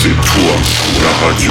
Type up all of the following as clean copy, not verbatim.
C'est toi, la radio.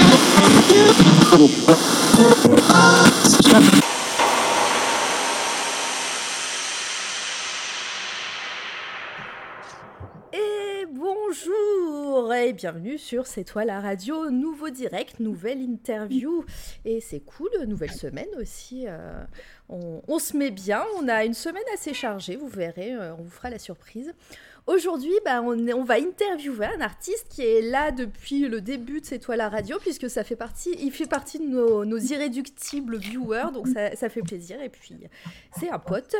Et bonjour et bienvenue sur C'est toi la radio, nouveau direct, nouvelle interview. Et c'est cool, nouvelle semaine aussi. On se met bien, on a une semaine assez chargée, vous verrez, on vous fera la surprise. Aujourd'hui, on va interviewer un artiste qui est là depuis le début de C'est toi la radio, puisque il fait partie de nos irréductibles viewers, donc ça fait plaisir. Et puis, c'est un pote.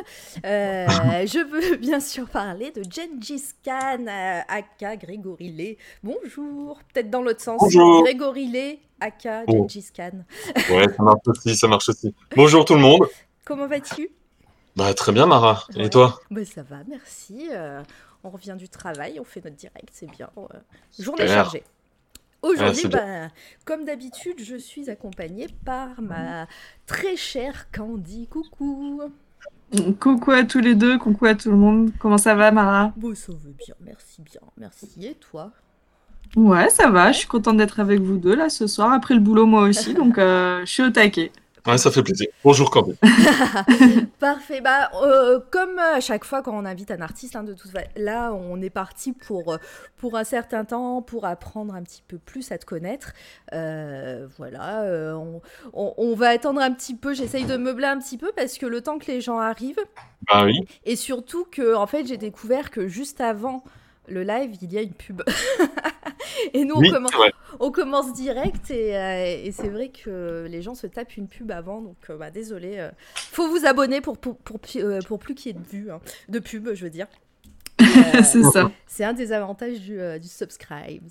Je veux bien sûr parler de Gengis Khan, aka Grégory Lay. Bonjour, peut-être dans l'autre sens. Bonjour. Grégory Lay, aka Gengis Khan. Ouais, ça marche aussi. Bonjour tout le monde. Comment vas-tu ? Très bien Mara, Ouais. et toi ? Ça va, merci. On revient du travail, on fait notre direct, c'est bien. Super. Journée chargée. Aujourd'hui, c'est bien. comme d'habitude, je suis accompagnée par ma très chère Candy. Coucou. Coucou à tous les deux, coucou à tout le monde. Comment ça va, Mara ? Bon, ça va bien. Merci. Et toi ? Ouais, ça va, je suis contente d'être avec vous deux là ce soir, après le boulot moi aussi, donc je suis au taquet. Ouais, ça fait plaisir. Bonjour Candy. Parfait. Comme à chaque fois quand on invite un artiste, de toute façon, là, on est parti pour un certain temps, pour apprendre un petit peu plus à te connaître. Voilà. On va attendre un petit peu. J'essaye de meubler un petit peu parce que le temps que les gens arrivent. Bah oui. Et surtout que, en fait, j'ai découvert que juste avant le live, il y a une pub. Et nous, on commence direct et c'est vrai que les gens se tapent une pub avant, donc désolé. Faut vous abonner pour plus qu'il y ait de vues, de pub, je veux dire. C'est ça. C'est un des avantages du subscribe.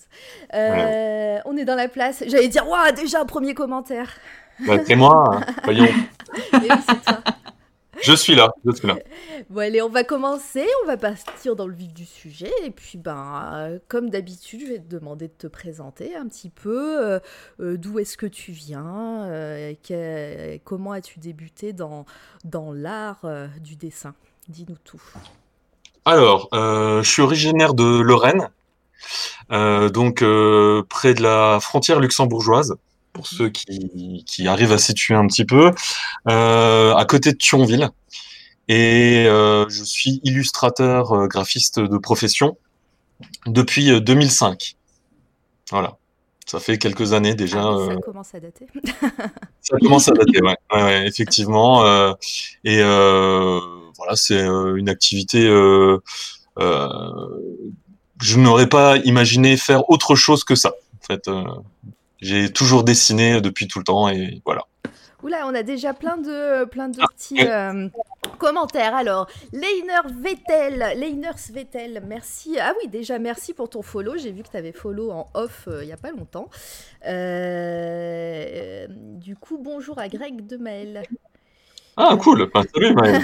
On est dans la place. J'allais dire, waouh, déjà un premier commentaire. C'est moi, voyons. Et oui, c'est toi. Je suis là. Bon, allez, on va commencer, on va partir dans le vif du sujet, et puis, comme d'habitude, je vais te demander de te présenter un petit peu, d'où est-ce que tu viens, comment as-tu débuté dans l'art du dessin ? Dis-nous tout. Alors, je suis originaire de Lorraine, donc près de la frontière luxembourgeoise, pour ceux qui arrivent à situer un petit peu, à côté de Thionville. Et je suis illustrateur graphiste de profession depuis 2005. Voilà, ça fait quelques années déjà. Ça commence à dater. Ça commence à dater, ouais, effectivement. Et voilà, c'est une activité. Je n'aurais pas imaginé faire autre chose que ça. En fait, j'ai toujours dessiné depuis tout le temps et voilà. Oula, on a déjà plein de petits commentaires. Alors, Leiners Vettel, merci. Ah oui, déjà, merci pour ton follow. J'ai vu que tu avais follow en off il n'y a pas longtemps. Du coup, bonjour à Greg de Maël. Ah, cool. Salut, Maël.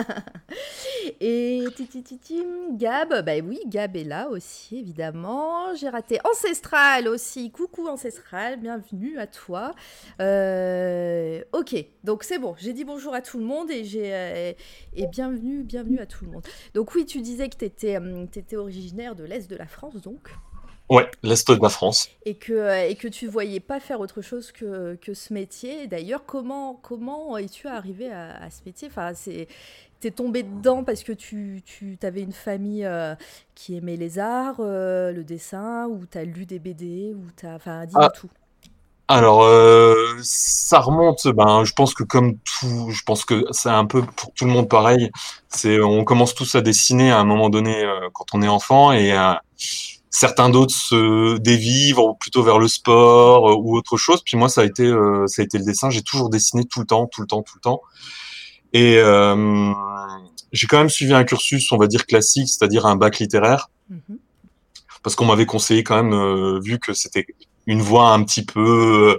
Et Gab, oui, Gab est là aussi, évidemment. J'ai raté Ancestral aussi. Coucou Ancestral, bienvenue à toi. Ok, donc c'est bon, j'ai dit bonjour à tout le monde et bienvenue à tout le monde. Donc oui, tu disais que tu étais originaire de l'Est de la France, donc. Ouais, l'Est de la France. Et que tu ne voyais pas faire autre chose que ce métier. Et d'ailleurs, comment es-tu arrivé à ce métier ? Enfin, t'es tombé dedans parce que tu avais une famille qui aimait les arts, le dessin, ou t'as lu des BD, ou enfin, dis-moi tout. Alors, ça remonte, je pense que c'est un peu pour tout le monde pareil. On commence tous à dessiner à un moment donné quand on est enfant et certains d'autres se dévient plutôt vers le sport ou autre chose. Puis moi, ça a été le dessin. J'ai toujours dessiné tout le temps. Et j'ai quand même suivi un cursus, on va dire classique, c'est-à-dire un bac littéraire, parce qu'on m'avait conseillé quand même, vu que c'était une voie un petit peu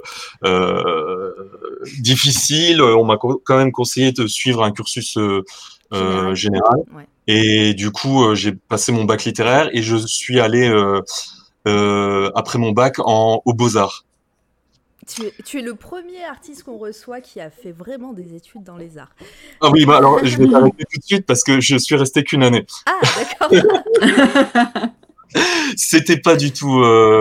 difficile, on m'a quand même conseillé de suivre un cursus général. Ouais. Et du coup, j'ai passé mon bac littéraire et je suis allé après mon bac aux Beaux-Arts. Tu es le premier artiste qu'on reçoit qui a fait vraiment des études dans les arts. Ah oui, alors je vais t'arrêter tout de suite parce que je suis resté qu'une année. Ah, d'accord. C'était pas du tout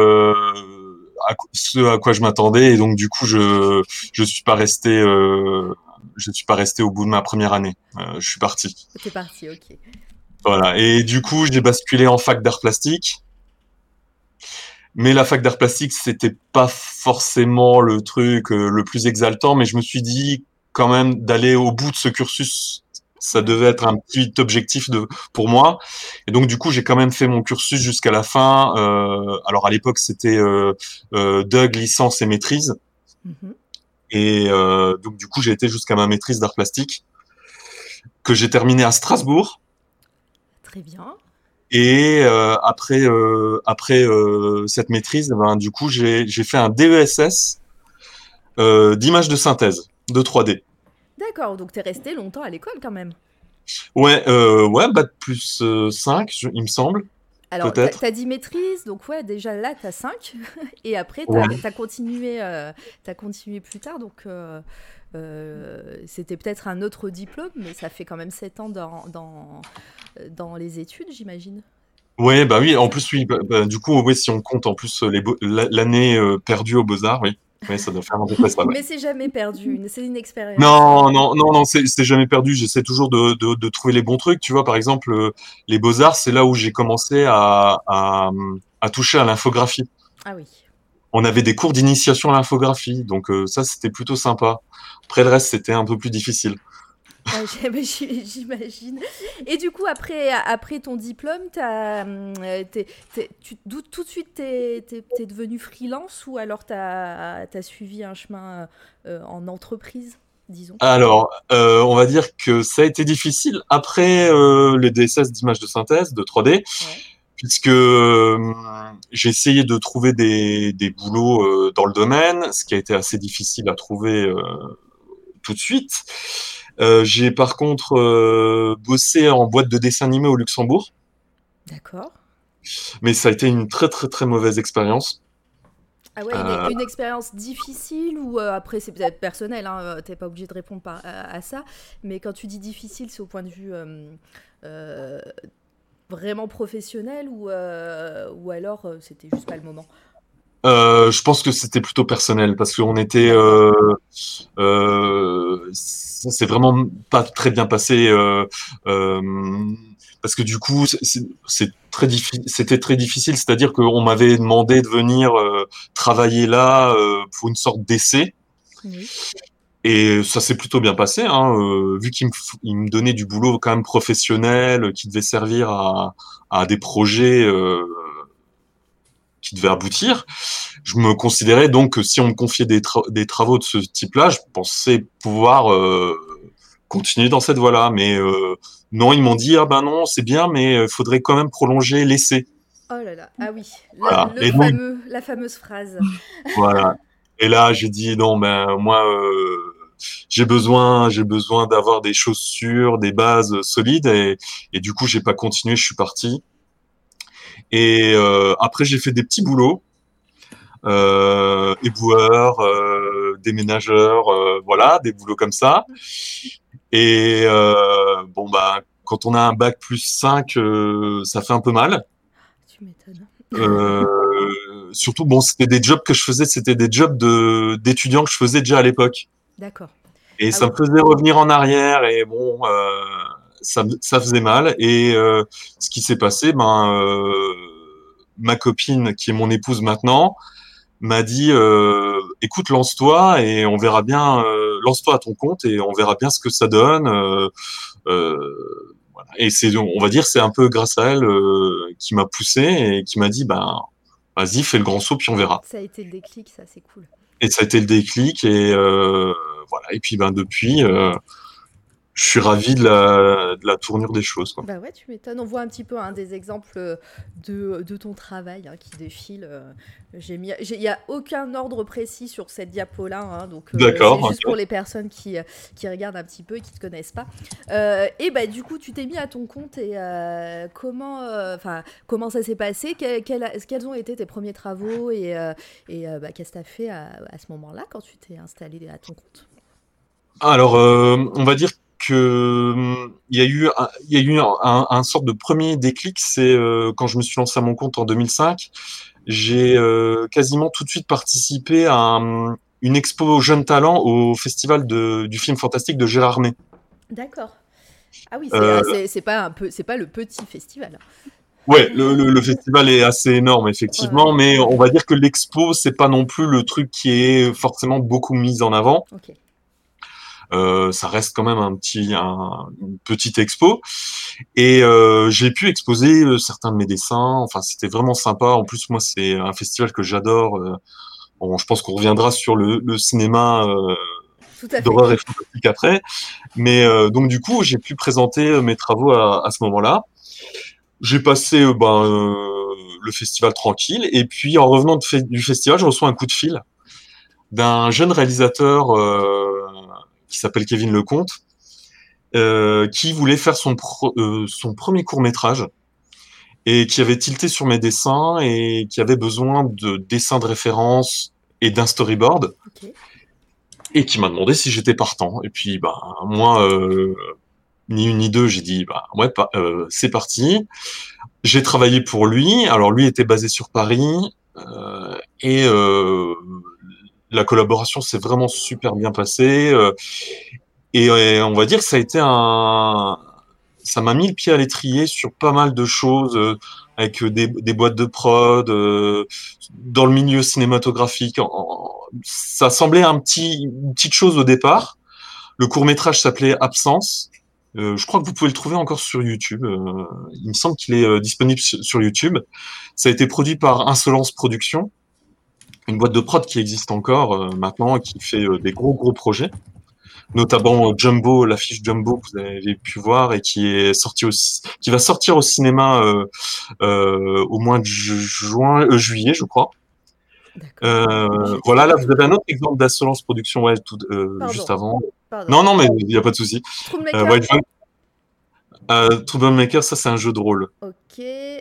ce à quoi je m'attendais, et donc du coup, je suis pas resté, je suis pas resté au bout de ma première année. Je suis parti. T'es parti, ok. Voilà. Et du coup, j'ai basculé en fac d'art plastique. Mais la fac d'art plastique, c'était pas forcément le truc le plus exaltant, mais je me suis dit quand même d'aller au bout de ce cursus, ça Ouais. devait être un petit objectif pour moi. Et donc du coup, j'ai quand même fait mon cursus jusqu'à la fin. Alors à l'époque, c'était DUG, licence et maîtrise. Mhm. Et donc du coup, j'ai été jusqu'à ma maîtrise d'art plastique que j'ai terminée à Strasbourg. Très bien. Et après cette maîtrise, ben, du coup, j'ai fait un DESS d'image de synthèse, de 3D. D'accord, donc t'es resté longtemps à l'école quand même. Ouais, bac plus 5, il me semble, Alors, peut-être. t'as dit maîtrise, donc ouais, déjà là, t'as 5. Et après, Ouais. t'as continué plus tard. Donc, c'était peut-être un autre diplôme, mais ça fait quand même 7 ans dans les études, j'imagine. Ouais, bah oui, C'est en ça? plus, oui, du coup, oui, si on compte en plus l'année perdue aux Beaux-Arts, oui. Oui, ça doit faire un peu près ça, ouais. Mais c'est jamais perdu, c'est une expérience. Non, non, non, non, c'est jamais perdu. J'essaie toujours de trouver les bons trucs. Tu vois, par exemple, les Beaux-Arts, c'est là où j'ai commencé à toucher à l'infographie. Ah oui. On avait des cours d'initiation à l'infographie, donc ça, c'était plutôt sympa. Après, le reste, c'était un peu plus difficile. Ouais, j'imagine. Et du coup, après ton diplôme, tout de suite, t'es devenu freelance ou alors t'as suivi un chemin en entreprise, disons? Alors, on va dire que ça a été difficile après le DSS d'image de synthèse, de 3D, Ouais. puisque j'ai essayé de trouver des boulots dans le domaine, ce qui a été assez difficile à trouver tout de suite. J'ai par contre bossé en boîte de dessin animé au Luxembourg, D'accord. mais ça a été une très très très mauvaise expérience. Ah ouais, Euh, une expérience difficile ou après c'est peut-être personnel, hein, t'es pas obligé de répondre à ça, mais quand tu dis difficile, c'est au point de vue euh, vraiment professionnel ou alors c'était juste pas le moment. je pense que c'était plutôt personnel parce qu'on était, D'accord. ça s'est vraiment pas très bien passé euh, parce que du coup c'était très difficile, c'est-à-dire qu'on m'avait demandé de venir travailler là pour une sorte d'essai. Oui. Et ça s'est plutôt bien passé, hein, vu il me donnait du boulot quand même professionnel, qui devait servir à des projets qui devaient aboutir. Je me considérais donc que si on me confiait des travaux de ce type-là, je pensais pouvoir continuer dans cette voie-là. Mais non, ils m'ont dit, ah ben non, c'est bien, mais il faudrait quand même prolonger l'essai. Oh là là, ah oui, Voilà. Et donc, la fameuse phrase. voilà. Et là, j'ai dit, non, ben moi, j'ai besoin d'avoir des choses sûres, des bases solides. Et du coup, j'ai pas continué, je suis parti. Et après, j'ai fait des petits boulots. Éboueur, déménageur, voilà, des boulots comme ça. Et bon, bah, quand on a un bac plus 5, ça fait un peu mal. Tu m'étonnes. Surtout, bon, c'était des jobs que je faisais, c'était des jobs d'étudiants que je faisais déjà à l'époque. D'accord. Et Ah ça oui. me faisait revenir en arrière, et bon, ça faisait mal. Et ce qui s'est passé, ben, ma copine, qui est mon épouse maintenant, m'a dit écoute, lance-toi et on verra bien, lance-toi à ton compte et on verra bien ce que ça donne. Voilà. Et on va dire, c'est un peu grâce à elle qui m'a poussé et qui m'a dit ben vas-y, fais le grand saut puis on verra. Ça a été le déclic, ça c'est cool. Et ça a été le déclic et voilà. Et puis ben depuis, je suis ravi de la tournure des choses, quoi. Bah ouais, tu m'étonnes. On voit un petit peu des exemples de ton travail qui défilent. Il n'y a aucun ordre précis sur cette diapo-là, hein, donc c'est D'accord, juste pour ok. les personnes qui regardent un petit peu et qui ne te connaissent pas. Et bah du coup, tu t'es mis à ton compte et comment ça s'est passé? Quels ont été tes premiers travaux et qu'est-ce que tu as fait à ce moment-là quand tu t'es installé à ton compte? Alors, on va dire il y a eu un sorte de premier déclic, c'est quand je me suis lancé à mon compte en 2005, j'ai quasiment tout de suite participé à une expo jeunes talents au festival du film fantastique de Gérard May. D'accord. Ah oui, Euh, c'est pas c'est pas le petit festival. ouais, le festival est assez énorme Ouais, ouais. effectivement, mais on va dire que l'expo c'est pas non plus le truc qui est forcément beaucoup mis en avant. Ok. Ça reste quand même une petite expo. Et j'ai pu exposer certains de mes dessins. Enfin, c'était vraiment sympa. En plus, moi, c'est un festival que j'adore. Je pense qu'on reviendra sur le cinéma Tout à fait. d'horreur et fantastique après. Mais donc, du coup, j'ai pu présenter mes travaux à ce moment-là. J'ai passé le festival tranquille. Et puis, en revenant du festival, je reçois un coup de fil d'un jeune réalisateur qui s'appelle Kevin Lecomte, qui voulait faire son premier court-métrage et qui avait tilté sur mes dessins et qui avait besoin de dessins de référence et d'un storyboard Ok. et qui m'a demandé si j'étais partant. Et puis, bah, moi, ni une ni deux, j'ai dit, bah, ouais, c'est parti. J'ai travaillé pour lui. Alors, lui était basé sur Paris et la collaboration s'est vraiment super bien passée. Et on va dire que ça m'a mis le pied à l'étrier sur pas mal de choses, avec des boîtes de prod, dans le milieu cinématographique. Ça semblait une petite chose au départ. Le court-métrage s'appelait Absence. Je crois que vous pouvez le trouver encore sur YouTube. Il me semble qu'il est disponible sur YouTube. Ça a été produit par Insolence Productions, une boîte de prod qui existe encore maintenant et qui fait des gros projets, notamment Jumbo, l'affiche Jumbo que vous avez pu voir et qui va sortir au cinéma au mois de juillet, je crois. D'accord. Je Voilà, sais là pas. vous avez un autre exemple d'Assolance Production, ouais, juste Pardon. avant. Pardon. Non, non, mais il n'y a pas de souci. Troublemaker. White Troublemaker, ça c'est un jeu de rôle. Ok.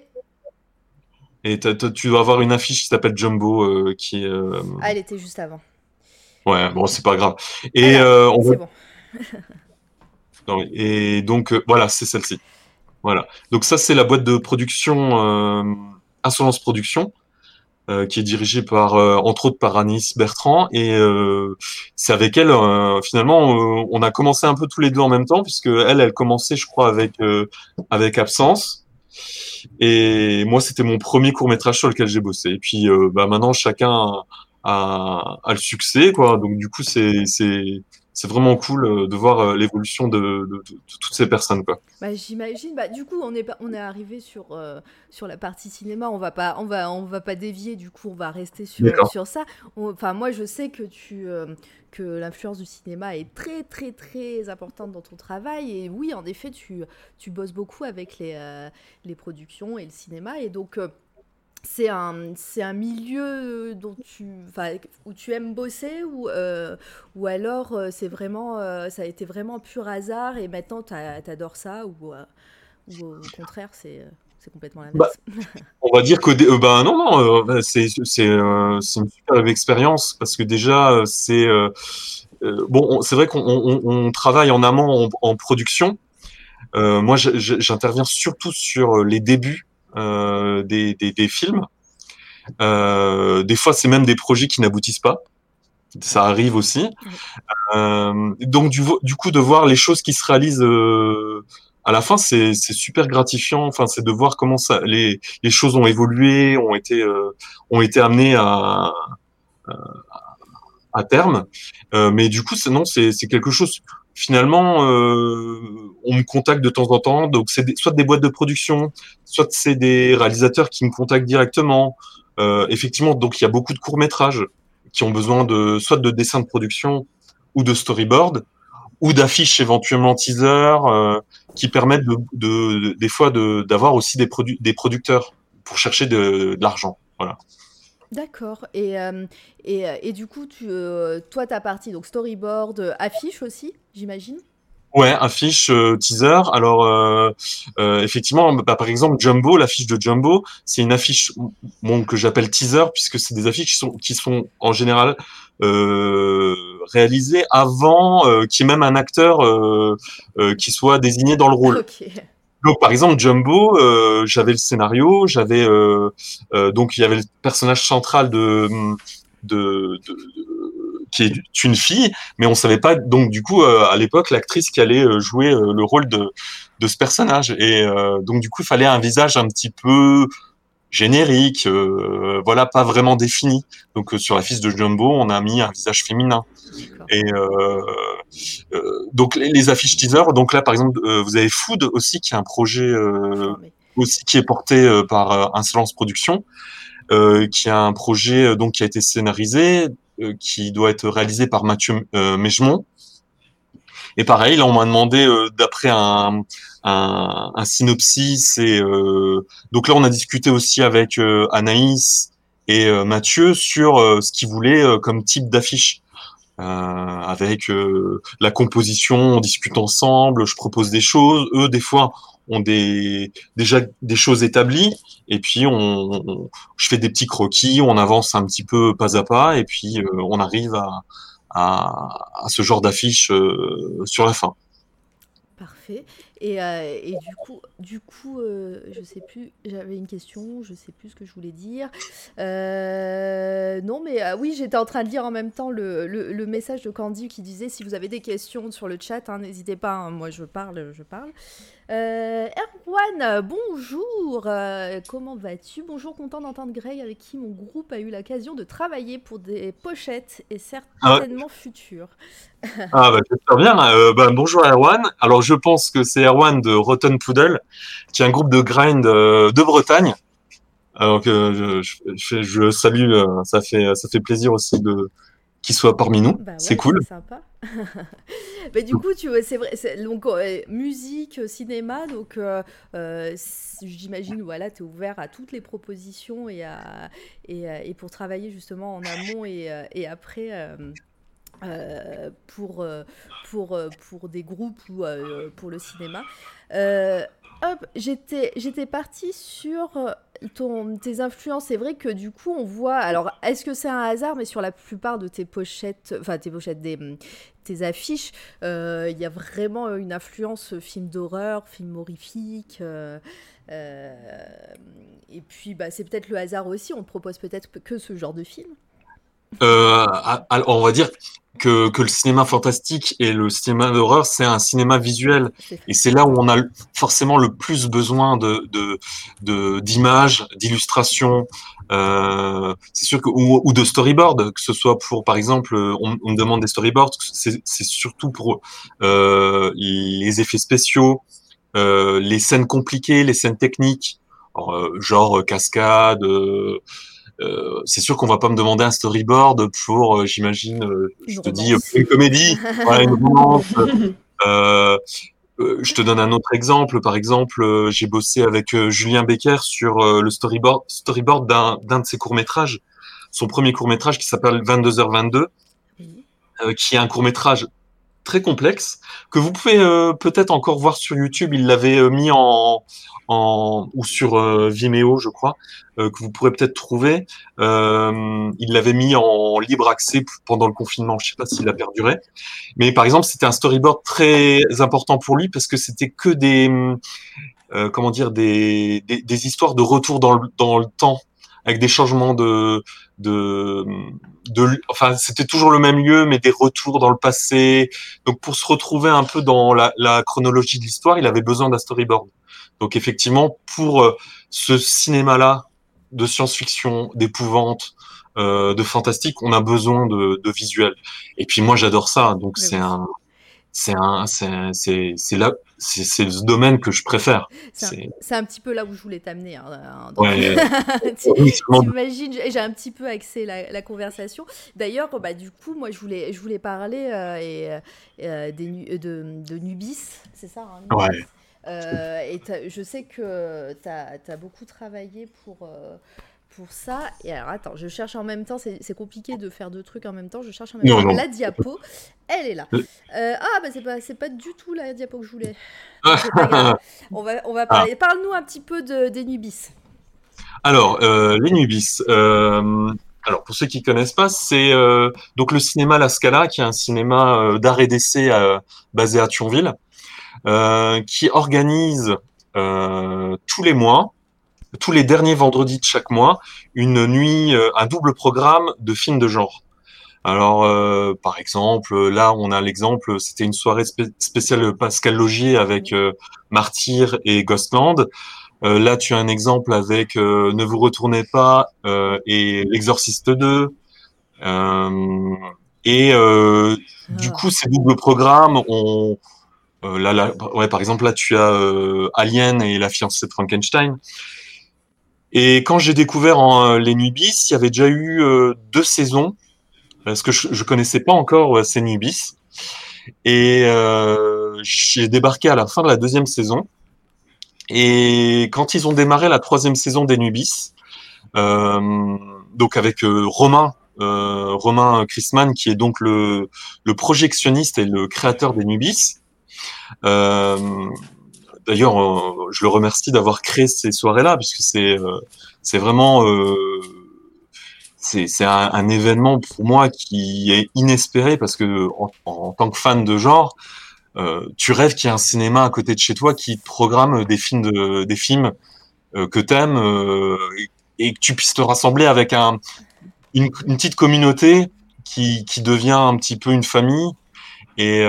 Et tu dois avoir une affiche qui s'appelle Jumbo, qui est. Ah, elle était juste avant. Ouais, bon, c'est pas grave. Et Alors, on va. c'est bon. Non, oui. Et donc voilà, c'est celle-ci. Voilà. Donc ça, c'est la boîte de production Insolence Production, qui est dirigée par, entre autres, par Anis Bertrand. Et c'est avec elle, finalement, on a commencé un peu tous les deux en même temps, puisque elle commençait, je crois, avec Absence. Et moi, c'était mon premier court-métrage sur lequel j'ai bossé. Et puis, bah, maintenant, chacun a le succès, quoi. Donc, du coup, c'est vraiment cool de voir l'évolution de toutes ces personnes, quoi. Bah, j'imagine. Bah, du coup, on est arrivé sur la partie cinéma. On va pas dévier. Du coup, on va rester D'accord. sur ça. Enfin, moi, je sais que que l'influence du cinéma est très importante dans ton travail. Et oui, en effet, tu bosses beaucoup avec les productions et le cinéma. Et donc, c'est un milieu où tu aimes bosser ou alors c'est vraiment, ça a été vraiment pur hasard et maintenant t'adores ça ou au contraire c'est complètement Bah, l'inverse. on va dire que, bah, non, non, c'est une super expérience parce que déjà, bon, c'est vrai qu'on travaille en amont en production. Moi, j'interviens surtout sur les débuts des films. Des fois, c'est même des projets qui n'aboutissent pas. Ça arrive aussi. Oui. Donc, du coup, de voir les choses qui se réalisent à la fin, c'est super gratifiant. Enfin, c'est de voir comment les choses ont évolué, ont été amenées à terme. Mais du coup, non, c'est quelque chose. Finalement, on me contacte de temps en temps. Donc, soit des boîtes de production, soit c'est des réalisateurs qui me contactent directement. Effectivement, donc il y a beaucoup de courts-métrages qui ont besoin soit de dessins de production ou de storyboard ou d'affiches éventuellement teaser qui permettent des fois d'avoir aussi des producteurs pour chercher de l'argent. Voilà. D'accord. Et du coup, toi, ta partie, donc storyboard, affiche aussi, j'imagine. Ouais, affiche, teaser. Alors, effectivement, bah, par exemple, Jumbo, l'affiche de Jumbo, c'est une affiche bon, que j'appelle teaser, puisque c'est des affiches qui sont en général euh, réalisées avant qu'il y ait même un acteur qui soit désigné dans le rôle. Ok. Donc, par exemple, Jumbo, j'avais le scénario, donc il y avait le personnage central qui est une fille, mais on savait pas donc du coup à l'époque l'actrice qui allait jouer le rôle de ce personnage. Et donc du coup il fallait un visage un petit peu générique, voilà, pas vraiment défini. Donc sur la fiche de Jumbo, on a mis un visage féminin. D'accord. Et donc les affiches teaser. Donc là, par exemple, vous avez Food aussi, qui est un projet Formé. aussi qui est porté par Insolence Productions, qui a un projet donc qui a été scénarisé, qui doit être réalisé par Mathieu Mejmon. Et pareil, là, on m'a demandé d'après un synopsis. Et donc là, on a discuté aussi avec Anaïs et Mathieu sur ce qu'ils voulaient comme type d'affiche. Avec la composition, on discute ensemble, je propose des choses, eux des fois ont déjà des choses établies, et puis je fais des petits croquis, on avance un petit peu pas à pas, et puis on arrive à ce genre d'affiche sur la fin. Parfait. Et du coup, je sais plus, j'avais une question, je sais plus ce que je voulais dire. Non, mais oui, j'étais en train de lire en même temps le message de Candy qui disait si vous avez des questions sur le chat, hein, n'hésitez pas, hein, moi je parle, je parle. Erwan, bonjour, comment vas-tu? Bonjour, content d'entendre Greg avec qui mon groupe a eu l'occasion de travailler pour des pochettes et Ah, certainement futures. bah, j'espère bien. Bah, bonjour Erwan. Alors je pense que c'est Erwan de Rotten Poodle, qui est un groupe de grind de Bretagne. Alors que je salue, ça fait plaisir aussi qu'il soit parmi nous. Bah C'est ouais, cool. c'est sympa. Mais du coup, tu vois, c'est vrai, donc musique, cinéma, donc j'imagine, voilà, tu es ouvert à toutes les propositions et pour travailler justement en amont et après pour, pour des groupes ou pour le cinéma. Euh, Hop, j'étais partie sur tes influences. C'est vrai que du coup, on voit. Alors, est-ce que c'est un hasard, mais sur la plupart de tes pochettes, enfin, tes pochettes, tes affiches, il y a vraiment une influence film d'horreur, film horrifique. Euh, et puis, bah, c'est peut-être le hasard aussi. On ne propose peut-être que ce genre de film. Alors, on va dire que le cinéma fantastique et le cinéma d'horreur, c'est un cinéma visuel. C'est Et c'est là où on a forcément le plus besoin d'images, d'illustrations. C'est sûr ou de storyboard, que ce soit pour, par exemple, on me demande des storyboards, c'est surtout pour les effets spéciaux, les scènes compliquées, les scènes techniques, alors, genre cascade. C'est sûr qu'on va pas me demander un storyboard pour, j'imagine, une je te dis, romance. une comédie, voilà, une romance. Euh, je te donne un autre exemple. Par exemple, j'ai bossé avec Julien Becker sur le storyboard d'un de ses courts-métrages. Son premier court-métrage qui s'appelle 22h22, Oui. qui est un court-métrage très complexe que vous pouvez peut-être encore voir sur YouTube. Il l'avait mis ou sur Vimeo, je crois, que vous pourrez peut-être trouver. Il l'avait mis en libre accès pendant le confinement. Je sais pas s'il a perduré, mais par exemple, c'était un storyboard très important pour lui parce que c'était que comment dire, des histoires de retour dans le temps avec des changements de, enfin, c'était toujours le même lieu, mais des retours dans le passé. Donc, pour se retrouver un peu dans la chronologie de l'histoire, il avait besoin d'un storyboard. Donc, effectivement, pour ce cinéma-là, de science-fiction, d'épouvante, de fantastique, on a besoin de visuels. Et puis, moi, j'adore ça. Donc, Mais oui. c'est ce domaine que je préfère. C'est un, C'est, c'est un petit peu là où je voulais t'amener. Hein, donc, ouais, oui, t'imagines, j'ai un petit peu axé la conversation. D'ailleurs, bah, du coup, moi, je voulais parler de Nubis, c'est ça, hein, Nubis. ouais. Et je sais que tu as beaucoup travaillé pour ça. Et alors, attends, je cherche en même temps. C'est compliqué de faire deux trucs en même temps. Je cherche en même temps Non. la diapo. Elle est là. C'est pas du tout la diapo que je voulais. Ah. C'est pas grave. On va parler. Parle-nous un petit peu des Nubis. Alors, les Nubis. Alors, pour ceux qui connaissent pas, c'est donc le cinéma La Scala, qui est un cinéma d'art et d'essai basé à Thionville, qui organise tous les mois, tous les derniers vendredis de chaque mois, une nuit, un double programme de films de genre. Alors, par exemple, là, on a l'exemple, c'était une soirée spéciale Pascal Laugier avec Martyr et Ghostland. Là, tu as un exemple avec Ne vous retournez pas et L'Exorciste 2. Du coup, ces doubles programmes ont... par exemple, là, tu as Alien et La fiancée de Frankenstein. Et quand j'ai découvert les Nubis, il y avait déjà eu 2 saisons, parce que je connaissais pas encore ces Nubis. Et j'ai débarqué à la fin de la 2e saison. Et quand ils ont démarré la 3e saison des Nubis, donc avec Romain Christman, qui est donc le projectionniste et le créateur des Nubis. D'ailleurs, je le remercie d'avoir créé ces soirées-là, puisque c'est vraiment c'est un événement pour moi qui est inespéré, parce que en tant que fan de genre, tu rêves qu'il y ait un cinéma à côté de chez toi qui te programme des films que t'aimes, et que tu puisses te rassembler avec une petite communauté qui devient un petit peu une famille. Et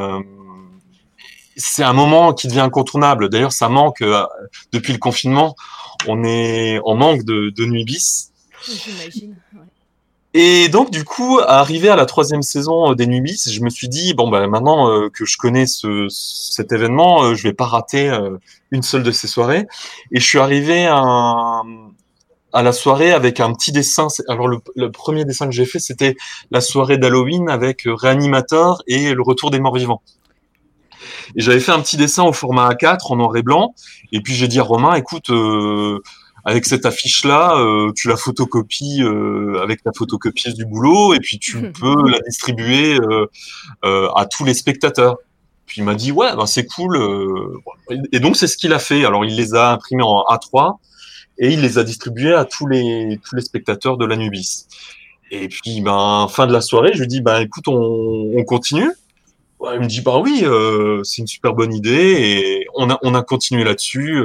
c'est un moment qui devient incontournable. D'ailleurs, ça manque depuis le confinement. On est en manque de Nubis. J'imagine. Ouais. Et donc, du coup, arrivé à la 3e saison des Nubis, je me suis dit, bon, bah, maintenant que je connais cet événement, je vais pas rater une seule de ces soirées. Et je suis arrivé à la soirée avec un petit dessin. Alors, le premier dessin que j'ai fait, c'était la soirée d'Halloween avec Réanimator et Le Retour des Morts Vivants. Et j'avais fait un petit dessin au format A4 en noir et blanc. Et puis, j'ai dit à Romain, écoute, avec cette affiche-là, tu la photocopies avec ta photocopieuse du boulot, et puis tu peux la distribuer à tous les spectateurs. Puis il m'a dit, ouais, ben c'est cool. Et donc, c'est ce qu'il a fait. Alors, il les a imprimés en A3 et il les a distribués à tous les spectateurs de l'Anubis. Et puis, ben, fin de la soirée, je lui dis, ben, écoute, on continue. Ouais, il me dit, bah oui, c'est une super bonne idée, et on a continué là-dessus.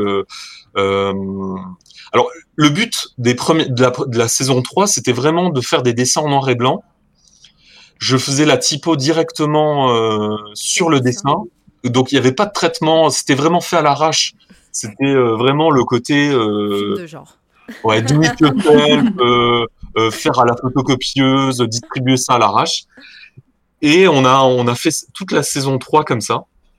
Alors, le but de la saison 3, c'était vraiment de faire des dessins en noir et blanc. Je faisais la typo directement sur le dessin. Donc, il n'y avait pas de traitement. C'était vraiment fait à l'arrache. C'était vraiment le côté... Film de genre. Ouais, do it yourself, faire à la photocopieuse, distribuer ça à l'arrache. Et on a fait toute la saison 3 comme ça.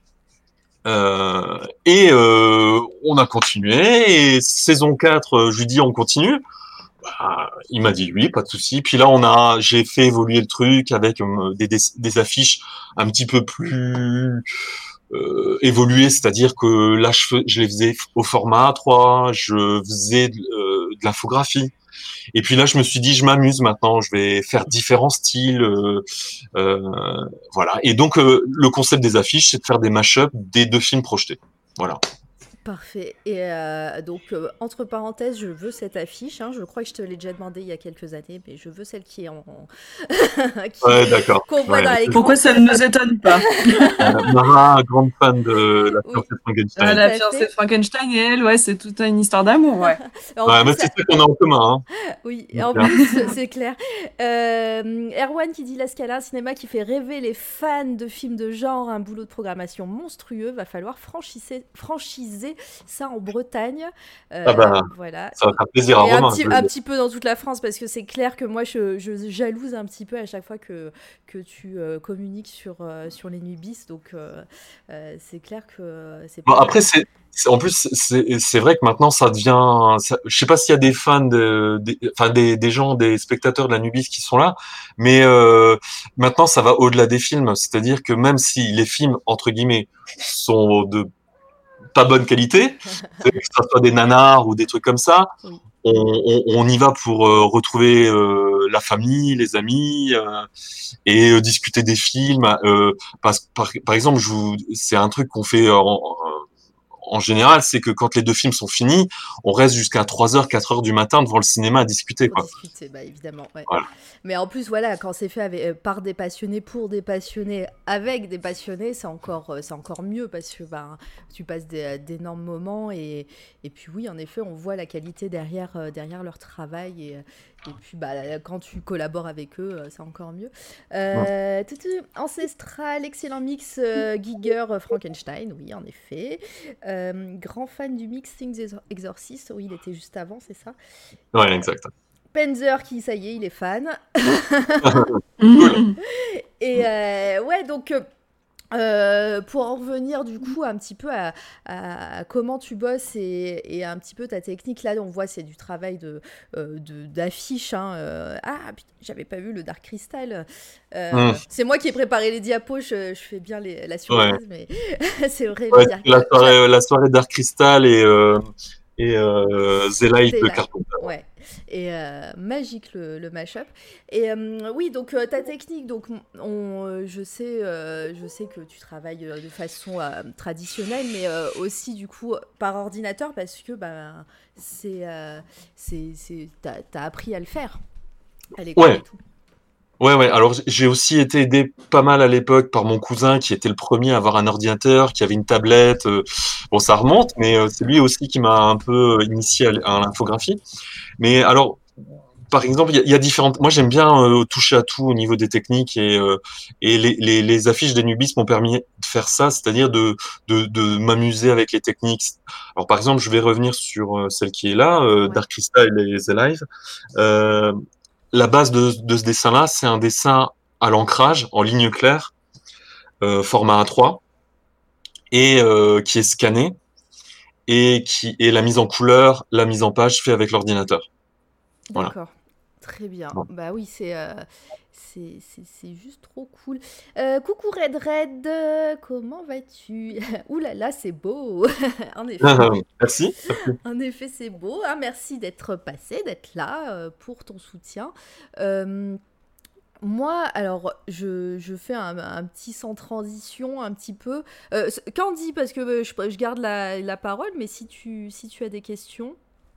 On a continué, et saison 4, je lui dis on continue. Bah, il m'a dit oui, pas de souci. Puis là, j'ai fait évoluer le truc avec des affiches un petit peu plus évoluées, c'est-à-dire que là, je les faisais au format A3, je faisais de l'infographie. Et puis là, je me suis dit, je m'amuse maintenant, je vais faire différents styles. Voilà. Et donc, le concept des affiches, c'est de faire des mash-ups des 2 films projetés. Voilà. Parfait. Et donc, entre parenthèses, je veux cette affiche. Hein. Je crois que je te l'ai déjà demandé il y a quelques années, mais je veux celle qui est Ouais, d'accord. qu'on voit dans l'écran. Pourquoi ça ne nous étonne pas? Mara, grande fan de La fiancée de Frankenstein. La fiancée de Frankenstein et elle, ouais, c'est toute une histoire d'amour, ouais. Ouais, mais c'est ça qu'on a en commun. Hein. Oui, en plus, c'est clair. Erwan qui dit La Scala, un cinéma qui fait rêver les fans de films de genre, un boulot de programmation monstrueux. Va falloir franchiser ça en Bretagne. Voilà. Ça va faire plaisir à Romain. Un petit peu dans toute la France, parce que c'est clair que moi, je jalouse un petit peu à chaque fois que tu communiques sur les Nubis. Donc, c'est clair que c'est pas... Bon, après, en plus, c'est vrai que maintenant, ça devient... je sais pas s'il y a des fans, des gens, des spectateurs de la Nubis qui sont là, mais maintenant, ça va au-delà des films. C'est-à-dire que même si les films, entre guillemets, sont de pas bonne qualité, que ce soit des nanars ou des trucs comme ça, oui. on y va pour retrouver la famille, les amis et discuter des films. Par exemple, c'est un truc qu'on fait en général, c'est que quand les deux films sont finis, on reste jusqu'à 3h, 4h du matin devant le cinéma à discuter, Pour quoi. discuter, bah évidemment, ouais. Voilà. Mais en plus, voilà, quand c'est fait par des passionnés, pour des passionnés, avec des passionnés, c'est encore mieux parce que tu passes d'énormes moments et puis oui, en effet, on voit la qualité derrière leur travail et puis quand tu collabores avec eux, c'est encore mieux. Ancestral, excellent mix, Giger, Frankenstein, oui, en effet. Grand fan du mix Things Exorcist, oui, il était juste avant, c'est ça. Ouais, exact. Penzer qui, ça y est, il est fan. Cool. Et ouais, donc pour en revenir du coup un petit peu à comment tu bosses et un petit peu ta technique, là on voit c'est du travail d'affiche. Ah putain, j'avais pas vu le Dark Crystal. C'est moi qui ai préparé les diapos, je fais bien la surprise, mais c'est vrai. Ouais, la soirée Dark Crystal et The Light de Carpenter. Ouais. Et magique le mashup. Et oui, donc ta technique, donc je sais que tu travailles de façon traditionnelle, mais aussi du coup par ordinateur parce que t'as appris à le faire à l'école et tout. Ouais. Alors, j'ai aussi été aidé pas mal à l'époque par mon cousin qui était le premier à avoir un ordinateur, qui avait une tablette. Bon, ça remonte, mais c'est lui aussi qui m'a un peu initié à l'infographie. Mais alors, par exemple, il y a différentes. Moi, j'aime bien toucher à tout au niveau des techniques et les affiches des Nubis m'ont permis de faire ça, c'est-à-dire de m'amuser avec les techniques. Alors, par exemple, je vais revenir sur celle qui est là, Dark Crystal et The Live. La base de ce dessin-là, c'est un dessin à l'ancrage en ligne claire, format A3, et qui est scanné et qui est la mise en couleur, la mise en page fait avec l'ordinateur. D'accord, voilà. Très bien. Bon. Bah oui, c'est juste trop cool. Coucou Red, comment vas-tu? Ouh là là, c'est beau. En effet. Merci. En effet, c'est beau. Ah, merci d'être passé, d'être là pour ton soutien. Moi, alors, je fais un petit sans transition, un petit peu. Candy, parce que je garde la parole, mais si tu as des questions.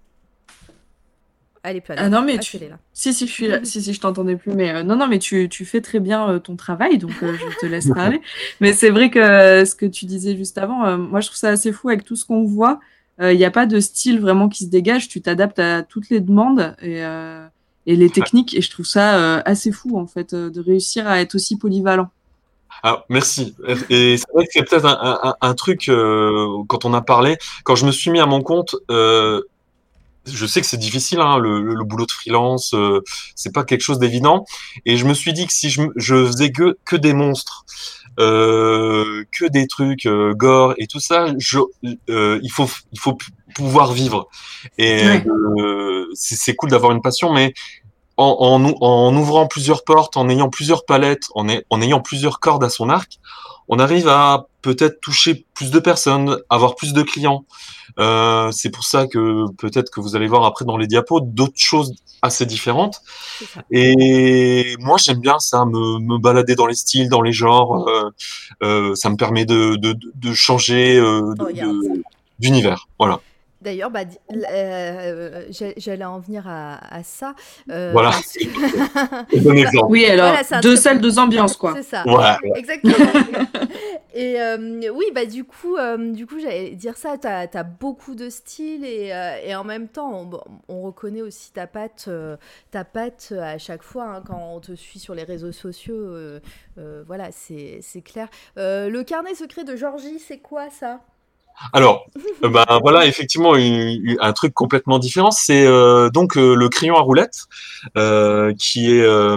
Elle est pas là. Ah non, mais elle est là. Si, je suis là. Si, je t'entendais plus. Mais non, mais tu fais très bien ton travail, donc je te laisse parler. Mais c'est vrai que ce que tu disais juste avant, moi, je trouve ça assez fou avec tout ce qu'on voit. Il n'y a pas de style vraiment qui se dégage. Tu t'adaptes à toutes les demandes et les techniques. Et je trouve ça assez fou, en fait, de réussir à être aussi polyvalent. Ah, merci. Et c'est vrai que c'est peut-être un truc, quand on a parlé, quand je me suis mis à mon compte, je sais que c'est difficile, hein, le boulot de freelance, c'est pas quelque chose d'évident. Et je me suis dit que si je faisais que des monstres, que des trucs gore et tout ça, il faut pouvoir vivre. Et c'est cool d'avoir une passion, mais en ouvrant plusieurs portes, en ayant plusieurs palettes, en ayant plusieurs cordes à son arc, on arrive à peut-être toucher plus de personnes, avoir plus de clients. C'est pour ça que peut-être que vous allez voir après dans les diapos d'autres choses assez différentes. Et moi, j'aime bien ça, me balader dans les styles, dans les genres. Ça me permet de changer d'univers. Voilà. D'ailleurs, j'allais en venir à ça. Voilà. Que... Bon exemple. Oui, alors, voilà, deux salles, deux ambiances, quoi. C'est ça. Ouais. Exactement. Et oui, du coup, j'allais dire ça, t'as beaucoup de styles et en même temps, on reconnaît aussi ta patte à chaque fois, hein, quand on te suit sur les réseaux sociaux. Voilà, c'est clair. Le carnet secret de Georgie, c'est quoi ça? Alors, voilà, effectivement, un truc complètement différent, c'est donc le crayon à roulettes, qui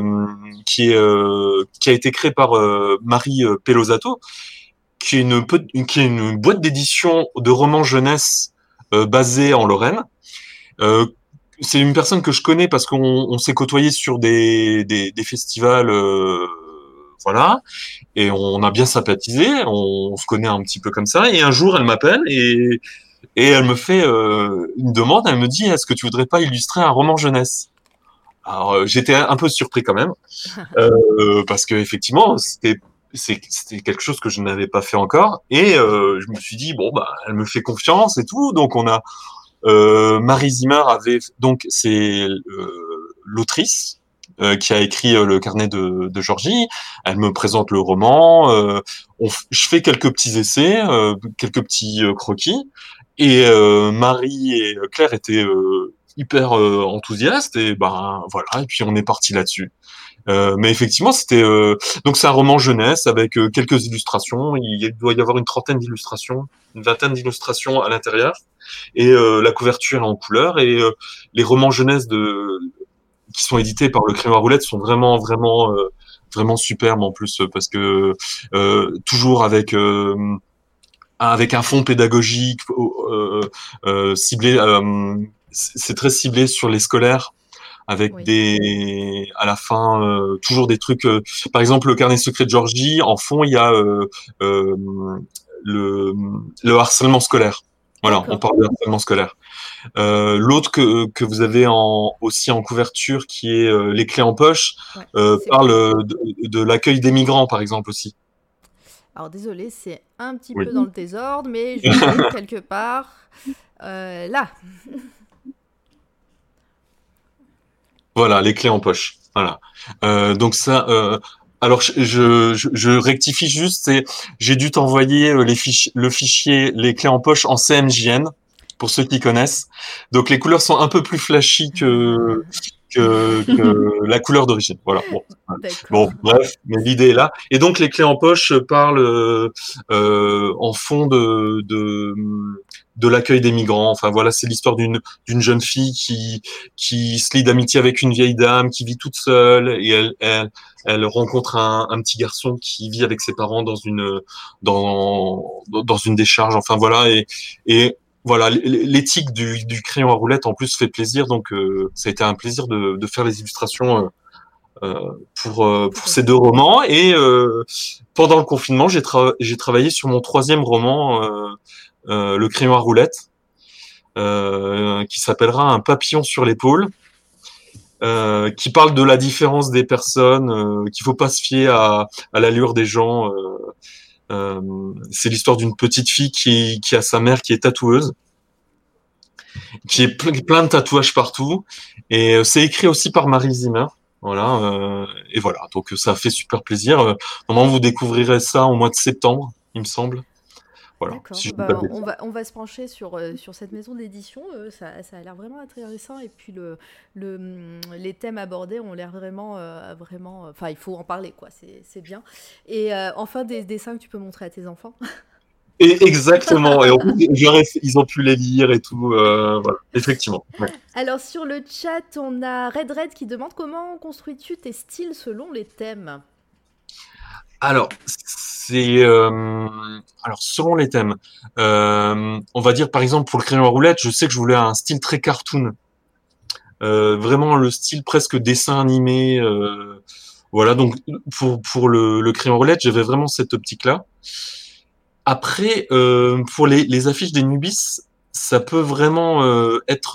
a été créé par Marie Pelosato, qui est une boîte d'édition de romans jeunesse basée en Lorraine. C'est une personne que je connais parce qu'on s'est côtoyé sur des festivals. Voilà, et on a bien sympathisé, on se connaît un petit peu comme ça, et un jour elle m'appelle et Et elle me fait une demande, elle me dit, est-ce que tu voudrais pas illustrer un roman jeunesse? Alors, j'étais un peu surpris quand même, parce que effectivement, c'était quelque chose que je n'avais pas fait encore. Et je me suis dit, bon, bah, elle me fait confiance et tout. Donc, on a Marie Zimmer donc c'est l'autrice qui a écrit le carnet de Georgie. Elle me présente le roman. Je fais quelques petits essais, quelques petits croquis. Et Marie et Claire étaient hyper enthousiastes. Et ben voilà. Et puis on est parti là-dessus. Mais effectivement, donc c'est un roman jeunesse avec quelques illustrations. Il doit y avoir une trentaine d'illustrations, une vingtaine d'illustrations à l'intérieur. Et la couverture est en couleur. Et les romans jeunesse qui sont édités par le Crayon à roulettes sont vraiment, vraiment, vraiment superbes en plus parce que toujours avec un fond pédagogique ciblé. C'est très ciblé sur les scolaires avec à la fin toujours des trucs. Par exemple, le carnet secret de Georgie, en fond, il y a le harcèlement scolaire. Voilà, on parle de harcèlement scolaire. L'autre que vous avez aussi en couverture, qui est les clés en poche, parle de l'accueil des migrants, par exemple aussi. Alors désolé, c'est un petit peu dans le désordre, mais je vais quelque part là. Voilà, les clés en poche. Voilà. Donc ça. Alors je rectifie juste, j'ai dû t'envoyer le fichier les clés en poche en CMJN pour ceux qui connaissent. Donc les couleurs sont un peu plus flashy que la couleur d'origine. Voilà. Bon, bref, mais l'idée est là. Et donc les clés en poche parlent en fond de l'accueil des migrants. Enfin voilà, c'est l'histoire d'une jeune fille qui se lie d'amitié avec une vieille dame qui vit toute seule et elle rencontre un petit garçon qui vit avec ses parents dans une décharge. Enfin voilà, et voilà, l'éthique du crayon à roulettes en plus fait plaisir, donc ça a été un plaisir de faire les illustrations pour ces deux romans. Et pendant le confinement, j'ai travaillé sur mon troisième roman, le crayon à roulettes, qui s'appellera Un papillon sur l'épaule. Qui parle de la différence des personnes, qu'il faut pas se fier à l'allure des gens. C'est l'histoire d'une petite fille qui a sa mère qui est tatoueuse, qui est plein de tatouages partout, et c'est écrit aussi par Marie Zimmer. Voilà, et voilà, donc ça fait super plaisir. Normalement, vous découvrirez ça au mois de septembre, il me semble. Voilà, d'accord. Si on va se pencher sur cette maison d'édition. Ça a l'air vraiment intéressant. Et puis les thèmes abordés ont l'air vraiment, vraiment. Enfin, il faut en parler, quoi. C'est bien. Et enfin, des dessins que tu peux montrer à tes enfants. Et exactement. Et en plus, ils ont pu les lire et tout. Voilà, effectivement. Ouais. Alors, sur le chat, on a Red qui demande comment construis-tu tes styles selon les thèmes. Alors, selon les thèmes, on va dire par exemple pour le crayon à roulettes, je sais que je voulais un style très cartoon, vraiment le style presque dessin animé. Voilà, donc pour le crayon à roulettes, j'avais vraiment cette optique-là. Après, pour les affiches des Nubis, ça peut vraiment être.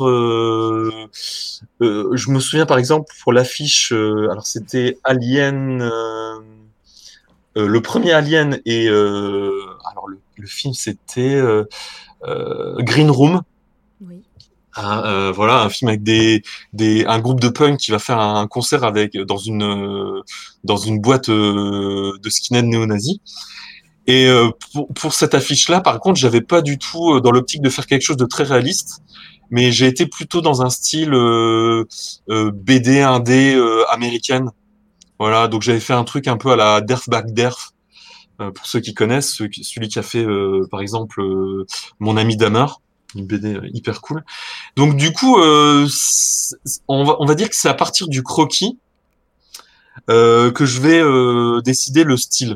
Je me souviens par exemple pour l'affiche, alors c'était Alien. Le premier Alien et alors le film c'était Green Room. Oui. Voilà, un film avec un groupe de punk qui va faire un concert dans une boîte de skinhead néo-nazi. Et pour cette affiche-là, par contre, j'avais pas du tout dans l'optique de faire quelque chose de très réaliste, mais j'ai été plutôt dans un style BD indé américaine. Voilà, donc j'avais fait un truc un peu à la Derf Back Derf, pour ceux qui connaissent, celui qui a fait par exemple Mon ami Dahmer, une BD hyper cool. Donc du coup, on va dire que c'est à partir du croquis que je vais décider le style.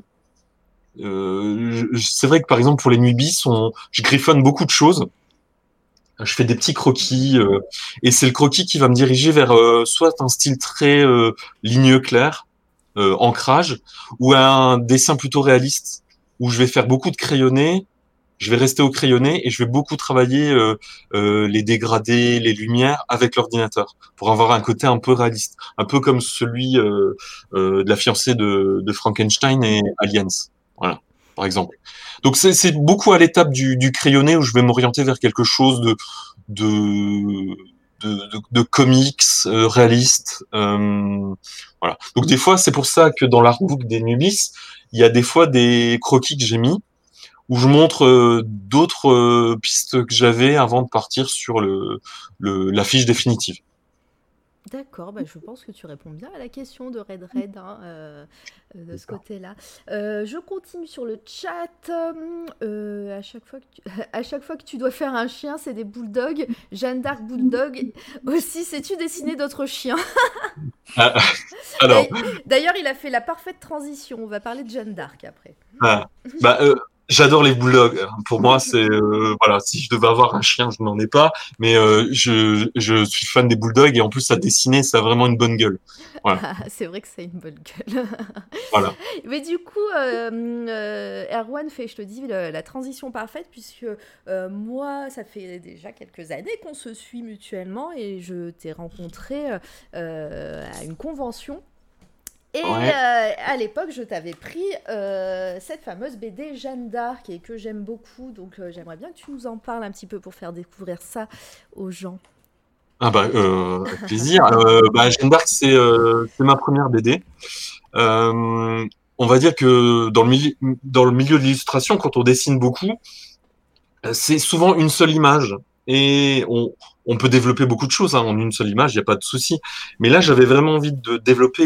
C'est vrai que par exemple pour les Nubis, je griffonne beaucoup de choses. Je fais des petits croquis et c'est le croquis qui va me diriger vers soit un style très ligneux clair, ancrage, ou un dessin plutôt réaliste où je vais faire beaucoup de crayonnés je vais rester au crayonné et je vais beaucoup travailler les dégradés, les lumières avec l'ordinateur pour avoir un côté un peu réaliste, un peu comme celui de la fiancée de Frankenstein et Aliens, voilà, par exemple. Donc c'est beaucoup à l'étape du crayonné où je vais m'orienter vers quelque chose de de comics réalistes. Voilà. Donc des fois, c'est pour ça que dans l'artbook des Nubis, il y a des fois des croquis que j'ai mis où je montre d'autres pistes que j'avais avant de partir sur la fiche définitive. D'accord, bah, je pense que tu réponds bien à la question de Red Red hein, de ce côté-là. Je continue sur le chat. À chaque fois que à chaque fois que tu dois faire un chien, c'est des bulldogs. Jeanne d'Arc bulldog. Aussi, sais-tu dessiner d'autres chiens? Alors, D'ailleurs, il a fait la parfaite transition. On va parler de Jeanne d'Arc après. bah, j'adore les bulldogs. Pour moi, c'est voilà. Si je devais avoir un chien, je n'en ai pas, mais je suis fan des bulldogs et en plus, ça dessiner, ça a vraiment une bonne gueule. Voilà. Ah, c'est vrai que ça a une bonne gueule. Voilà. Mais du coup, Erwan fait, je te dis, la transition parfaite, puisque moi, ça fait déjà quelques années qu'on se suit mutuellement et je t'ai rencontré à une convention. Et Ouais. à l'époque, je t'avais pris cette fameuse BD Jeanne d'Arc et que j'aime beaucoup. Donc, j'aimerais bien que tu nous en parles un petit peu pour faire découvrir ça aux gens. Ah bah, avec plaisir. Jeanne d'Arc, c'est ma première BD. On va dire que dans le milieu de l'illustration, quand on dessine beaucoup, c'est souvent une seule image. Et on peut développer beaucoup de choses hein, en une seule image, il n'y a pas de souci. Mais là, j'avais vraiment envie de développer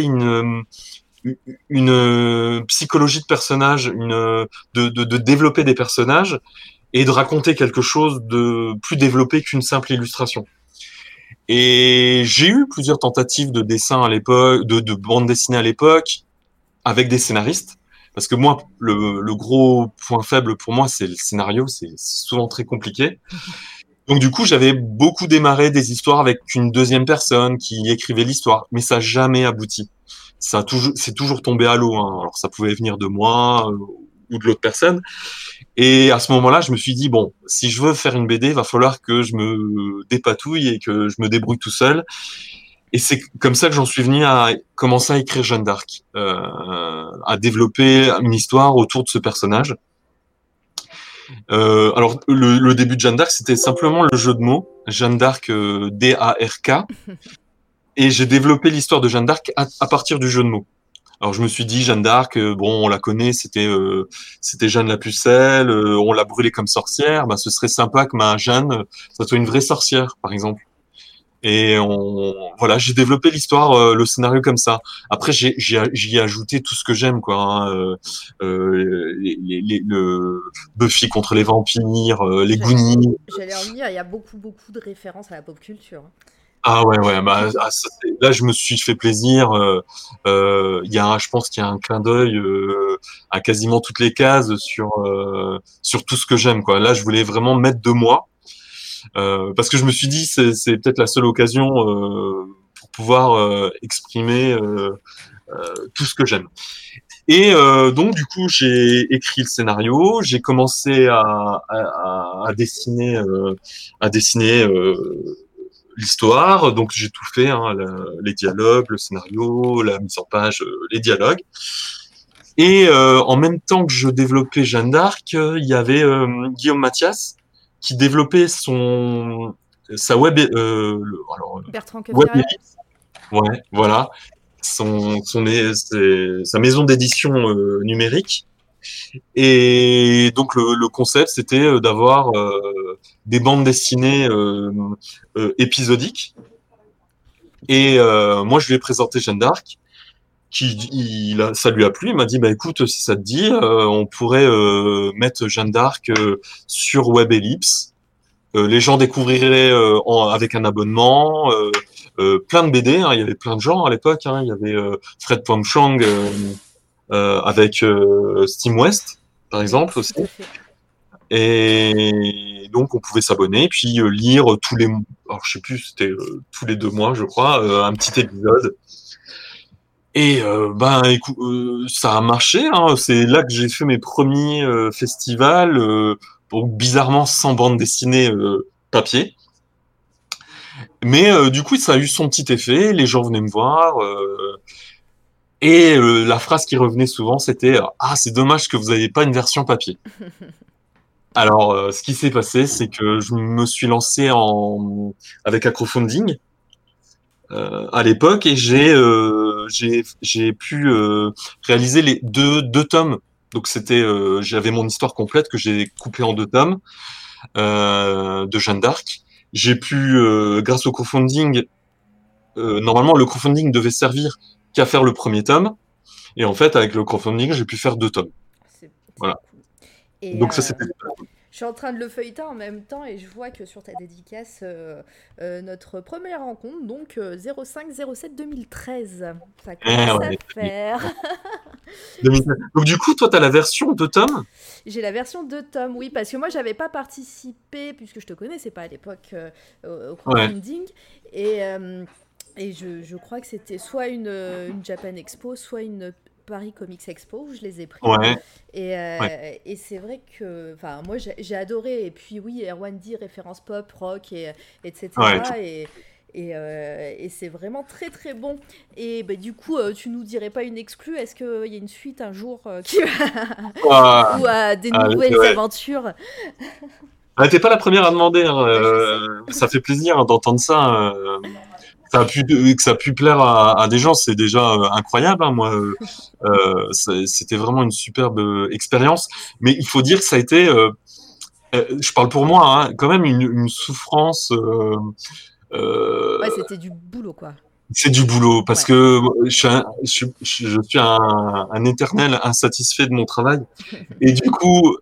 une psychologie de personnage, de développer des personnages et de raconter quelque chose de plus développé qu'une simple illustration. Et j'ai eu plusieurs tentatives de dessin à l'époque, de bande dessinée à l'époque, avec des scénaristes. Parce que moi, le gros point faible pour moi, c'est le scénario, c'est souvent très compliqué. Donc du coup, j'avais beaucoup démarré des histoires avec une deuxième personne qui écrivait l'histoire, mais ça n'a jamais abouti. C'est toujours tombé à l'eau. Hein. Alors ça pouvait venir de moi ou de l'autre personne. Et à ce moment-là, je me suis dit bon, si je veux faire une BD, il va falloir que je me dépatouille et que je me débrouille tout seul. Et c'est comme ça que j'en suis venu à commencer à écrire Jeanne d'Arc, à développer une histoire autour de ce personnage. Alors, le début de Jeanne d'Arc, c'était simplement le jeu de mots, Jeanne d'Arc, D-A-R-K, et j'ai développé l'histoire de Jeanne d'Arc à partir du jeu de mots. Alors, je me suis dit, Jeanne d'Arc, bon, on la connaît, c'était Jeanne la Pucelle, on l'a brûlée comme sorcière, ce serait sympa que ma Jeanne, ça soit une vraie sorcière, par exemple. Et voilà, j'ai développé l'histoire, le scénario comme ça. Après, j'y ai ajouté tout ce que j'aime, quoi. Hein, le Buffy contre les vampires, les Goonies. J'allais en venir, il y a beaucoup de références à la pop culture. Ah ouais, là je me suis fait plaisir. Je pense qu'il y a un clin d'œil à quasiment toutes les cases sur tout ce que j'aime, quoi. Là, je voulais vraiment mettre de moi. Parce que je me suis dit c'est peut-être la seule occasion pour pouvoir exprimer tout ce que j'aime. Et donc du coup j'ai écrit le scénario, j'ai commencé à dessiner l'histoire, donc j'ai tout fait, hein, les dialogues, le scénario, la mise en page, les dialogues. Et en même temps que je développais Jeanne d'Arc, il y avait Guillaume Mathias qui développait sa web, Bertrand web Quevirat. ouais, voilà, sa maison d'édition numérique. Et donc le concept, c'était d'avoir des bandes dessinées épisodiques. Et moi, je lui ai présenté Jeanne d'Arc. Ça lui a plu. Il m'a dit, écoute, si ça te dit, on pourrait mettre Jeanne d'Arc sur Web Ellipse. Les gens découvriraient avec un abonnement plein de BD. Hein, il y avait plein de gens à l'époque. Hein, il y avait Fred Pyeongchang avec Steam West, par exemple, aussi. Et donc, on pouvait s'abonner et puis lire alors je sais plus, c'était tous les 2 mois, je crois, un petit épisode. Et écoute, ça a marché. Hein. C'est là que j'ai fait mes premiers festivals. donc bizarrement sans bande dessinée papier. Mais du coup, ça a eu son petit effet. Les gens venaient me voir. Et la phrase qui revenait souvent, c'était Ah, c'est dommage que vous n'ayez pas une version papier. Alors, ce qui s'est passé, c'est que je me suis lancé avec un crowdfunding à l'époque et j'ai pu réaliser les deux tomes. Donc, j'avais mon histoire complète que j'ai coupée en 2 tomes de Jeanne d'Arc. J'ai pu, grâce au crowdfunding, normalement, le crowdfunding devait servir qu'à faire le premier tome. Et en fait, avec le crowdfunding, j'ai pu faire 2 tomes. C'est Voilà. cool. Et Donc ça, c'était je suis en train de le feuilleter en même temps et je vois que sur ta dédicace, notre première rencontre, donc 05-07-2013. Ça commence à ouais. faire. 2013. Donc du coup, toi, tu as la version 2 tomes. J'ai la version 2 tomes, oui, parce que moi, j'avais pas participé, puisque je te connaissais pas à l'époque, au Ouais. crowdfunding. Et je crois que c'était soit une Japan Expo, soit une Paris Comics Expo, où je les ai pris. Ouais. Et c'est vrai que moi, j'ai adoré. Et puis, oui, Erwan-D, référence pop, rock, etc. Ouais. Et c'est vraiment très très bon. Et bah, du coup, tu nous dirais pas une exclue? Est-ce qu'il y a une suite un jour Ah, ou des ah, nouvelles ouais. aventures? Ah, t'es pas la première à demander, hein, Je sais. ça fait plaisir d'entendre ça. Que ça a pu plaire à des gens, c'est déjà incroyable. Hein, moi, c'était vraiment une superbe expérience. Mais il faut dire que ça a été, je parle pour moi, hein, quand même une souffrance. Ouais, Euh, c'était du boulot, quoi. c'est du boulot parce Ouais. que je suis un éternel insatisfait de mon travail. Et du coup,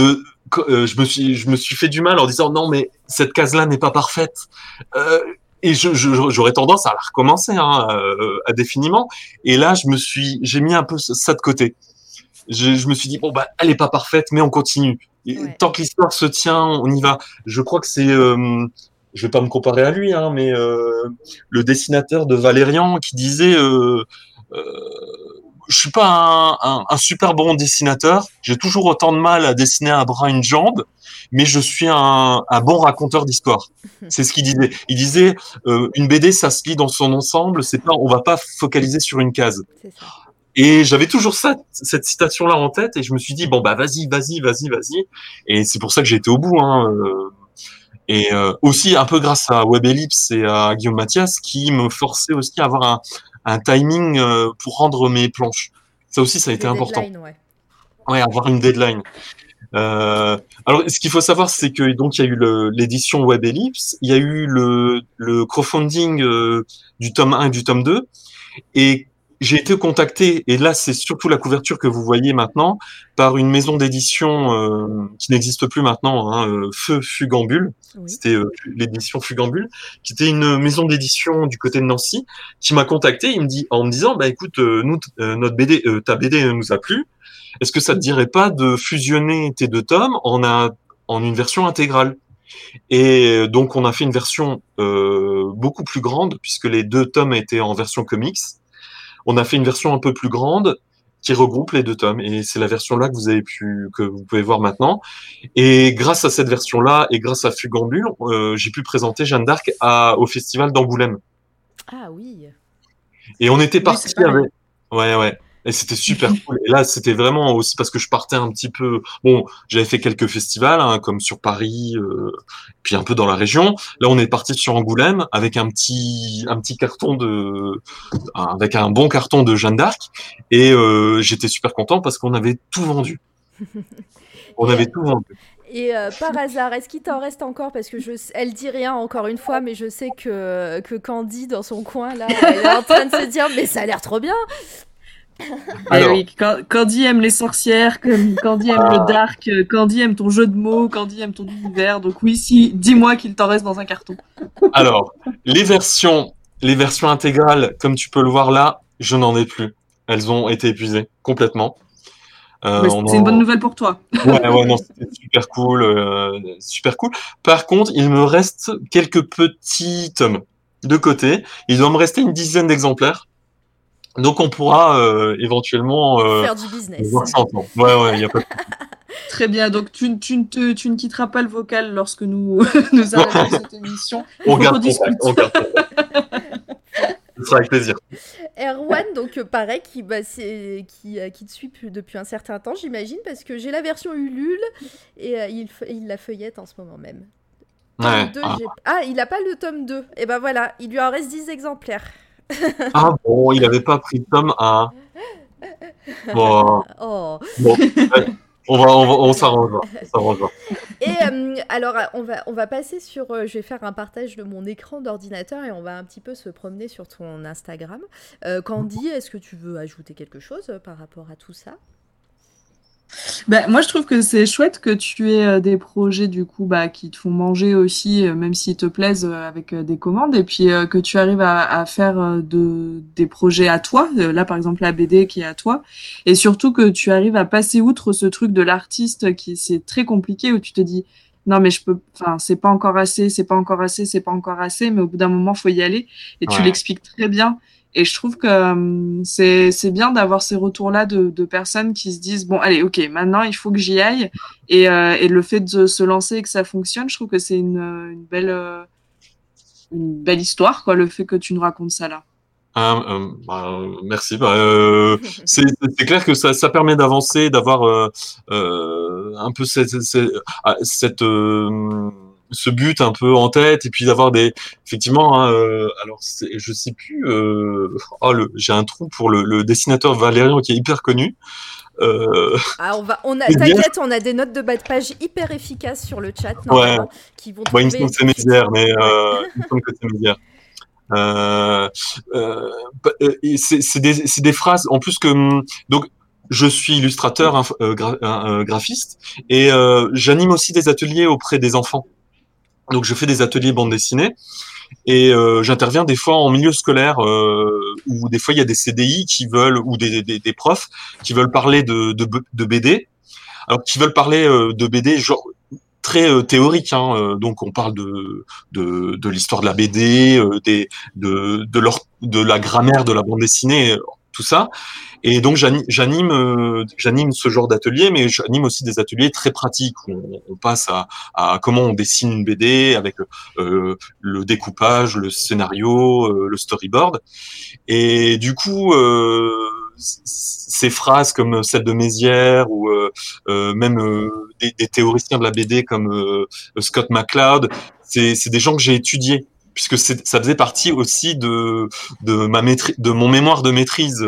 je me suis fait du mal en disant non, mais cette case-là n'est pas parfaite. Euh, et j'aurais tendance à la recommencer hein, indéfiniment. Et là, j'ai mis un peu ça de côté. Je me suis dit bon bah, elle est pas parfaite, mais on continue. Et Ouais. tant que l'histoire se tient, on y va. Je crois que je vais pas me comparer à lui, hein, mais le dessinateur de Valérian qui disait euh, je suis pas un super bon dessinateur. J'ai toujours autant de mal à dessiner un bras, une jambe, mais je suis un bon raconteur d'histoire. C'est ce qu'il disait. Il disait une BD, ça se lit dans son ensemble. C'est pas, on va pas focaliser sur une case. C'est ça. Et j'avais toujours cette citation-là en tête, et je me suis dit bon bah vas-y. Et c'est pour ça que j'ai été au bout. Hein, et aussi un peu grâce à Web Ellipse et à Guillaume Mathias qui me forçaient aussi à avoir un timing pour rendre mes planches. Ça aussi, ça a été Les important. deadlines, ouais. Ouais, avoir une deadline. Alors, ce qu'il faut savoir, c'est que donc il y a eu l'édition Web Ellipse, il y a eu le crowdfunding du tome 1 et du tome 2, et j'ai été contacté, et là c'est surtout la couverture que vous voyez maintenant, par une maison d'édition qui n'existe plus maintenant, hein, Feu Fugambule. Oui. C'était l'édition Fugambule, qui était une maison d'édition du côté de Nancy, qui m'a contacté en me disant, bah écoute, nous, notre BD, ta BD nous a plu, est-ce que ça te dirait pas de fusionner tes 2 tomes en une version intégrale? Et donc on a fait une version beaucoup plus grande, puisque les 2 tomes étaient en version comics. On a fait une version un peu plus grande qui regroupe les 2 tomes. Et c'est la version-là que vous pouvez voir maintenant. Et grâce à cette version-là et grâce à Fugambule, j'ai pu présenter Jeanne d'Arc au festival d'Angoulême. Ah oui. Et on était Oui, parti c'est pareil. avec. Ouais. Et c'était super cool. Et là, c'était vraiment aussi parce que je partais un petit peu. Bon, j'avais fait quelques festivals, hein, comme sur Paris, puis un peu dans la région. Là, on est parti sur Angoulême avec un petit carton avec un bon carton de Jeanne d'Arc. Et j'étais super content parce qu'on avait tout vendu. On Et, avait tout vendu. et par hasard, est-ce qu'il t'en reste encore? Parce que elle dit rien encore une fois, mais je sais que Candy, dans son coin, là, elle est en train de se dire, mais ça a l'air trop bien. Alors, oui, Candy aime les sorcières, Candy aime le dark, Candy aime ton jeu de mots, Candy aime ton univers. Donc oui, si, dis-moi qu'il t'en reste dans un carton. alors, les versions intégrales, comme tu peux le voir là, je n'en ai plus. Elles ont été épuisées complètement. Mais c'est une bonne nouvelle pour toi. Ouais, non, c'était super cool, super cool. Par contre, il me reste quelques petits tomes de côté. Il doit me rester une dizaine d'exemplaires. Donc, on pourra éventuellement Faire du business. voir ça ensemble. Ouais, il y a pas de... Très bien, donc tu ne quitteras pas le vocal lorsque nous, nous arrêtons cette émission. On Faut garde qu'on discute. contact, on garde contact. Ce sera avec plaisir. Erwan, donc pareil, qui te suit depuis un certain temps, j'imagine, parce que j'ai la version Ulule et il la feuillette en ce moment même. Tome Ouais. 2, il a pas le tome 2. Et ben voilà, il lui en reste 10 exemplaires. Ah bon, il avait pas pris le tome 1. Bon, Oh. bon, ouais. On s'arrangera. On s'arrangera. Et alors, on va passer sur... je vais faire un partage de mon écran d'ordinateur et on va un petit peu se promener sur ton Instagram. Candy, est-ce que tu veux ajouter quelque chose par rapport à tout ça? Ben, moi, je trouve que c'est chouette que tu aies des projets du coup qui te font manger aussi, même s'ils te plaisent avec des commandes, et puis que tu arrives à faire des projets à toi. Là, par exemple, la BD qui est à toi, et surtout que tu arrives à passer outre ce truc de l'artiste qui c'est très compliqué où tu te dis non mais je peux, enfin c'est pas encore assez, c'est pas encore assez, c'est pas encore assez, mais au bout d'un moment faut y aller, et tu Ouais. l'expliques très bien. Et je trouve que c'est bien d'avoir ces retours-là de personnes qui se disent, bon, allez, ok, maintenant, il faut que j'y aille. Et le fait de se lancer et que ça fonctionne, je trouve que c'est une belle histoire, quoi, le fait que tu nous racontes ça là. Merci. C'est clair que ça permet d'avancer, d'avoir un peu ce but un peu en tête, et puis d'avoir effectivement, hein, alors je sais plus, j'ai un trou pour le dessinateur Valérian qui est hyper connu. Ah, C'est bien. t'inquiète, on a des notes de bas de page hyper efficaces sur le chat, Ouais. normalement, qui vont Bon, il me semble trouver... que c'est Mézières, mais il me semble que c'est Mézières. Euh, et c'est des phrases en plus que donc je suis illustrateur, graphiste, et j'anime aussi des ateliers auprès des enfants. Donc je fais des ateliers bande dessinée et j'interviens des fois en milieu scolaire où des fois il y a des CDI qui veulent ou des profs qui veulent parler de BD. Alors qui veulent parler de BD genre très théorique, hein, donc on parle de l'histoire de la BD, de la grammaire de la bande dessinée, tout ça. Et donc j'anime ce genre d'atelier, mais j'anime aussi des ateliers très pratiques où on passe à comment on dessine une BD avec le découpage, le scénario, le storyboard. Et du coup, ces phrases comme celle de Mézières ou même des théoriciens de la BD comme Scott McCloud, c'est des gens que j'ai étudiés puisque ça faisait partie aussi de mon mémoire de maîtrise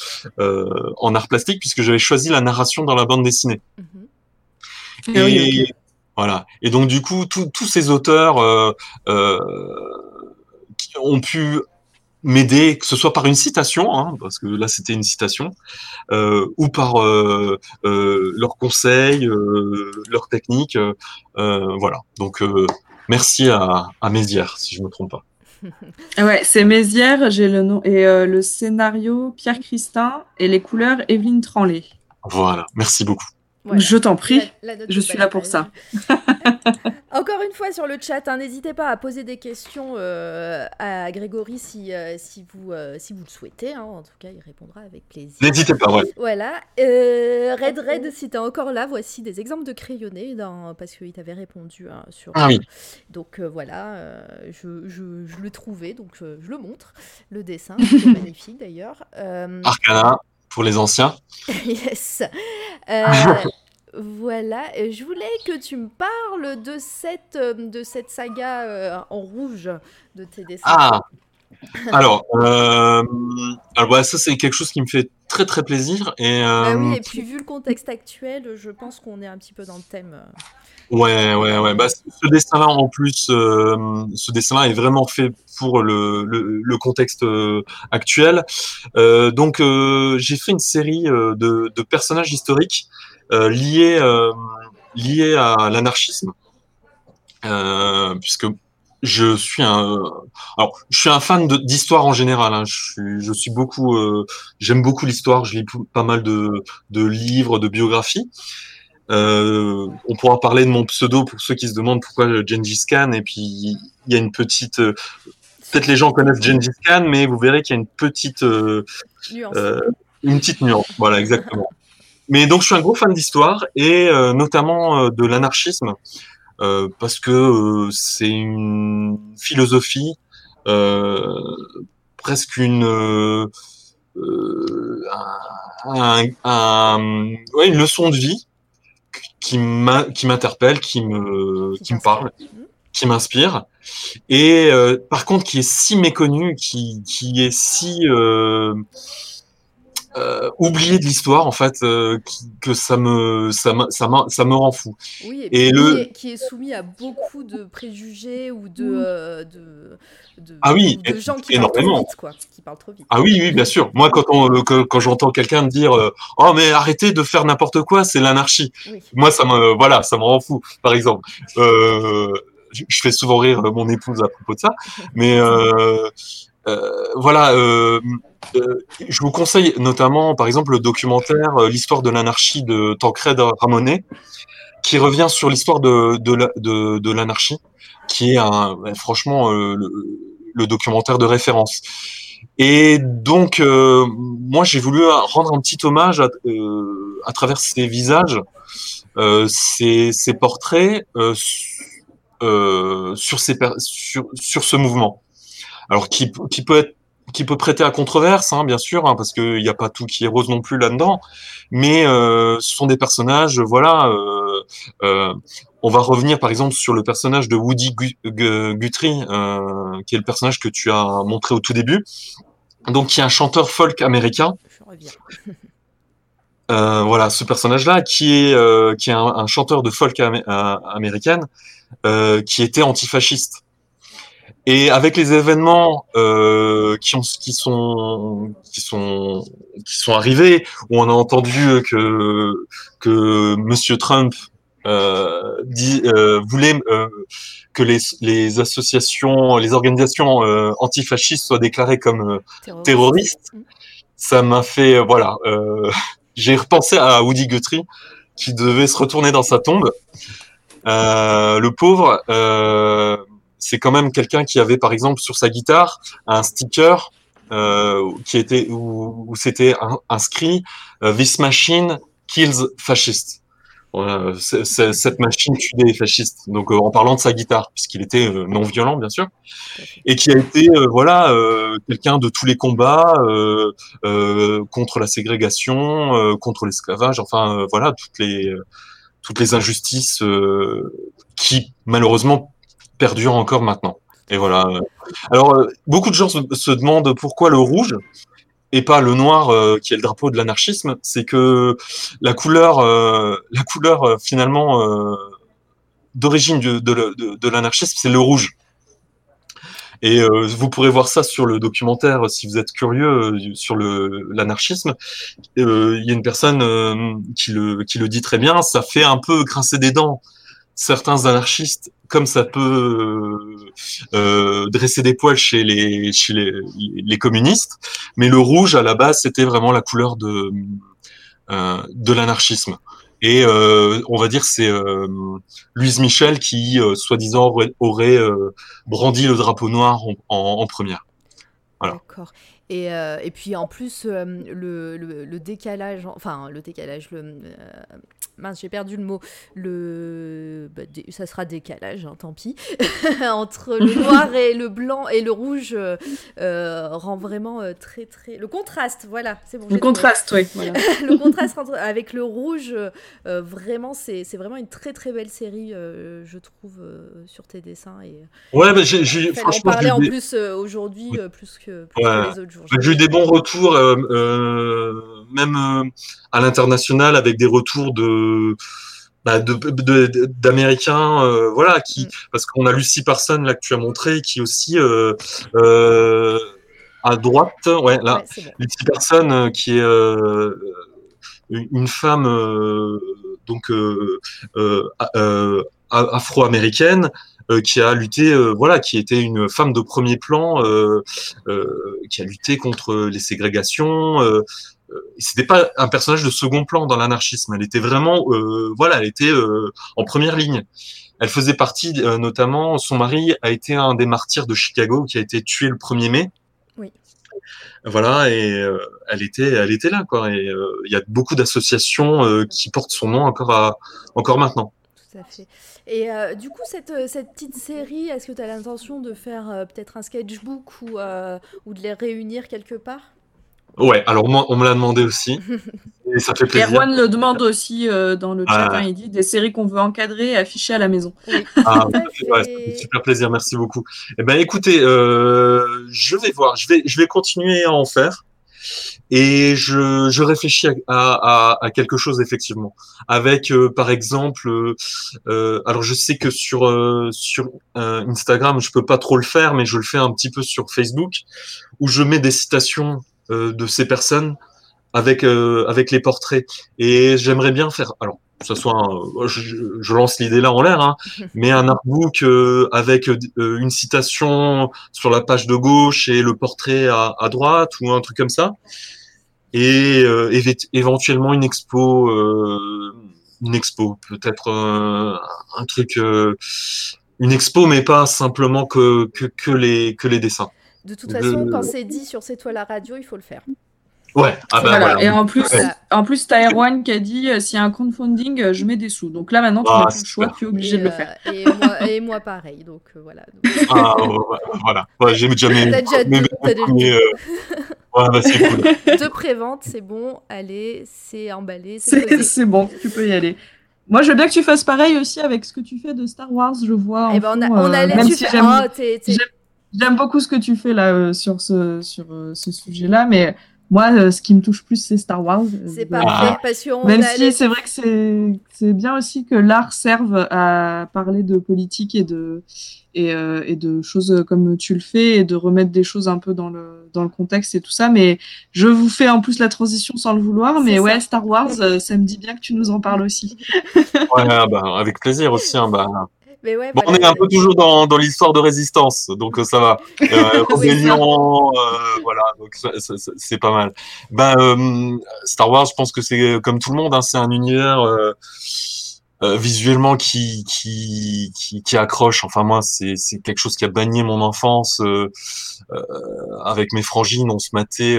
en art plastique, puisque j'avais choisi la narration dans la bande dessinée. Mhm. Et oui, Et ok. voilà. Et donc du coup, tous ces auteurs euh, qui ont pu m'aider, que ce soit par une citation, hein, parce que là c'était une citation, ou par leurs conseils, leurs techniques. Voilà. Donc merci à Mézières, si je me trompe pas. Ouais, c'est Mézières, j'ai le nom, et le scénario Pierre Christin, et les couleurs Evelyne Tranlé. Voilà. Merci beaucoup. Voilà. Je t'en prie, La note je de suis bas là de pour page. ça. Encore une fois sur le chat, hein, n'hésitez pas à poser des questions à Grégory si vous le souhaitez. Hein. En tout cas, il répondra avec plaisir. N'hésitez pas, ouais. Voilà. Red, si t'es encore là, voici des exemples de crayonnés parce qu'il t'avait répondu hein, sur. Ah oui. Donc voilà, je l'ai trouvé, donc je le montre. Le dessin, c'est magnifique d'ailleurs. Arcana pour les anciens. Yes. Voilà, je voulais que tu me parles de cette saga en rouge de tes dessins. Ah, alors ouais, ça c'est quelque chose qui me fait très très plaisir et Bah oui, et puis vu le contexte actuel, je pense qu'on est un petit peu dans le thème. ouais. Bah, ce dessin-là en plus, ce dessin-là est vraiment fait pour le contexte actuel. Donc j'ai fait une série de personnages historiques liés à l'anarchisme, puisque je suis je suis un fan d'histoire en général. Hein. Je suis beaucoup, j'aime beaucoup l'histoire. Je lis pas mal de livres, de biographies. On pourra parler de mon pseudo pour ceux qui se demandent pourquoi Gengis Khan. Et puis il y a une petite, peut-être les gens connaissent Gengis Khan, mais vous verrez qu'il y a Nuance. une petite nuance. Voilà, exactement. Mais donc, je suis un gros fan d'histoire et notamment de l'anarchisme parce que c'est une philosophie, presque une leçon de vie qui m'interpelle, qui me parle, qui m'inspire. Et par contre, qui est si méconnue, qui est si oublié de l'histoire en fait, que ça me rend fou. Oui, et Et puis qui est soumis à beaucoup de préjugés ou ah oui, de gens qui parlent trop énormément. vite, quoi, qui parlent trop vite. Ah oui, oui, bien sûr. Moi, quand j'entends quelqu'un me dire oh mais arrêtez de faire n'importe quoi, c'est l'anarchie. Oui. Moi, ça me rend fou. Par exemple, je fais souvent rire mon épouse à propos de ça, mais voilà. Je vous conseille notamment, par exemple, le documentaire L'histoire de l'anarchie de Tancred Ramonet, qui revient sur l'histoire de l'anarchie, qui est franchement le documentaire de référence. Et donc, moi, j'ai voulu rendre un petit hommage à travers ces visages, ces portraits sur ce mouvement. Alors, qui peut prêter à controverse, hein, bien sûr, hein, parce qu'il n'y a pas tout qui est rose non plus là-dedans, mais ce sont des personnages, voilà. On va revenir par exemple sur le personnage de Woody Guthrie, qui est le personnage que tu as montré au tout début, donc qui est un chanteur folk américain. Je reviens. Voilà, ce personnage-là, qui est un chanteur de folk américaine, qui était antifasciste. Et avec les événements qui sont arrivés, où on a entendu que Monsieur Trump voulait que les associations, les organisations antifascistes soient déclarées comme terroristes, ça m'a fait voilà. J'ai repensé à Woody Guthrie qui devait se retourner dans sa tombe. Le pauvre. C'est quand même quelqu'un qui avait, par exemple, sur sa guitare, un sticker qui était où c'était inscrit This machine kills fascists. Voilà, cette machine tue des fascistes. Donc, en parlant de sa guitare, puisqu'il était non violent, bien sûr, et qui a été, voilà, quelqu'un de tous les combats contre la ségrégation, contre l'esclavage. Enfin, voilà, toutes les injustices qui, malheureusement, perdure encore maintenant. Et voilà. Alors, beaucoup de gens se demandent pourquoi le rouge et pas le noir, qui est le drapeau de l'anarchisme. C'est que la couleur finalement d'origine de l'anarchisme, c'est le rouge. Et vous pourrez voir ça sur le documentaire si vous êtes curieux sur l'anarchisme. Il y a une personne qui le dit très bien. Ça fait un peu grincer des dents certains anarchistes, comme ça peut dresser des poils chez les communistes, mais le rouge à la base c'était vraiment la couleur de l'anarchisme. Et on va dire c'est Louise Michel qui soi-disant aurait brandi le drapeau noir en première. Voilà. D'accord. Et puis en plus, le décalage, enfin le décalage, mince, j'ai perdu le mot, ça sera décalage, hein, tant pis, entre le noir et le blanc et le rouge rend vraiment très très... Le contraste, voilà, c'est bon. Le contraste, oui. Voilà. Le contraste avec le rouge, vraiment, c'est vraiment une très très belle série, je trouve, sur tes dessins. Et, ouais, mais franchement... On parlait en plus aujourd'hui, oui. plus que Ouais. les autres jours. J'ai eu des bons retours, même à l'international, avec des retours d'Américains, voilà, parce qu'on a Lucy Parsons là que tu as montré, qui aussi à droite, ouais, là, Ouais, bon. Lucy Parsons qui est une femme donc afro-américaine. Qui a lutté, voilà, qui était une femme de premier plan, qui a lutté contre les ségrégations. C'était pas un personnage de second plan dans l'anarchisme. Elle était vraiment, voilà, elle était en première ligne. Elle faisait partie, notamment, son mari a été un des martyrs de Chicago, qui a été tué le 1er mai. Oui. Voilà, et elle était là, quoi. Et il y a beaucoup d'associations qui portent son nom encore maintenant. Tout à fait. Et du coup, cette petite série, est-ce que tu as l'intention de faire peut-être un sketchbook ou de les réunir quelque part? Ouais, alors moi, on me l'a demandé aussi, et ça fait Et plaisir. Erwan le demande aussi dans le chat, Ouais. il dit des séries qu'on veut encadrer et afficher à la maison. Oui, Ah, tout à ouais, ça fait fait. super plaisir, merci beaucoup. Eh ben, écoutez, je vais voir, je vais continuer à en faire. Et je réfléchis à quelque chose effectivement, avec par exemple, alors je sais que sur Instagram je peux pas trop le faire, mais je le fais un petit peu sur Facebook, où je mets des citations de ces personnes avec les portraits. Et j'aimerais bien faire, alors que ce soit, je lance l'idée là en l'air, hein, mais un artbook avec une citation sur la page de gauche et le portrait à droite ou un truc comme ça, et éventuellement une expo, peut-être un truc, une expo, mais pas simplement que les dessins. De toute façon, quand De- c'est dit sur C'est toi la radio, il faut le faire. Ouais, ah bah Voilà. voilà. Et Voilà. en plus, t'as Erwan qui a dit s'il y a un crowdfunding, je mets des sous. Donc là, maintenant, tu Ah, n'as plus le choix, super. tu es obligé de le faire. Et moi pareil, donc voilà. Ah, voilà. Ouais, j'ai déjà T'as déjà mes deux, t'as déjà premiers, deux. ouais, bah c'est cool. Deux préventes, c'est bon, allez, c'est emballé, c'est posé. C'est bon, tu peux y aller. Moi, je veux bien que tu fasses pareil aussi avec ce que tu fais de Star Wars, je vois Eh en ben fond, on allait même tu si fais. Oh, j'aime beaucoup ce que tu fais là sur ce sujet-là, mais moi, ce qui me touche plus, c'est Star Wars. c'est Donc, parfait parce qu'on même allait. si c'est vrai que c'est bien aussi que l'art serve à parler de politique et de choses comme tu le fais et de remettre des choses un peu dans le contexte et tout ça. Mais je vous fais en plus la transition sans le vouloir. Mais C'est ouais, ça. Star Wars, ça me dit bien que tu nous en parles aussi. Ouais, bah, avec plaisir aussi, hein, bah. Mais ouais, Bon, on voilà. est un peu toujours dans l'histoire de résistance, donc ça va. Oui, ça. Rébellion, voilà, donc c'est pas mal. Ben, Star Wars, je pense que c'est comme tout le monde, hein, c'est un univers visuellement qui accroche. Enfin moi, c'est quelque chose qui a baigné mon enfance. Avec mes frangines, on se matait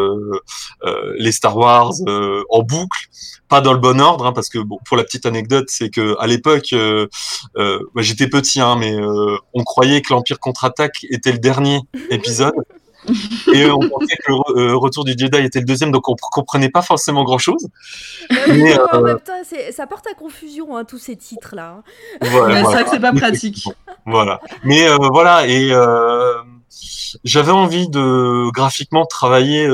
les Star Wars en boucle, pas dans le bon ordre, hein, parce que bon, pour la petite anecdote, c'est que à l'époque, bah, j'étais petit, hein, mais on croyait que l'Empire contre-attaque était le dernier épisode. Et on pensait que le Retour du Jedi était le deuxième, donc on comprenait pas forcément grand-chose. Mais bon, en même temps, ça porte à confusion, hein, tous ces titres-là. Voilà, C'est voilà. vrai que c'est pas pratique. Voilà. Mais voilà, et j'avais envie de graphiquement travailler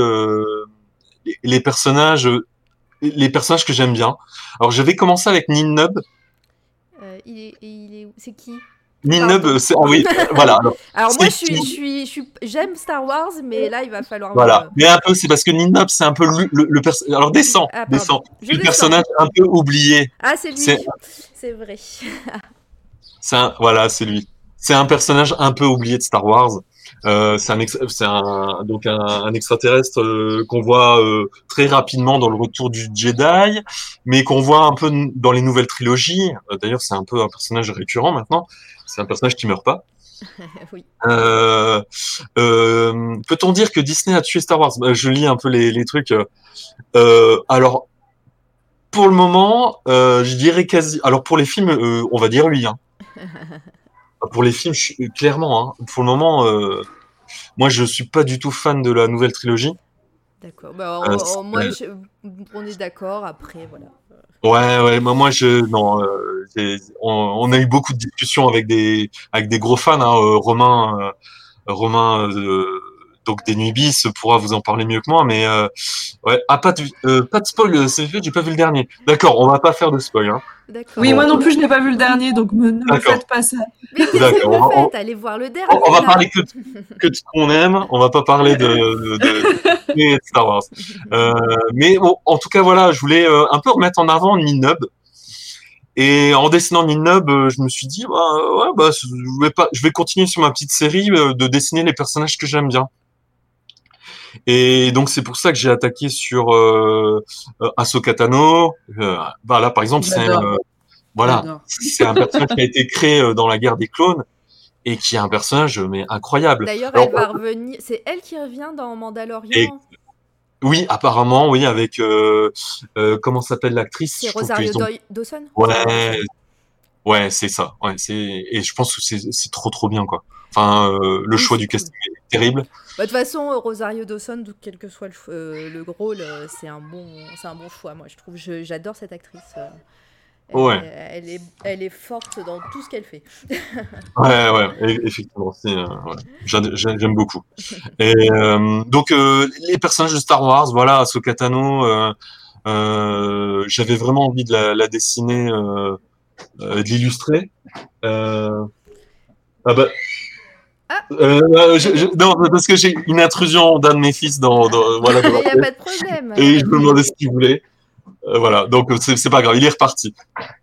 les personnages que j'aime bien. Alors j'avais commencé avec Ninob. C'est qui? Ninob, c'est ah oui, voilà. Alors moi, j'aime Star Wars, mais là, il va falloir. Voilà. Mais un peu, c'est parce que Ninob, c'est un peu alors descends. Le personnage un peu oublié. Ah, c'est lui. C'est vrai. Voilà, c'est lui. C'est un personnage un peu oublié de Star Wars. C'est un extraterrestre qu'on voit très rapidement dans le Retour du Jedi, mais qu'on voit un peu dans les nouvelles trilogies. D'ailleurs, c'est un peu un personnage récurrent maintenant. C'est un personnage qui meurt pas. Oui. Peut-on dire que Disney a tué Star Wars? Je lis un peu les trucs. Alors, pour le moment, je dirais quasi. Alors, pour les films, on va dire oui. Hein. Pour les films, clairement. Hein. Pour le moment, moi, je suis pas du tout fan de la nouvelle trilogie. D'accord. Bah, on est d'accord. Après, voilà. Ouais. Moi, non. On a eu beaucoup de discussions avec des gros fans. Hein, Romain, donc des Nubis pourra vous en parler mieux que moi, mais ouais. Ah, pas de spoil. C'est fait, j'ai pas vu le dernier. D'accord, on va pas faire de spoil. Hein. D'accord. Oui, moi non plus, je n'ai pas vu le dernier, donc ne me faites pas ça. Mais qu'est-ce que vous faites? Allez voir le dernier. On va parler que de ce qu'on aime. On va pas parler de Star Wars. Mais bon, en tout cas, voilà, je voulais un peu remettre en avant Ninob. Et en dessinant Ninob, je me suis dit, je vais continuer sur ma petite série de dessiner les personnages que j'aime bien. Et donc c'est pour ça que j'ai attaqué sur Ahsoka Tano. Là, par exemple, c'est un personnage qui a été créé dans la guerre des clones et qui est un personnage mais incroyable. D'ailleurs, Alors, elle va revenir. C'est elle qui revient dans et Mandalorian. oui, apparemment, oui, avec comment s'appelle l'actrice? C'est Je trouve Rosario qu'ils ont... Dawson. Rosario Ouais, Dawson. ouais, c'est ça. Ouais, et je pense que c'est trop bien quoi. Enfin, le Oui, choix c'est du cool. casting est terrible. Bah, de toute façon, Rosario Dawson, quel que soit le rôle, c'est un bon choix. Moi, je trouve, j'adore cette actrice. Ouais, Elle est forte dans tout ce qu'elle fait. ouais, effectivement, ouais, j'aime beaucoup. Et donc les personnages de Star Wars, voilà, Ahsoka Tano, j'avais vraiment envie de la dessiner, de l'illustrer. Euh, ah bah, Ah, non, parce que j'ai une intrusion d'un de mes fils voilà, dans mais la il n'y a pièce, pas de problème. Y a et pas je de me problème. demandais ce qu'il voulait. Voilà, donc c'est pas grave, il est reparti.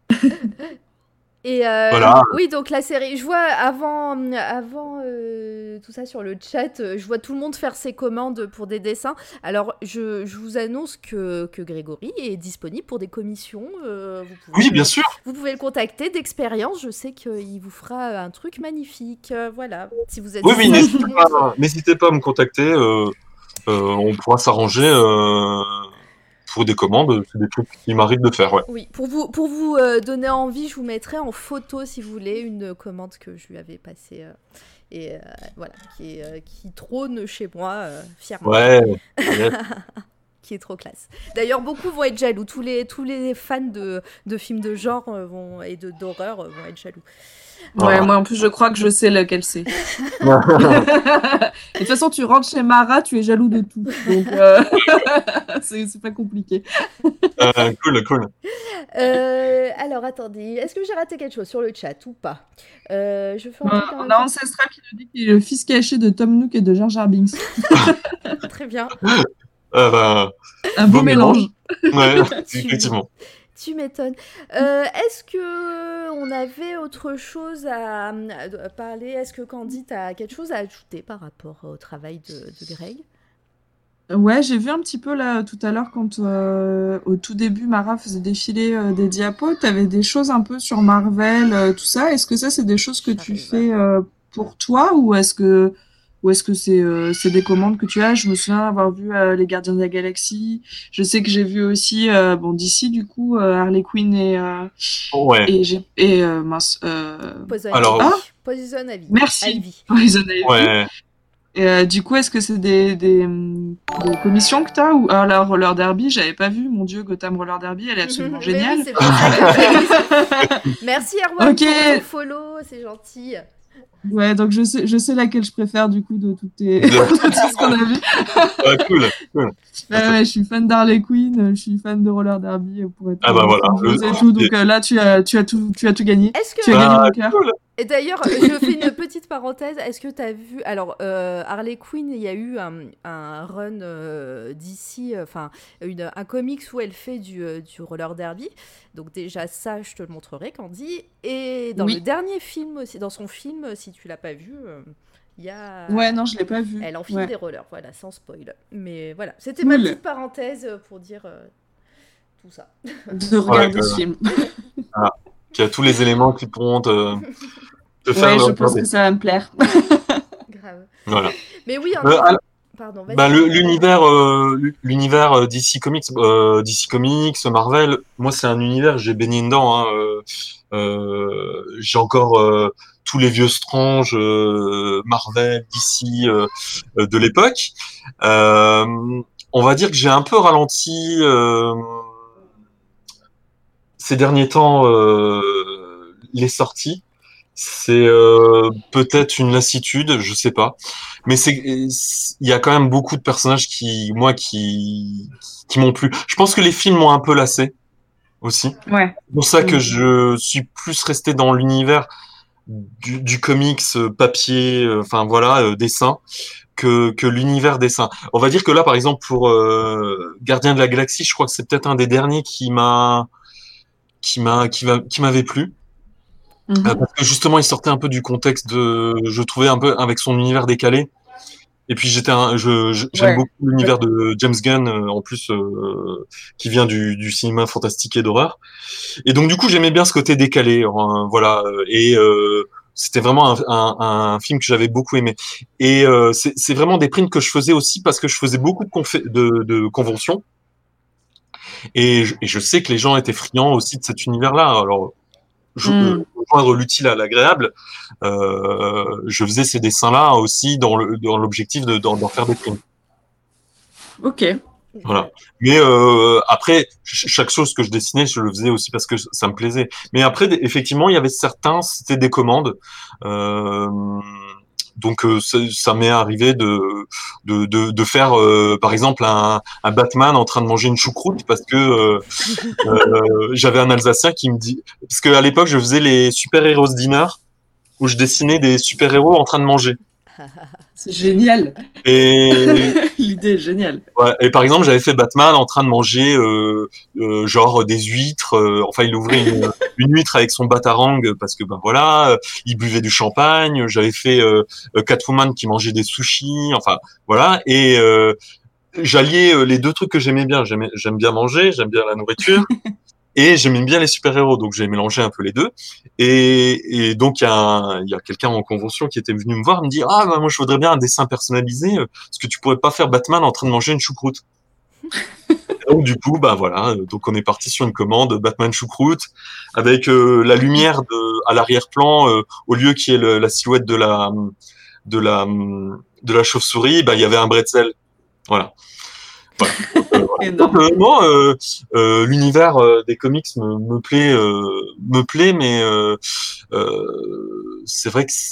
Et Voilà. oui, donc la série, je vois avant tout ça sur le chat, je vois tout le monde faire ses commandes pour des dessins. Alors, je vous annonce que Grégory est disponible pour des commissions. Oui, bien sûr. Vous pouvez le contacter d'expérience. Je sais qu'il vous fera un truc magnifique. Voilà, si vous êtes Oui, disponible. n'hésitez pas à me contacter. On pourra s'arranger pour des commandes. C'est des trucs qui m'arrivent de faire, ouais. Oui, pour vous donner envie, je vous mettrai en photo, si vous voulez, une commande que je lui avais passée. Et voilà, qui trône chez moi fièrement. Ouais. Yes. Qui est trop classe. D'ailleurs, beaucoup vont être jaloux. Tous les fans de films de genre et d'horreur vont être jaloux. Ouais, moi en plus je crois que je sais lequel c'est. De toute façon, tu rentres chez Mara, tu es jaloux de tout. Donc c'est pas compliqué. Cool. Alors, attendez, est-ce que j'ai raté quelque chose sur le chat ou pas? Je fais un truc en On même a temps. Ancestral qui nous dit qu'il est le fils caché de Tom Nook et de Jar Jar Binks. Très bien. Un beau mélange. Ouais, effectivement. Tu m'étonnes. Est-ce que on avait autre chose à parler? Est-ce que Candy, t'as quelque chose à ajouter par rapport au travail de Greg? Ouais, j'ai vu un petit peu là tout à l'heure quand au tout début Mara faisait défiler des diapos, t'avais des choses un peu sur Marvel, tout ça. Est-ce que ça c'est des choses que tu fais pour toi ou est-ce que c'est des commandes que tu as? Je me souviens avoir vu les Gardiens de la Galaxie. Je sais que j'ai vu aussi bon d'ici du coup Harley Quinn Ouais. mince Poison Alors, Ivy. Poison Ivy. merci. Ivy. Poison Ivy. ouais. Et du coup, est-ce que c'est des commissions que t'as ou alors Roller Derby, j'avais pas vu. Mon Dieu, Gotham Roller Derby, elle est absolument Mais géniale. oui, c'est pour ça que j'ai mis. Merci Erwan Ok. pour ton follow, c'est gentil. Ouais, donc je sais laquelle je préfère du coup de toutes tes de tout ce qu'on a vu. Cool. Ouais, je suis fan d'Harley Quinn, je suis fan de Roller Derby pour être Ah bah voilà. fan et tout. Donc là, tu as tout gagné. Est-ce que Tu as gagné mon cœur. Cool. Et d'ailleurs, je fais une petite parenthèse. Est-ce que tu as vu... Alors, Harley Quinn, il y a eu un run d'ici, enfin, un comics où elle fait du roller derby. Donc déjà, ça, je te le montrerai, Candy. Et dans le dernier film aussi, dans son film, si tu l'as pas vu... il y a... Ouais, non, je l'ai pas vu. Elle enfile Ouais. des rollers, voilà, sans spoil. Mais voilà, c'était Cool. ma petite parenthèse pour dire tout ça. De regarder ce film. Qui a tous les éléments qui pourront te faire Ouais, je pense regarder. que ça va me plaire. Grave. Voilà. Mais oui, pardon, vas-y. Bah, l'univers DC Comics, Marvel, moi c'est un univers, j'ai baigné dedans. Hein, j'ai encore tous les vieux Strange, Marvel, DC de l'époque. On va dire que j'ai un peu ralenti ces derniers temps les sorties. C'est peut-être une lassitude, je sais pas. Mais il y a quand même beaucoup de personnages qui m'ont plu. Je pense que les films m'ont un peu lassé aussi. Ouais. C'est pour ça que je suis plus resté dans l'univers du comics papier, enfin voilà, dessin, que l'univers dessin. On va dire que là, par exemple, pour Gardien de la Galaxie, je crois que c'est peut-être un des derniers qui m'avait plu. Parce que justement, il sortait un peu du contexte je trouvais un peu avec son univers décalé. Et puis j'aime beaucoup l'univers de James Gunn, en plus, qui vient du cinéma fantastique et d'horreur. Et donc du coup, j'aimais bien ce côté décalé, voilà. Et c'était vraiment un film que j'avais beaucoup aimé. Et c'est vraiment des prints que je faisais aussi parce que je faisais beaucoup de conventions. Et je sais que les gens étaient friands aussi de cet univers-là. Alors, joindre l'utile à l'agréable, je faisais ces dessins-là aussi dans l'objectif d'en faire des prints. Ok. Voilà. Mais après, chaque chose que je dessinais, je le faisais aussi parce que ça me plaisait. Mais après, effectivement, il y avait certains, c'était des commandes. Donc ça m'est arrivé de faire, par exemple, un Batman en train de manger une choucroute parce que j'avais un Alsacien qui me dit... Parce qu'à l'époque, je faisais les Super Heroes Dinner où je dessinais des super-héros en train de manger. C'est génial. Et l'idée est géniale. Ouais, et par exemple, j'avais fait Batman en train de manger genre des huîtres. Enfin, il ouvrait une huître avec son batarang parce que ben voilà, il buvait du champagne. J'avais fait Catwoman qui mangeait des sushis. Enfin voilà, et j'alliais les deux trucs que j'aimais bien. J'aime bien manger, j'aime bien la nourriture. Et j'aimais bien les super-héros, donc j'ai mélangé un peu les deux. Et donc, il y a quelqu'un en convention qui était venu me voir, me dit « Ah, bah, moi, je voudrais bien un dessin personnalisé. Est-ce que tu pourrais pas faire Batman en train de manger une choucroute ?» Donc, du coup, bah voilà. Donc, on est parti sur une commande Batman choucroute avec la lumière à l'arrière-plan, au lieu qu'il y ait la silhouette de la chauve-souris, bah, il y avait un bretzel. Voilà. Voilà. Donc, vraiment, l'univers des comics me plaît, mais c'est vrai que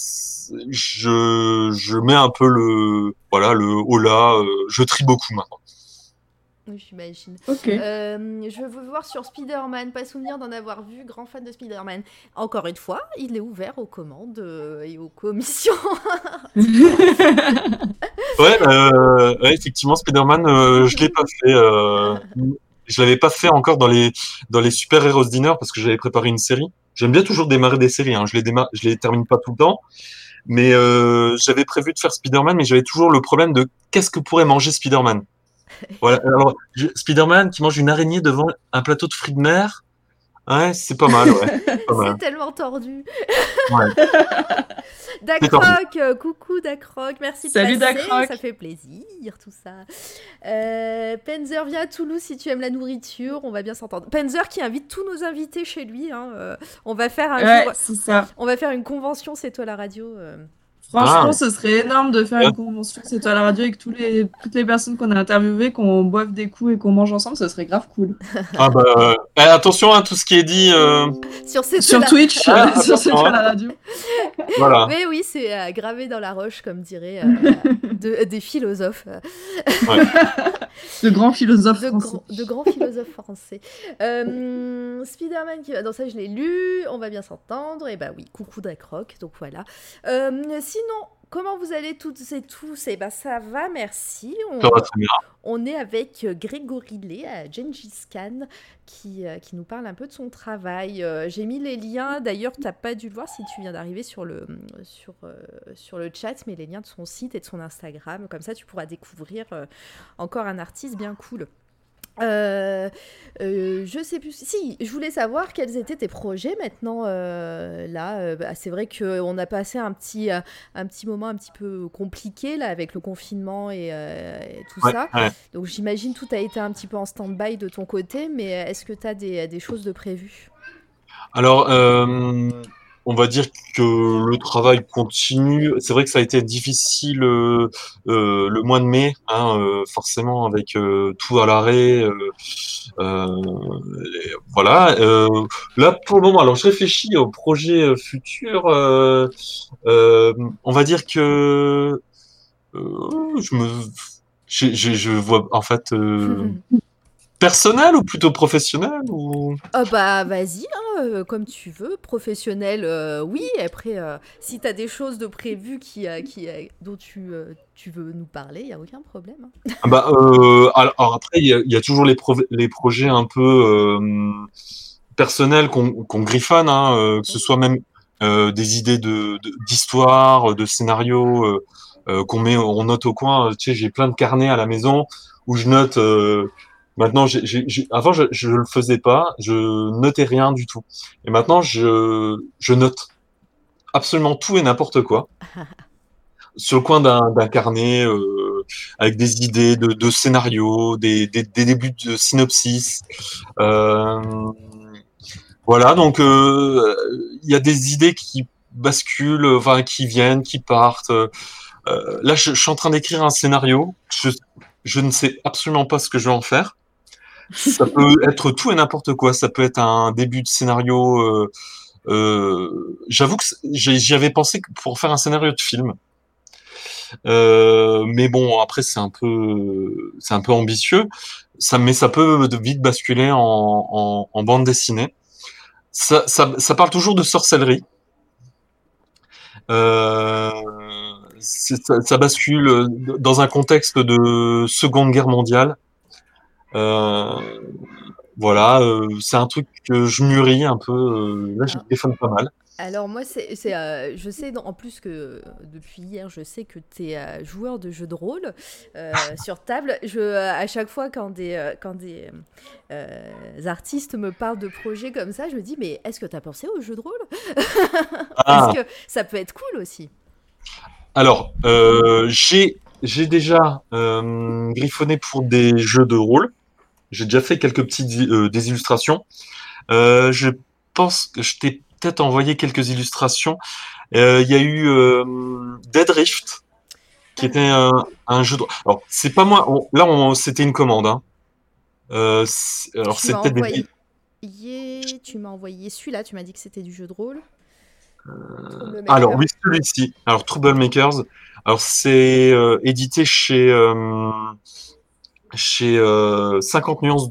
je mets un peu le holà, je trie beaucoup maintenant. J'imagine. Ok. Je veux voir sur Spider-Man, pas souvenir d'en avoir vu, grand fan de Spider-Man. Encore une fois, il est ouvert aux commandes et aux commissions. Ouais, effectivement, Spider-Man, je l'ai pas fait. Je l'avais pas fait encore dans les Super Heroes Dinner parce que j'avais préparé une série. J'aime bien toujours démarrer des séries. Hein. Je les termine pas tout le temps, mais j'avais prévu de faire Spider-Man, mais j'avais toujours le problème de qu'est-ce que pourrait manger Spider-Man. Voilà. Alors, Spider-Man qui mange une araignée devant un plateau de fruits de mer. Ouais, c'est pas mal. Ouais. C'est tellement tordu. Ouais. Dacroc, coucou Dacroc, merci de Salut passer, Dacroc. ça fait plaisir tout ça. Panzer, viens à Toulouse si tu aimes la nourriture, on va bien s'entendre. Panzer qui invite tous nos invités chez lui, hein, on va faire un jour, c'est ça. on va faire une convention, c'est toi la radio. Franchement, ce serait énorme de faire une convention C'est toi la radio avec toutes les personnes qu'on a interviewées, qu'on boive des coups et qu'on mange ensemble, ce serait grave cool. Ah bah, attention à tout ce qui est dit sur Twitch, sur C'est toi la radio. Voilà. Mais oui, c'est gravé dans la roche, comme diraient des philosophes. Ouais. De grands philosophes français. De grands philosophes français. Spider-Man qui va... Non, ça je l'ai lu, on va bien s'entendre. Et bah oui, coucou Dacroc, donc voilà. Sinon, comment vous allez toutes et tous? Eh ben ça va, merci. On est avec Grégory Lé à Gengis Khan qui nous parle un peu de son travail. J'ai mis les liens, d'ailleurs tu n'as pas dû le voir si tu viens d'arriver sur le chat, mais les liens de son site et de son Instagram, comme ça tu pourras découvrir encore un artiste bien cool. Je sais plus. Si, je voulais savoir quels étaient tes projets maintenant. C'est vrai qu'on a passé un petit moment un petit peu compliqué là avec le confinement et tout ça. Ouais. Donc j'imagine tout a été un petit peu en stand-by de ton côté, mais est-ce que tu as des choses de prévues? Alors, on va dire que le travail continue. C'est vrai que ça a été difficile le mois de mai, hein, forcément avec tout à l'arrêt. Voilà. Là, pour le moment, alors je réfléchis au projet futur. On va dire que je vois en fait. Personnel ou plutôt professionnel ou... Bah vas-y, hein, comme tu veux. Professionnel, oui. Après, si tu as des choses de prévues dont tu veux nous parler, il n'y a aucun problème. Hein. Alors après, il y a toujours les projets un peu personnels qu'on griffonne, hein, que ce soit même des idées d'histoire, de scénario on note au coin. Tu sais, j'ai plein de carnets à la maison où je note... Maintenant, avant, je le faisais pas, je notais rien du tout. Et maintenant, je note. absolument tout et n'importe quoi sur le coin d'un carnet avec des idées de scénarios, des débuts de synopsis. Euh, voilà, donc il y a des idées qui basculent, enfin qui viennent, qui partent. Là, je suis en train d'écrire un scénario. Je ne sais absolument pas ce que je vais en faire. Ça peut être tout et n'importe quoi. Ça peut être un début de scénario. J'avoue que j'y avais pensé pour faire un scénario de film. Mais bon, après, c'est un peu ambitieux. Mais ça peut vite basculer en bande dessinée. Ça parle toujours de sorcellerie. Euh, ça bascule dans un contexte de Seconde Guerre mondiale. Euh, voilà, c'est un truc que je mûris un peu. Là, je Alors, téléphone pas mal. alors moi, je sais en plus que depuis hier, je sais que tu es joueur de jeux de rôle sur table. À chaque fois quand des artistes me parlent de projets comme ça, je me dis, mais est-ce que tu as pensé aux jeux de rôle? Parce Ah, que ça peut être cool aussi. alors, j'ai déjà griffonné pour des jeux de rôle. J'ai déjà fait quelques petites des illustrations. Je pense que je t'ai peut-être envoyé quelques illustrations. Il y a eu Dead Rift, qui Ah était oui. un jeu de... Alors, c'est pas moi. C'était une commande. Hein. Alors, Tu m'as c'était des... tu m'as envoyé celui-là, tu m'as dit que c'était du jeu de rôle. Alors, Troublemaker. oui, celui-ci. Alors, Troublemakers. Alors, c'est édité chez 50 nuances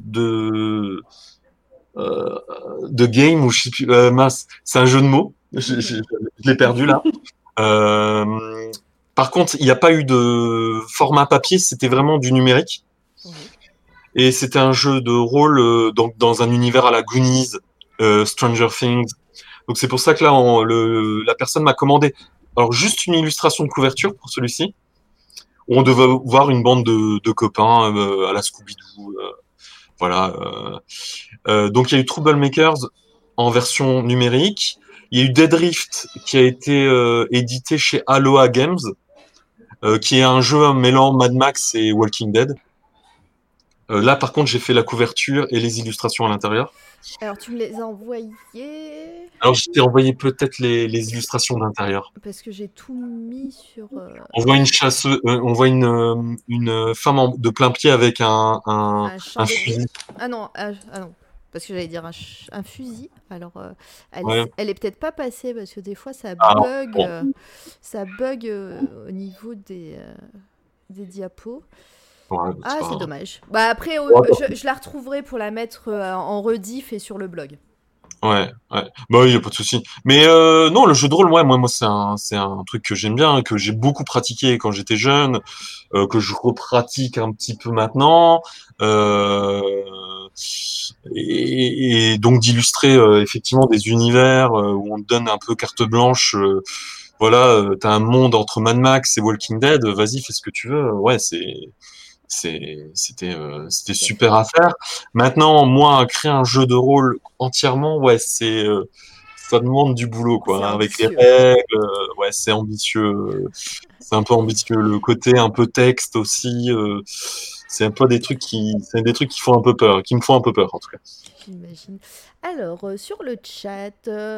euh, de game, ou je sais plus. Mince, c'est un jeu de mots. Je l'ai perdu là. Euh, Par contre, il n'y a pas eu de format papier, c'était vraiment du numérique. Oui. Et c'était un jeu de rôle donc dans un univers à la Goonies, Stranger Things. Donc c'est pour ça que là, la personne m'a commandé alors juste une illustration de couverture pour celui-ci, où on devait voir une bande de copains à la Scooby-Doo. Voilà. Donc il y a eu Troublemakers en version numérique. Il y a eu Dead Rift qui a été édité chez Aloha Games, qui est un jeu mêlant Mad Max et Walking Dead. Là, par contre, j'ai fait la couverture et les illustrations à l'intérieur. Alors, tu me les as envoyés Alors, je t'ai envoyé peut-être les illustrations d'intérieur. parce que j'ai tout mis sur. On voit une chasseuse, on voit une femme de plein pied avec Un un chandelier. fusil. Ah non, non. Parce que j'allais dire un fusil. Alors, Ouais. elle est peut-être pas passée parce que des fois Ah, bon. ça bug au niveau des diapos. Ouais, c'est Ah, pas c'est grave. dommage. Bah après, Ouais, je la retrouverai pour la mettre en rediff et sur le blog. ouais. Bah, il y a pas de souci. Mais non, le jeu de rôle, ouais, moi, c'est un truc que j'aime bien, que j'ai beaucoup pratiqué quand j'étais jeune, que je repratique un petit peu maintenant. Euh, et donc d'illustrer effectivement des univers où on te donne un peu carte blanche. Voilà, t'as un monde entre Mad Max et Walking Dead. Vas-y, fais ce que tu veux. Ouais, c'était Tout à super fait. à faire. Maintenant, moi, créer un jeu de rôle entièrement, ouais, ça demande du boulot, C'est quoi, hein, avec les ambitieux. règles. Ouais, c'est ambitieux. C'est un peu ambitieux. Le côté un peu texte aussi, c'est un peu c'est des trucs qui font un peu peur, qui me font un peu peur, en tout cas. J'imagine. Alors, sur le chat,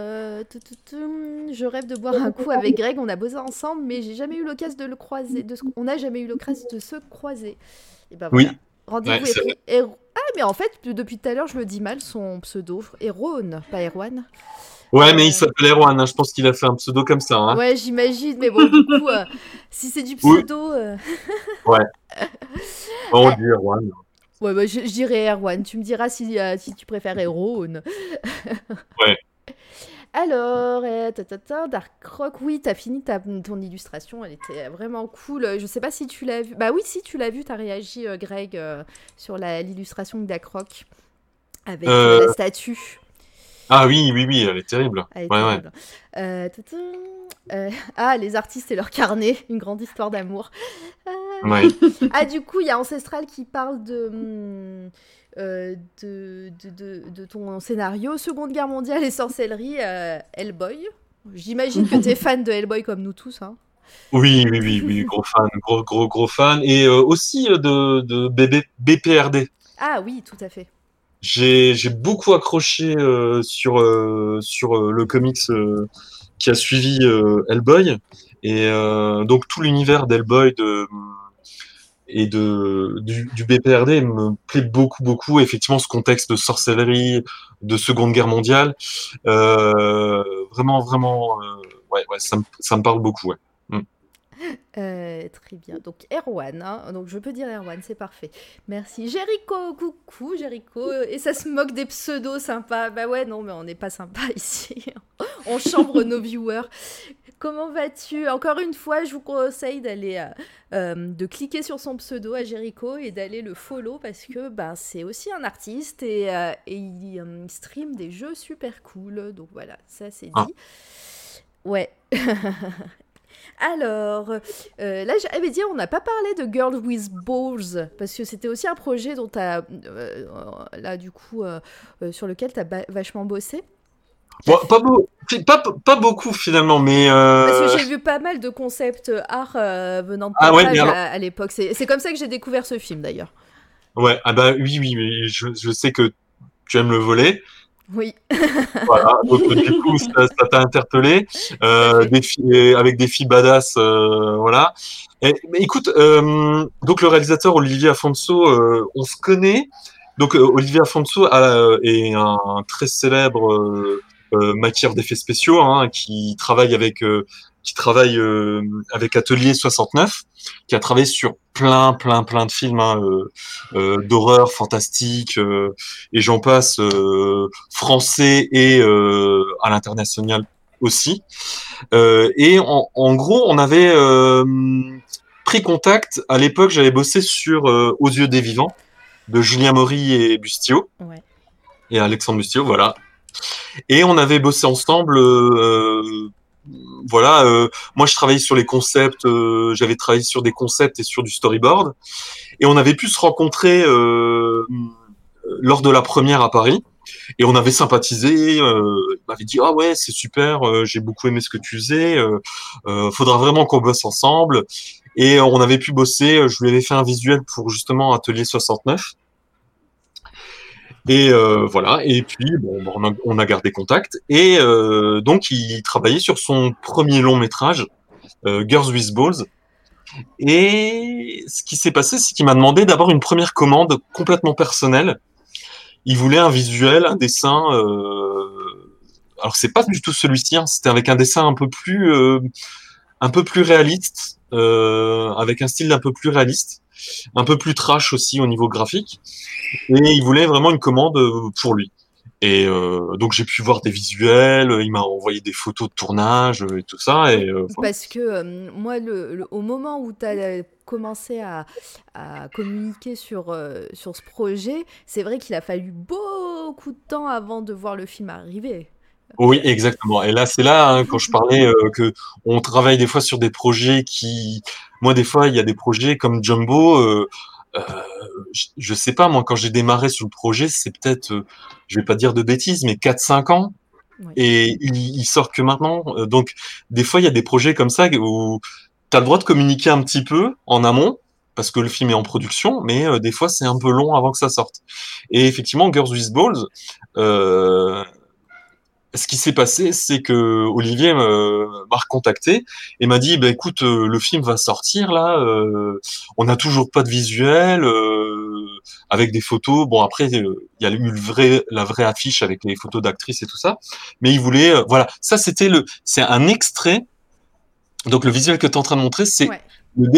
je rêve de boire un coup avec Greg. On a bossé ensemble, mais j'ai jamais eu l'occasion de le croiser. On n'a jamais eu l'occasion de se croiser. Et ben Oui, voilà. ouais, Rendez-vous est c'est vrai. pris. Ah, mais en fait, depuis tout à l'heure, je le dis mal, son pseudo. Erwan, pas Erwan. Ouais, mais il Euh, s'appelle Erwan, hein. Je pense qu'il a fait un pseudo comme ça, hein. ouais, j'imagine, mais bon, du coup, si c'est du Oui, pseudo. ouais. On Ah, dit Erwan. ouais, bah, je dirais Erwan. Tu me diras si tu préfères Erwan. Ouais. Alors, Dark Rock, oui, t'as fini ton illustration, elle était vraiment cool. Je sais pas si tu l'as vu. Bah oui, si tu l'as vu, t'as réagi, Greg, sur l'illustration de Dark Rock avec Euh, la statue. ah oui, oui, oui, elle est terrible. Elle est Ouais, ouais. terrible. Ah, les artistes et leur carnet, une grande histoire d'amour. Ouais. Ah, du coup, il y a Ancestral qui parle de ton scénario Seconde Guerre mondiale et sorcellerie, Hellboy. J'imagine que t'es fan de Hellboy comme nous tous, hein. Oui, oui, oui, oui, gros fan, gros fan. Et aussi de BPRD. Ah oui, tout à fait. J'ai beaucoup accroché sur le comics qui a suivi Hellboy. Et donc tout l'univers d'Hellboy du BPRD me plaît beaucoup, beaucoup. Effectivement, ce contexte de sorcellerie, de Seconde Guerre mondiale, vraiment, vraiment, ouais, ça me parle beaucoup, ouais. Mm. Très bien. Donc Erwan, hein. Donc je peux dire Erwan, c'est parfait. Merci. Jericho, coucou Jericho. Et ça se moque des pseudos sympas. Bah ouais, non, mais on n'est pas sympa ici. On chambre nos viewers. Comment vas-tu? Encore une fois, je vous conseille d'aller de cliquer sur son pseudo à Jericho et d'aller le follow parce que ben, c'est aussi un artiste et il stream des jeux super cool. Donc voilà, ça c'est Ah. dit. Ouais. Alors, là, j'avais dit, on n'a pas parlé de Girls with Balls, parce que c'était aussi un projet dont là, du coup, sur lequel tu as vachement bossé. Bon, pas beaucoup finalement, mais Parce que j'ai vu pas mal de concepts art venant de ta ouais, page mais alors, à l'époque. C'est comme ça que j'ai découvert ce film, d'ailleurs. ouais, ah bah oui, mais je sais que tu aimes le volet. Oui, Voilà, donc du coup, ça t'a interpellé tout à fait. avec des filles badass, voilà. Mais écoute, donc le réalisateur Olivier Afonso, on se connaît. Donc Olivier Afonso est un très célèbre matière d'effets spéciaux, hein, qui travaille avec Atelier 69, qui a travaillé sur plein de films, hein, d'horreur, fantastique, et j'en passe, français et à l'international aussi. Et en gros, on avait pris contact. À l'époque, j'avais bossé sur Aux yeux des vivants de Julien Maury et Bustillo. Ouais. Et Alexandre Bustillo, voilà. Et on avait bossé ensemble. Voilà, moi je travaillais sur les concepts, j'avais travaillé sur des concepts et sur du storyboard. Et on avait pu se rencontrer lors de la première à Paris. Et on avait sympathisé, il m'avait dit ah ouais c'est super, j'ai beaucoup aimé ce que tu faisais, faudra vraiment qu'on bosse ensemble. Et on avait pu bosser, je lui avais fait un visuel pour justement Atelier 69. Et voilà, et puis on a gardé contact. Et donc il travaillait sur son premier long métrage, Girls with Balls. Et ce qui s'est passé, c'est qu'il m'a demandé d'avoir une première commande complètement personnelle. Il voulait un visuel, un dessin. Alors c'est pas du tout celui-ci, hein, c'était avec un dessin un peu plus réaliste, avec un style un peu plus réaliste, un peu plus trash aussi au niveau graphique. Et il voulait vraiment une commande pour lui. Et donc j'ai pu voir des visuels, il m'a envoyé des photos de tournage et tout ça. Et voilà. Parce que moi, au moment où tu as commencé à communiquer sur ce projet, c'est vrai qu'il a fallu beaucoup de temps avant de voir le film arriver. Oui, exactement. Et là, c'est là, hein, quand je parlais que on travaille des fois sur des projets moi, des fois, il y a des projets comme Jumbo. Euh, je sais pas, moi, quand j'ai démarré sur le projet, c'est peut-être, je vais pas dire de bêtises, mais 4-5 ans. Ouais. Et il sort que maintenant. Donc, des fois, il y a des projets comme ça où tu as le droit de communiquer un petit peu en amont, parce que le film est en production, mais des fois, c'est un peu long avant que ça sorte. Et effectivement, Girls with Balls, euh, ce qui s'est passé, c'est que Olivier m'a recontacté et m'a dit, bah, écoute, le film va sortir là, on n'a toujours pas de visuel, avec des photos. Bon, après, il y a eu la vraie affiche avec les photos d'actrices et tout ça, mais il voulait, voilà, ça c'est un extrait. Donc le visuel que tu es en train de montrer, c'est Ouais.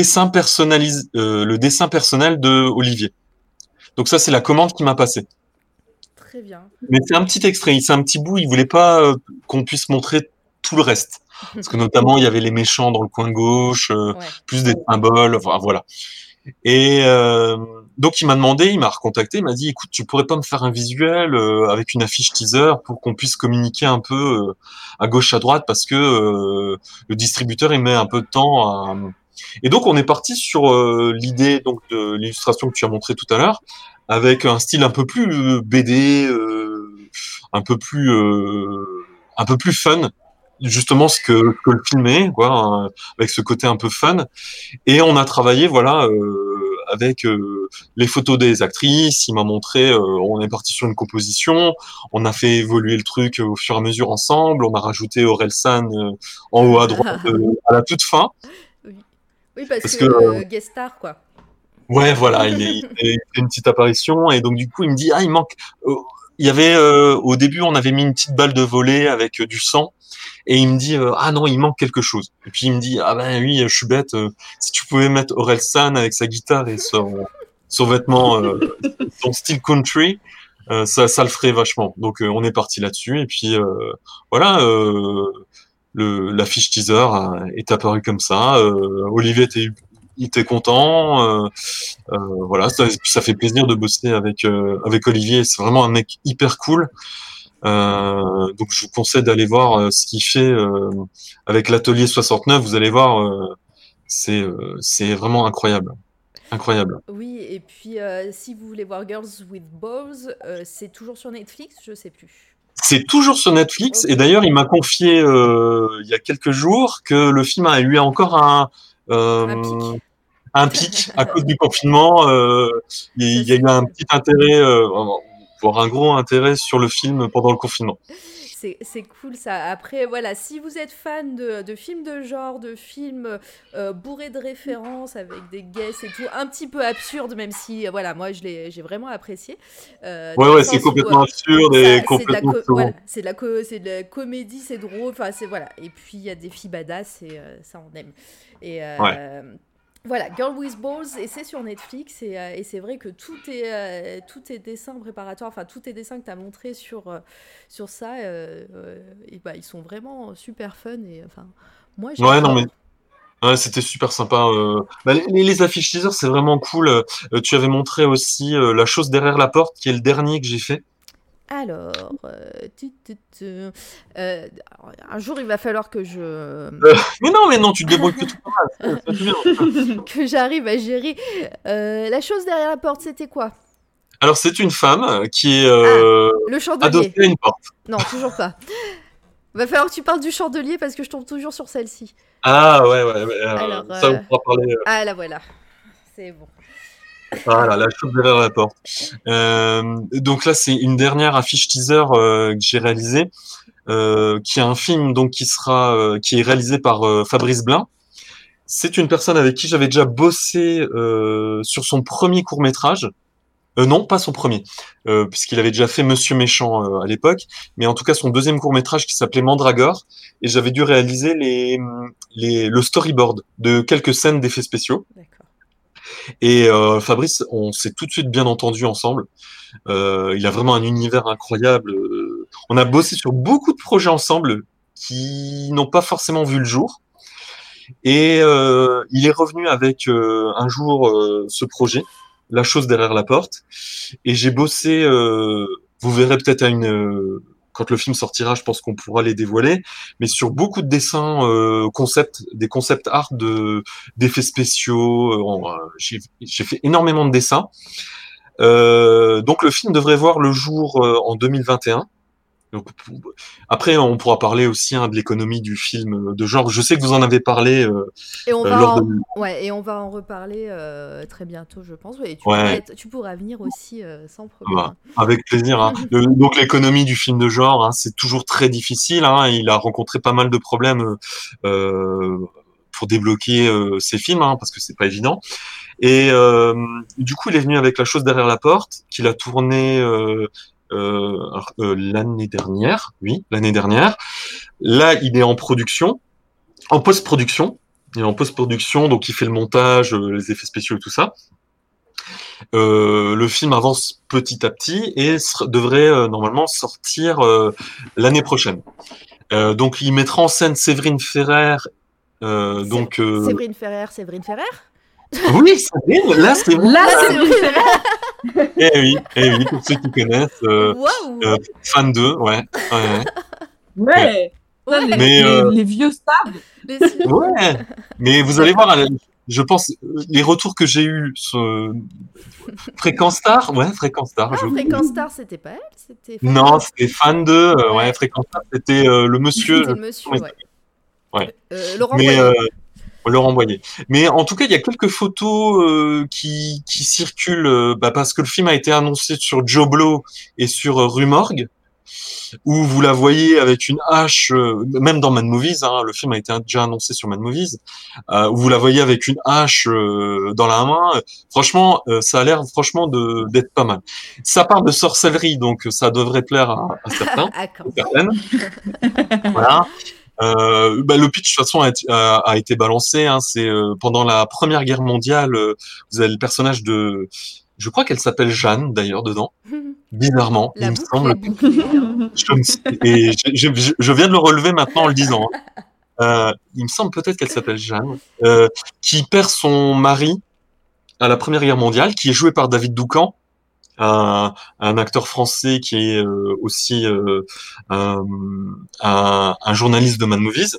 le dessin personnel de Olivier. Donc ça, c'est la commande qui m'a passée. Très bien. Mais c'est un petit extrait, c'est un petit bout, il voulait pas qu'on puisse montrer tout le reste. Parce que notamment, il y avait les méchants dans le coin gauche, Ouais. plus des symboles, enfin, voilà. Et donc, il m'a recontacté, il m'a dit, écoute, tu pourrais pas me faire un visuel avec une affiche teaser pour qu'on puisse communiquer un peu à gauche, à droite, parce que le distributeur, il met un peu de temps à... Et donc, on est parti sur l'idée donc de l'illustration que tu as montré tout à l'heure, avec un style un peu plus BD, un peu plus fun. justement ce que le film est, quoi, avec ce côté un peu fun. Et on a travaillé, voilà, avec les photos des actrices. Il m'a montré, on est parti sur une composition, on a fait évoluer le truc au fur et à mesure ensemble. On a rajouté Orelsan en haut à droite à la toute fin, Oui, oui parce parce que que guest star, quoi. ouais, voilà, il fait une petite apparition et donc du coup il me dit il manque. Il y avait au début on avait mis une petite balle de volley avec du sang. Et il me dit ah non, il manque quelque chose. Et puis il me dit ah ben oui, je suis bête. Si tu pouvais mettre Orelsan avec sa guitare et son vêtement, son style country, ça le ferait vachement. Donc on est parti là-dessus. Et puis voilà, l'affiche teaser est apparue comme ça. Olivier il était content. Voilà, ça fait plaisir de bosser avec Olivier. C'est vraiment un mec hyper cool. Donc je vous conseille d'aller voir ce qu'il fait avec l'atelier 69. Vous allez voir, c'est vraiment incroyable, incroyable. Oui, et puis si vous voulez voir Girls with Balls, c'est toujours sur Netflix, je sais plus. C'est toujours sur Netflix Ok. et d'ailleurs il m'a confié il y a quelques jours que le film a eu encore Un euh, pic. un pic à cause du confinement. Ça, Il y a c'est eu un cool. petit intérêt, voire un gros intérêt sur le film pendant le confinement. C'est cool ça. Après, voilà, si vous êtes fan de films de genre, de films bourrés de références avec des guesses et tout, un petit peu absurde, même si, voilà, moi j'ai vraiment apprécié. Ouais, Dans le ouais, c'est sens où complètement absurde et c'est de la complètement voilà, second. c'est de la comédie, c'est drôle, enfin c'est voilà. Et puis il y a des filles badass et ça on aime. Et Ouais. voilà, Girl with Balls, et c'est sur Netflix, et c'est vrai que tous tes dessins préparatoires, enfin tous tes dessins que tu as montrés sur ça, et bah, ils sont vraiment super fun, et enfin, moi Ouais, non, mais j'adore. ouais, c'était super sympa. Bah, les affiches teasers, c'est vraiment cool. Tu avais montré aussi La chose derrière la porte, qui est le dernier que j'ai fait. Alors, alors, un jour il va falloir Mais non, tu te débrouilles plutôt pas mal. C'est bien. que j'arrive à gérer. La chose derrière la porte, c'était quoi? Alors, c'est une femme qui est Ah, le adossée chandelier. à une porte. Non, toujours pas. Va falloir que tu parles du chandelier parce que je tombe toujours sur celle-ci. Ah, ouais, ouais, ouais, Alors, ça, on pourra parler. ah la voilà, c'est bon. Voilà, La chose derrière la porte. Donc là, c'est une dernière affiche teaser que j'ai réalisée, qui est un film donc qui est réalisé par Fabrice Blin. C'est une personne avec qui j'avais déjà bossé sur son premier court-métrage. Non, pas son premier, puisqu'il avait déjà fait Monsieur Méchant à l'époque, mais en tout cas son deuxième court-métrage qui s'appelait Mandragore, et j'avais dû réaliser le storyboard de quelques scènes d'effets spéciaux. D'accord. Et Fabrice, on s'est tout de suite bien entendu ensemble. Il a vraiment un univers incroyable. On a bossé sur beaucoup de projets ensemble qui n'ont pas forcément vu le jour. Et il est revenu avec un jour ce projet, La chose derrière la porte. Et j'ai bossé, vous verrez peut-être quand le film sortira, je pense qu'on pourra les dévoiler, mais sur beaucoup de dessins des concept art d'effets spéciaux. J'ai fait énormément de dessins. Donc le film devrait voir le jour en 2021. Donc, après, on pourra parler aussi de l'économie du film de genre. Je sais que vous en avez parlé Et on lors va de. ouais, et on va en reparler très bientôt, je pense. Et Ouais, tu pourras venir aussi sans bah, problème. avec plaisir. Hein. Donc l'économie du film de genre, c'est toujours très difficile. Hein. Il a rencontré pas mal de problèmes pour débloquer ses films, parce que c'est pas évident. Et du coup, il est venu avec La chose derrière la porte, qu'il a tourné l'année dernière. Oui, l'année dernière. Là, il est en production, en post-production. Il est en post-production, donc il fait le montage, les effets spéciaux et tout ça. Le film avance petit à petit et devrait normalement sortir l'année prochaine. Donc il mettra en scène Séverine Ferrer. Donc Séverine Ferrer, Séverine Ferrer. oui, Séverine, là c'est vrai. Là, Là, c'est Séverine Ferrer. Eh oui, pour ceux qui connaissent, Waouh. fan 2, ouais, ouais. ouais. Ça, Ouais. Mais les vieux stars. Les- ouais, mais vous allez D'accord. voir, je pense, les retours que j'ai eus, Fréquence Star, Ah, Fréquence Star, c'était pas elle, c'était. Non, c'était fan de, Fréquence Star, c'était le monsieur. C'était le monsieur, ouais. Ouais. Laurent Mais Boyer. Laurent Boyer. Mais en tout cas, il y a quelques photos qui circulent, parce que le film a été annoncé sur Joblo et sur Rue Morgue, où vous la voyez avec une hache, même dans Mad Movies, hein, le film a été déjà annoncé sur Mad Movies, où vous la voyez avec une hache dans la main. Franchement, ça a l'air franchement d'être pas mal. Ça parle de sorcellerie, donc ça devrait plaire à certains, certaines. Voilà. Le pitch de toute façon a été balancé. Hein, c'est pendant la Première Guerre mondiale, vous avez le personnage de, je crois qu'elle s'appelle Jeanne d'ailleurs dedans. Bizarrement, il me semble. Je viens de le relever maintenant en le disant. Hein. Il me semble peut-être qu'elle s'appelle Jeanne, qui perd son mari à la Première Guerre mondiale, qui est joué par David Doucan. Un acteur français qui est aussi un journaliste de Mad Movies,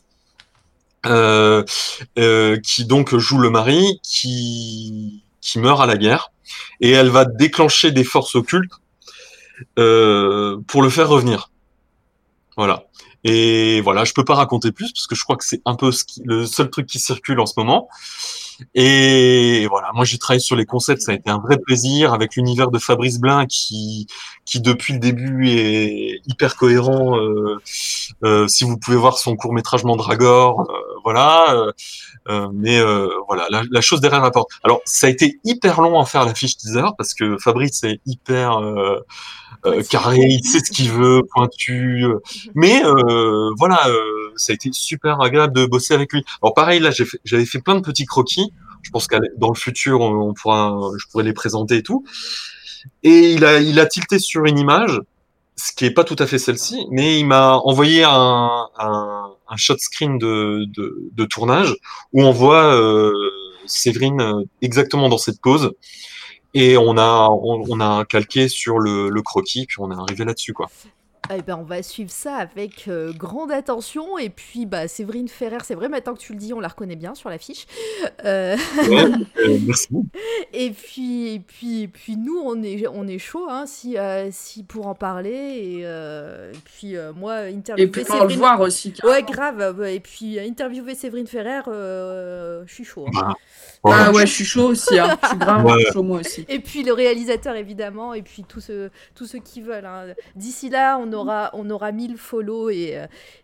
qui donc joue le mari qui meurt à la guerre, et elle va déclencher des forces occultes pour le faire revenir. Voilà. Et voilà, je peux pas raconter plus parce que je crois que c'est un peu le seul truc qui circule en ce moment. Et voilà, moi j'ai travaillé sur les concepts, ça a été un vrai plaisir avec l'univers de Fabrice Blin qui depuis le début est hyper cohérent. Si vous pouvez voir son court-métrage Mandragore, voilà. Voilà, la chose derrière la porte. Alors ça a été hyper long à faire l'affiche teaser parce que Fabrice est hyper carré, il sait ce qu'il veut, pointu. Mais voilà, ça a été super agréable de bosser avec lui. Alors pareil, là, j'avais fait plein de petits croquis. Je pense que dans le futur, je pourrais les présenter et tout. Et il a tilté sur une image, ce qui est pas tout à fait celle-ci, mais il m'a envoyé un shot screen de tournage où on voit Séverine exactement dans cette pose. Et on a calqué sur le croquis, puis on est arrivé là-dessus, quoi. Eh ben, on va suivre ça avec grande attention. Et puis, Séverine Ferrer, c'est vrai, maintenant que tu le dis, on la reconnaît bien sur l'affiche. Ouais, merci. Et puis nous, on est chaud, hein, si pour en parler. Et puis, moi, interviewer et puis pour le voir aussi. Ouais, grave. Et puis, interviewer Séverine Ferrer, je suis chaud. Hein. Ouais, je suis chaud aussi. Hein. Je suis vraiment chaud, moi aussi. Et puis, le réalisateur, évidemment. Et puis, tous ceux qui veulent. Hein. D'ici là, on aura 1000 follow et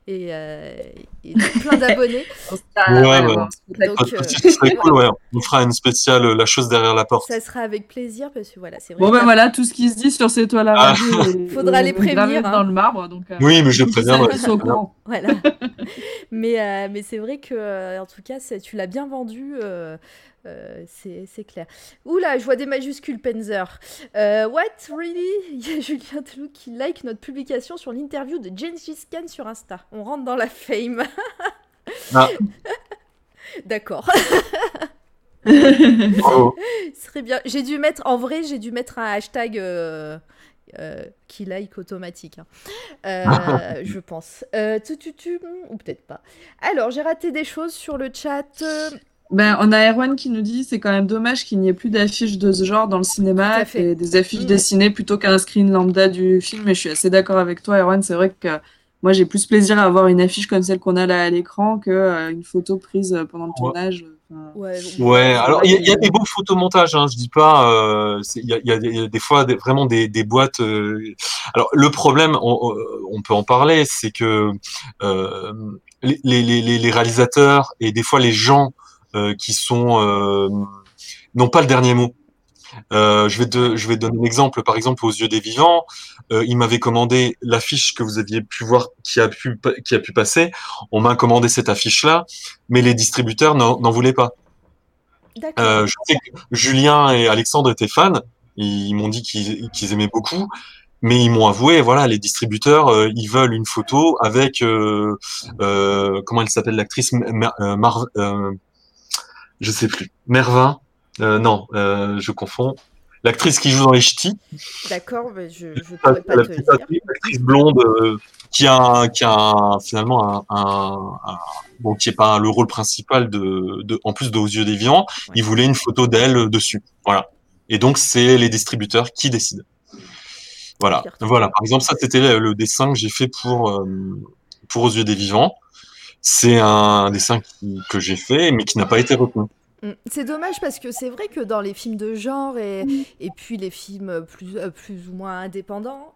plein d'abonnés. Donc, ce serait cool, ouais. On fera une spéciale La chose derrière la porte. Ça sera avec plaisir parce que voilà, c'est vrai. Bon, voilà, tout ce qui se dit sur ces toiles à radio. Faudra les prévenir. Dans le marbre. Donc, oui, mais je préviens. Voilà. mais c'est vrai que, en tout cas, tu l'as bien vendu. C'est clair. Oula, je vois des majuscules, Penzer. What, really? Il y a Julien Telou qui like notre publication sur l'interview de Gengis Khan sur Insta. On rentre dans la fame. D'accord. Oh. Ce serait bien. J'ai dû mettre un hashtag qui like automatique. Hein. Je pense. Ou peut-être pas. Alors, j'ai raté des choses sur le chat. On a Erwan qui nous dit c'est quand même dommage qu'il n'y ait plus d'affiches de ce genre dans le cinéma et des affiches dessinées plutôt qu'un screen lambda du film. Et je suis assez d'accord avec toi, Erwan. C'est vrai que moi j'ai plus plaisir à avoir une affiche comme celle qu'on a là à l'écran que une photo prise pendant le tournage. Ouais. Alors il y a des beaux photomontages. Hein, je dis pas. Il y a des fois vraiment des boîtes. Alors le problème, on peut en parler, c'est que les réalisateurs et des fois les gens qui n'ont pas le dernier mot. Je vais donner un exemple. Par exemple, aux Yeux des Vivants, il m'avait commandé l'affiche que vous aviez pu voir, qui a pu passer. On m'a commandé cette affiche-là, mais les distributeurs n'en voulaient pas. Je sais que Julien et Alexandre étaient fans. Ils m'ont dit qu'ils aimaient beaucoup. Mais ils m'ont avoué, voilà, les distributeurs, ils veulent une photo avec comment elle s'appelle l'actrice, je sais plus, Mervin. Non, je confonds. l'actrice qui joue dans les Ch'tis. D'accord, mais je pourrais pas La te le petite dire. actrice blonde finalement bon, qui est pas le rôle principal en plus de Aux yeux des vivants. Ouais. Il voulait une photo d'elle dessus. Voilà. Et donc, c'est les distributeurs qui décident. Voilà. Voilà. Par exemple, ça, c'était le dessin que j'ai fait pour Aux yeux des vivants. C'est un dessin que j'ai fait, mais qui n'a pas été retenu. C'est dommage parce que c'est vrai que dans les films de genre et puis les films plus ou moins indépendants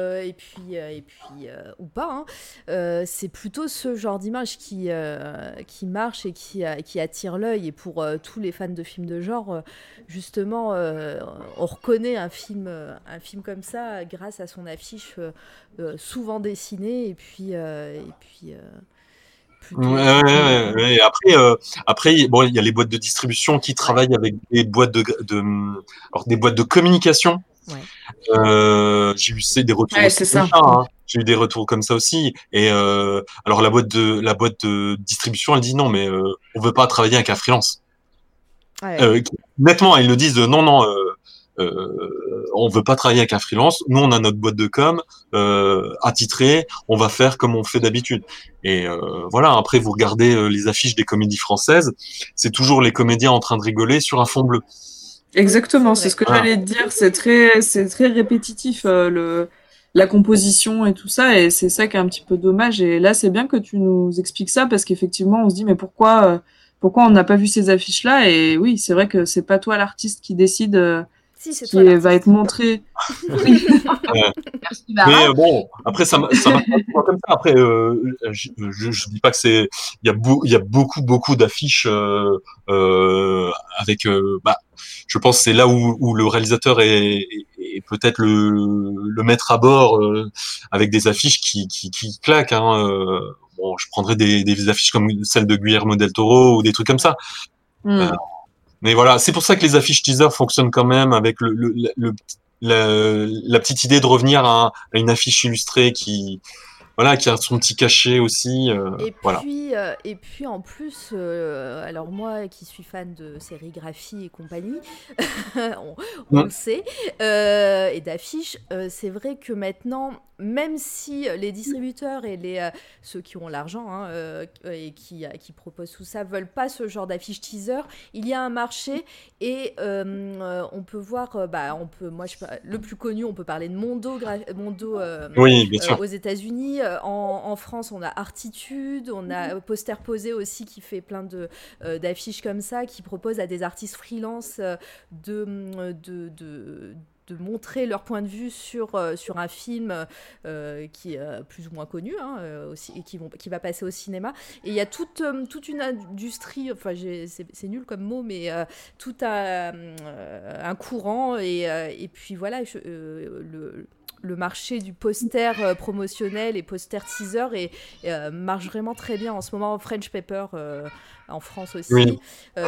ou pas, hein, c'est plutôt ce genre d'image qui marche et qui attire l'œil. Et pour tous les fans de films de genre, justement, on reconnaît un film comme ça grâce à son affiche souvent dessinée et puis plutôt. Ouais. Après, bon, il y a les boîtes de distribution qui travaillent avec des boîtes des boîtes de communication. Ouais. J'ai eu des retours Ouais, aussi c'est comme ça. ça, hein. J'ai eu des retours comme ça aussi. Et alors la boîte de distribution, elle dit non, mais on veut pas travailler avec un freelance. Ouais. Nettement, ils le disent non, on veut pas travailler avec un freelance. Nous, on a notre boîte de com attitrée. On va faire comme on fait d'habitude. Et voilà. Après, vous regardez les affiches des comédies françaises, c'est toujours les comédiens en train de rigoler sur un fond bleu. Exactement, Oui, c'est c'est ce que Voilà. j'allais te dire. C'est très répétitif, la composition et tout ça, et c'est ça qui est un petit peu dommage. Et là, c'est bien que tu nous expliques ça parce qu'effectivement, on se dit, mais pourquoi on n'a pas vu ces affiches-là? Et oui, c'est vrai que c'est pas toi l'artiste qui décide Si, ce c'est qui toi va être l'artiste. montré. Oui. Ouais. Merci, Mais Lara. bon, après ça marche pas comme ça. Après, je dis pas que c'est. Il y a beaucoup d'affiches avec. Je pense que c'est là où le réalisateur est peut-être le maître à bord avec des affiches qui claquent. Hein. Bon, je prendrais des affiches comme celle de Guillermo del Toro ou des trucs comme ça. Euh, mais voilà, c'est pour ça que les affiches teaser fonctionnent quand même avec la petite idée de revenir à une affiche illustrée qui a son petit cachet aussi. Voilà. Et puis en plus, alors moi qui suis fan de sérigraphie et compagnie, on le sait, et d'affiches, c'est vrai que maintenant, même si les distributeurs et ceux qui ont l'argent hein, et qui proposent tout ça veulent pas ce genre d'affiche teaser, il y a un marché et on peut voir, le plus connu, on peut parler de Mondo Oui, bien sûr. aux États-Unis. En France, on a Artitude, on a Poster Posé aussi qui fait plein d'affiches comme ça, qui propose à des artistes freelance de montrer leur point de vue sur un film qui est plus ou moins connu hein, aussi, et qui va passer au cinéma. Et il y a toute une industrie, enfin c'est nul comme mot, mais tout un courant et puis voilà, le marché du poster promotionnel et poster teaser marche vraiment très bien en ce moment. French Paper en France aussi. Oui.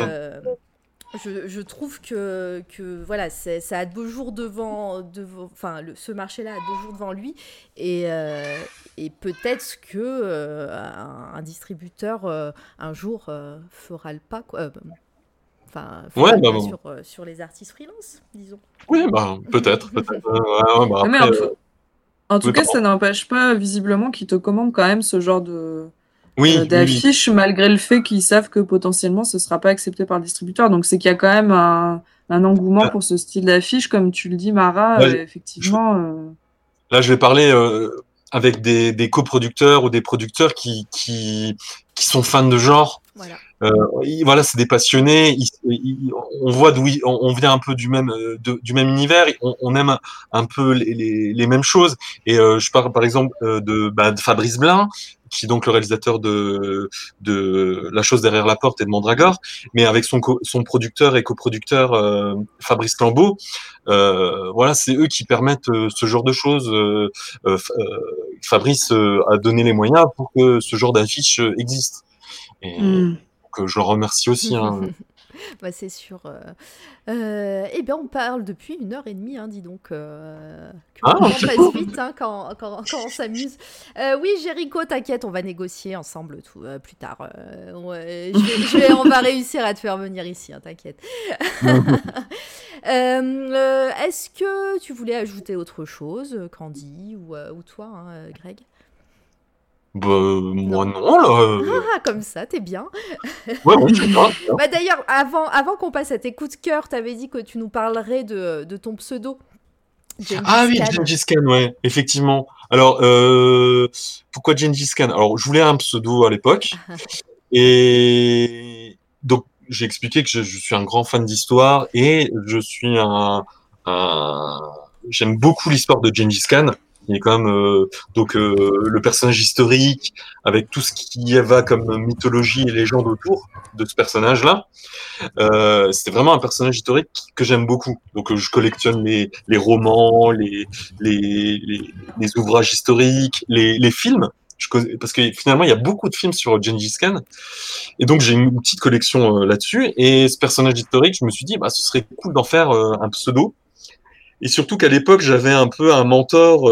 Je trouve que voilà, ça a 2 jours ce marché-là a 2 jours devant lui et peut-être que un distributeur un jour fera le pas quoi. Fera le pas sur les artistes freelance, disons. Oui, peut-être. Mais Après, en tout cas, pardon. ça n'empêche pas visiblement qu'ils te commandent quand même ce genre Oui. d'affiches, malgré le fait qu'ils savent que potentiellement ce sera pas accepté par le distributeur. Donc c'est qu'il y a quand même un engouement pour ce style d'affiche, comme tu le dis, Mara, Là, effectivement. Là, je vais parler avec des coproducteurs ou des producteurs qui sont fans de genre. Voilà. Voilà, c'est des passionnés. On voit on vient un peu du même univers. On aime un peu les mêmes choses. Et je parle par exemple de Fabrice Blin, qui est donc le réalisateur de La chose derrière la porte et de Mandragore, mais avec son producteur et coproducteur Fabrice Lambeau. Voilà, c'est eux qui permettent ce genre de choses. Fabrice a donné les moyens pour que ce genre d'affiche existe. Et donc, je le remercie aussi. Hein. Bah, c'est sûr. Eh bien, on parle depuis 1h30, hein, dis donc. Que Ah, le temps c'est passe cool. vite hein, quand on s'amuse. Oui, Jéricho, t'inquiète, on va négocier ensemble tout, plus tard. Ouais, on va réussir à te faire venir ici, hein, t'inquiète. Est-ce que tu voulais ajouter autre chose, Candy, ou toi, hein, Greg? Bah, Non? moi non, là. Ah, comme ça, t'es bien. Ouais, c'est bien, c'est bien. Bah d'ailleurs, avant qu'on passe à tes coups de cœur, t'avais dit que tu nous parlerais de ton pseudo, Ah Gengis oui, Khan. Gengis Khan, ouais, effectivement. Alors, pourquoi Gengis Khan? Alors, je voulais un pseudo à l'époque, et donc j'ai expliqué que je suis un grand fan d'histoire et je suis un- j'aime beaucoup l'histoire de Gengis Khan. Il est quand même le personnage historique avec tout ce qui y va comme mythologie et légende autour de ce personnage-là. C'était vraiment un personnage historique que j'aime beaucoup. Donc, je collectionne les romans, les ouvrages historiques, les films. Parce que finalement, il y a beaucoup de films sur Gengis Khan. Et donc, j'ai une petite collection là-dessus. Et ce personnage historique, je me suis dit, bah, ce serait cool d'en faire un pseudo. Et surtout qu'à l'époque, j'avais un peu un mentor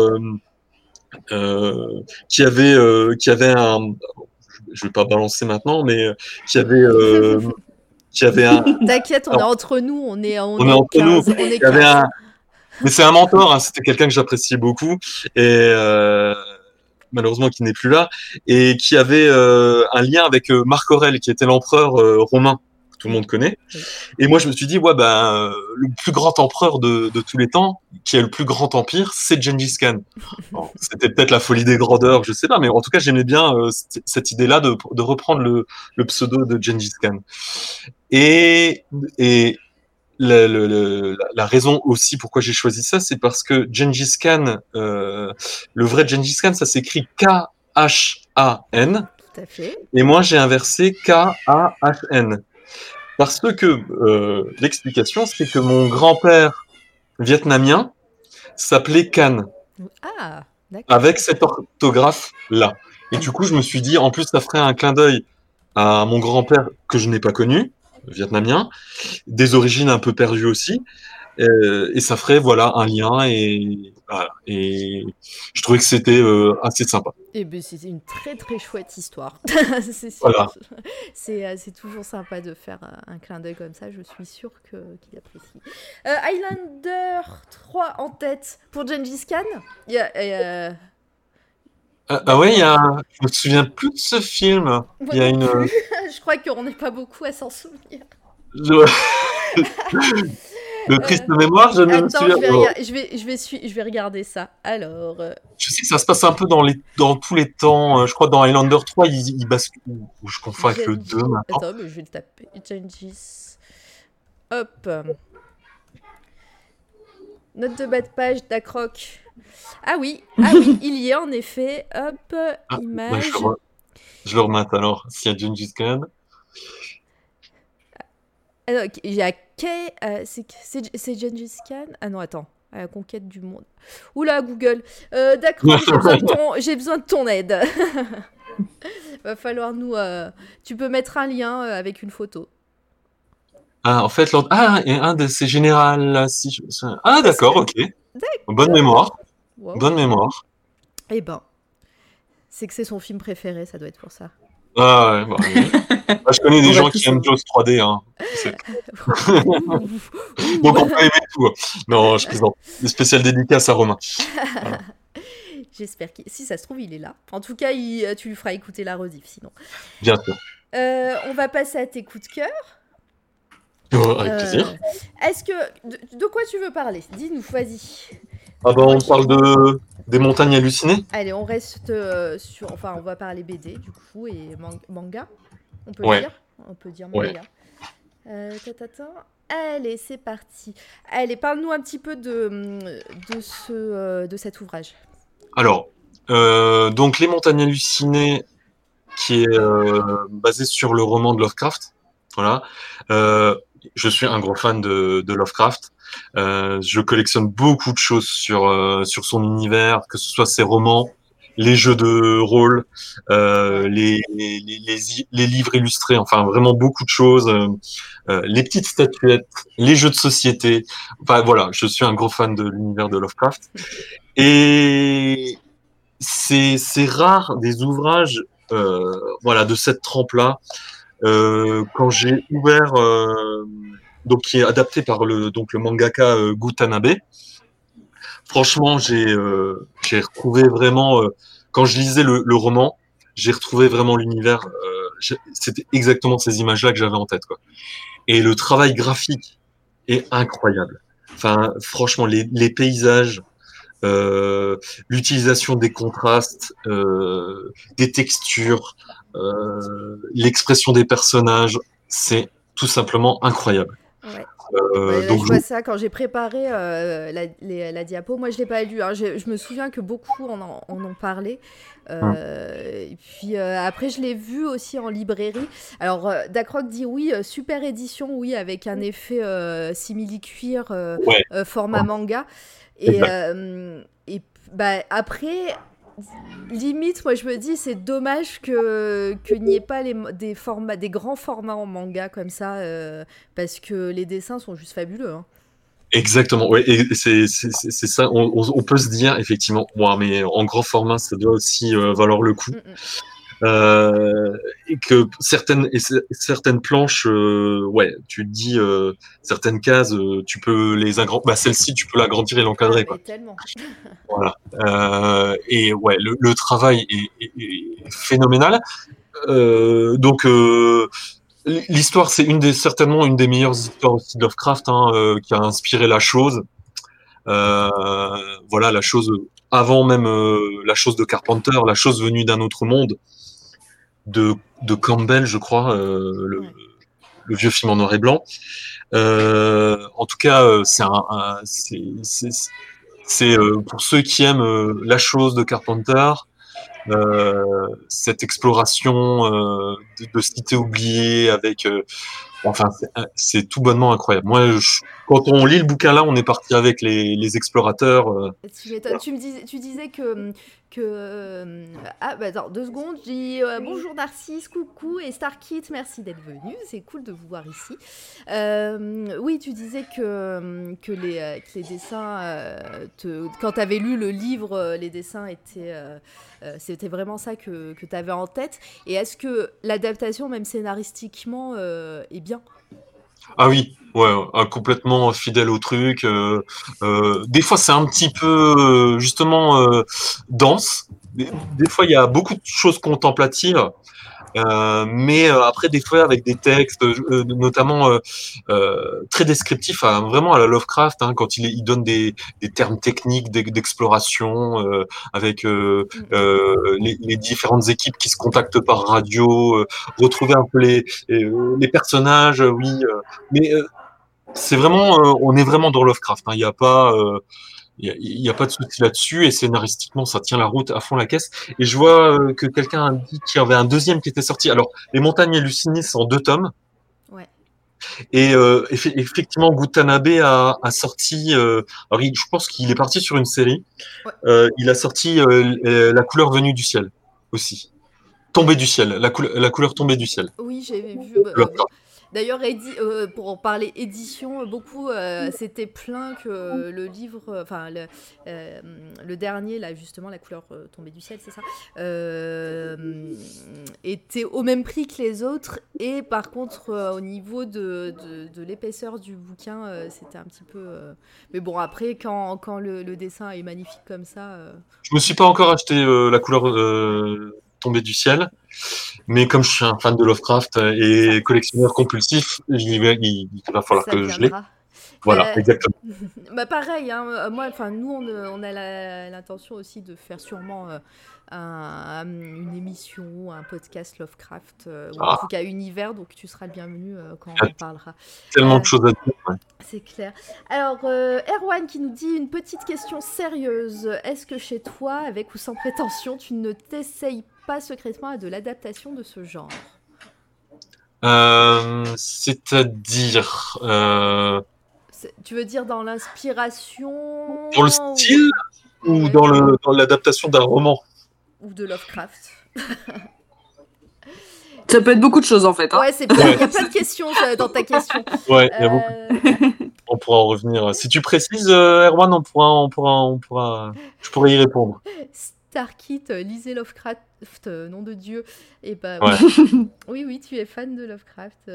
qui avait un... Je vais pas balancer maintenant, mais qui avait... qui avait un, T'inquiète, on est alors, entre nous, on est on est entre nous. 15. On est Il y avait 15. mais c'est un mentor, hein, c'était quelqu'un que j'appréciais beaucoup et malheureusement qui n'est plus là et qui avait un lien avec Marc Aurèle, qui était l'empereur romain que tout le Oui. monde connaît. Oui. Et moi je me suis dit ouais ben le plus grand empereur de tous les temps, qui a le plus grand empire, c'est Gengis Khan. Bon, c'était peut-être la folie des grandeurs, je sais pas, mais en tout cas j'aimais bien cette idée-là de reprendre le pseudo de Gengis Khan. Et la raison aussi pourquoi j'ai choisi ça, c'est parce que Gengis Khan, le vrai Gengis Khan, ça s'écrit K-H-A-N, Tout à fait. et moi j'ai inversé K-A-H-N. Parce que l'explication, c'est que mon grand-père vietnamien s'appelait Khan, Ah, d'accord. avec cette orthographe-là. Et du coup, je me suis dit, en plus, ça ferait un clin d'œil à mon grand-père que je n'ai pas connu, vietnamien, des origines un peu perdues aussi, et ça ferait voilà un lien et voilà. Et je trouvais que c'était assez sympa. Eh ben, c'était une très très chouette histoire. C'est sûr. Voilà. C'est toujours sympa de faire un clin d'œil comme ça. Je suis sûre qu'il apprécie. Highlander 3 en tête pour Gengis Khan. Il y a, Ah ouais, je me souviens plus de ce film. moi Il y a non une. plus. Je crois qu'on n'est pas beaucoup à s'en souvenir. De triste mémoire, je ne me Attends, souviens pas. je vais regarder ça. Alors, Je sais que ça se passe un peu dans tous les temps. Je crois dans Highlander 3, il bascule. Ou je confonds avec le 2 maintenant. Attends, mais je vais le taper. Gengis. Hop. Note de bas de page d'Acroc. Ah oui, il y est en effet. Hop, Ah, image. je le remate alors, s'il y a Gengis Khan. Alors, il y a c'est Gengis Khan. Ah non, attends. À la conquête du monde. Oula, Google. D'accord, j'ai besoin de ton aide. Va falloir nous. Tu peux mettre un lien avec une photo. Ah, en fait, et un de ces générales là, Ah, d'accord, ok. Bonne mémoire. Wow. Bonne mémoire. Eh ben, c'est que c'est son film préféré, ça doit être pour ça. Ah ouais, bah, oui. Bah, je connais des gens qui aiment Jaws 3D, hein. Donc on peut aimer tout. Non, je plaisante. Des spéciales dédicaces à Romain. Voilà. J'espère que si ça se trouve, il est là. En tout cas, tu lui feras écouter la rediff, sinon. Bien sûr. On va passer à tes coups de cœur. Avec plaisir. Est-ce que de quoi tu veux parler? Dis-nous, vas-y. Ah bah on parle des montagnes hallucinées. Allez, on reste sur. Enfin, on va parler BD du coup et manga. On peut dire. On peut dire manga. Allez, c'est parti. Allez, parle-nous un petit peu de cet ouvrage. Alors, donc Les Montagnes Hallucinées, qui est basé sur le roman de Lovecraft. Voilà. Je suis un gros fan de Lovecraft. Je collectionne beaucoup de choses sur son univers, que ce soit ses romans, les jeux de rôle, les livres illustrés, enfin vraiment beaucoup de choses, les petites statuettes, les jeux de société. Enfin voilà, je suis un gros fan de l'univers de Lovecraft. Et c'est rare des ouvrages voilà, de cette trempe-là. Quand j'ai ouvert, donc qui est adapté par le mangaka Gu Tanabe, franchement, j'ai retrouvé vraiment, quand je lisais le roman, j'ai retrouvé vraiment l'univers. C'était exactement ces images-là que j'avais en tête, quoi. Et le travail graphique est incroyable. Enfin, franchement, les paysages, l'utilisation des contrastes, des textures, l'expression des personnages, c'est tout simplement incroyable. Ouais. Donc je vois ça quand j'ai préparé la diapo. Moi, je l'ai pas lu. Hein. Je me souviens que beaucoup en ont parlé. Et puis après, je l'ai vu aussi en librairie. Alors, Dacroc dit oui, super édition, oui, avec un effet simili-cuir, format manga. Et bah, après, limite, moi je me dis c'est dommage qu'il n'y ait pas des grands formats en manga comme ça, parce que les dessins sont juste fabuleux. Hein. Exactement, ouais, et c'est ça. On peut se dire effectivement, ouais, mais en grand format, ça doit aussi valoir le coup. Et que certaines planches, ouais, tu te dis certaines cases, tu peux les agrandir. Bah, celle-ci, tu peux l'agrandir et l'encadrer, quoi. Tellement. Voilà. Et ouais, le travail est phénoménal. Donc l'histoire, c'est certainement une des meilleures histoires aussi de Lovecraft, hein, qui a inspiré la chose. Voilà, la chose avant même la chose de Carpenter, la chose venue d'un autre monde de Campbell, je crois, le vieux film en noir et blanc. En tout cas, c'est pour ceux qui aiment la chose de Carpenter, cette exploration de cités oubliées avec enfin c'est tout bonnement incroyable. Moi quand on lit le bouquin là, on est parti avec les explorateurs. Tu m'étonnes. Tu disais que ah bah attends 2 secondes. Je dis bonjour Narcisse, coucou et Starkit, merci d'être venu. C'est cool de vous voir ici. Oui, tu disais que les dessins, quand tu avais lu le livre, les dessins étaient c'était vraiment ça que tu avais en tête. Et est-ce que l'adaptation, même scénaristiquement, est bien? Ah oui, ouais, complètement fidèle au truc. Des fois, c'est un petit peu justement dense. Des fois, il y a beaucoup de choses contemplatives. Mais après, des fois, avec des textes, notamment très descriptifs, vraiment à la Lovecraft, hein, quand il donne des termes techniques d'exploration, avec les différentes équipes qui se contactent par radio, retrouver un peu les personnages, oui. Mais c'est vraiment, on est vraiment dans Lovecraft. Hein, il n'y a pas. Il y a pas de souci là-dessus et scénaristiquement ça tient la route à fond la caisse. Et je vois que quelqu'un a dit qu'il y avait un deuxième qui était sorti. Alors Les Montagnes hallucinées, c'est en 2 tomes. Ouais. Et effectivement Gutanabe a sorti. Alors je pense qu'il est parti sur une série. Ouais. Il a sorti La couleur venue du ciel aussi. Tombée du ciel. La couleur tombée du ciel. Oui, j'ai vu. D'ailleurs, pour en parler édition, beaucoup s'étaient plaints que le livre, enfin le dernier, là justement, La couleur tombée du ciel, c'est ça, était au même prix que les autres. Et par contre, au niveau de l'épaisseur du bouquin, c'était un petit peu... Mais bon, après, quand le dessin est magnifique comme ça... Je me suis pas encore acheté La couleur tombée du ciel. Mais comme je suis un fan de Lovecraft et collectionneur compulsif, il va falloir ça que je l'ai. viendra. Voilà, exactement. Bah pareil, hein, moi, nous, on a l'intention aussi de faire sûrement une émission, un podcast Lovecraft, ou en tout cas univers, donc tu seras le bienvenu quand on en parlera. Tellement de choses à dire. Ouais. C'est clair. Alors, Erwan qui nous dit une petite question sérieuse. Est-ce que chez toi, avec ou sans prétention, tu ne t'essayes pas secrètement à de l'adaptation de ce genre ? C'est-à-dire... Tu veux dire dans l'inspiration ? Dans le style ou dans l'adaptation d'un roman ? ou de Lovecraft? Ça peut être beaucoup de choses en fait. Hein. Ouais, il y a plein de questions dans ta question. Ouais, il y a beaucoup. On pourra en revenir. Si tu précises, Erwan, je pourrais y répondre. Starkit, lisez Lovecraft, nom de Dieu. Et bah, Ouais. oui, tu es fan de Lovecraft.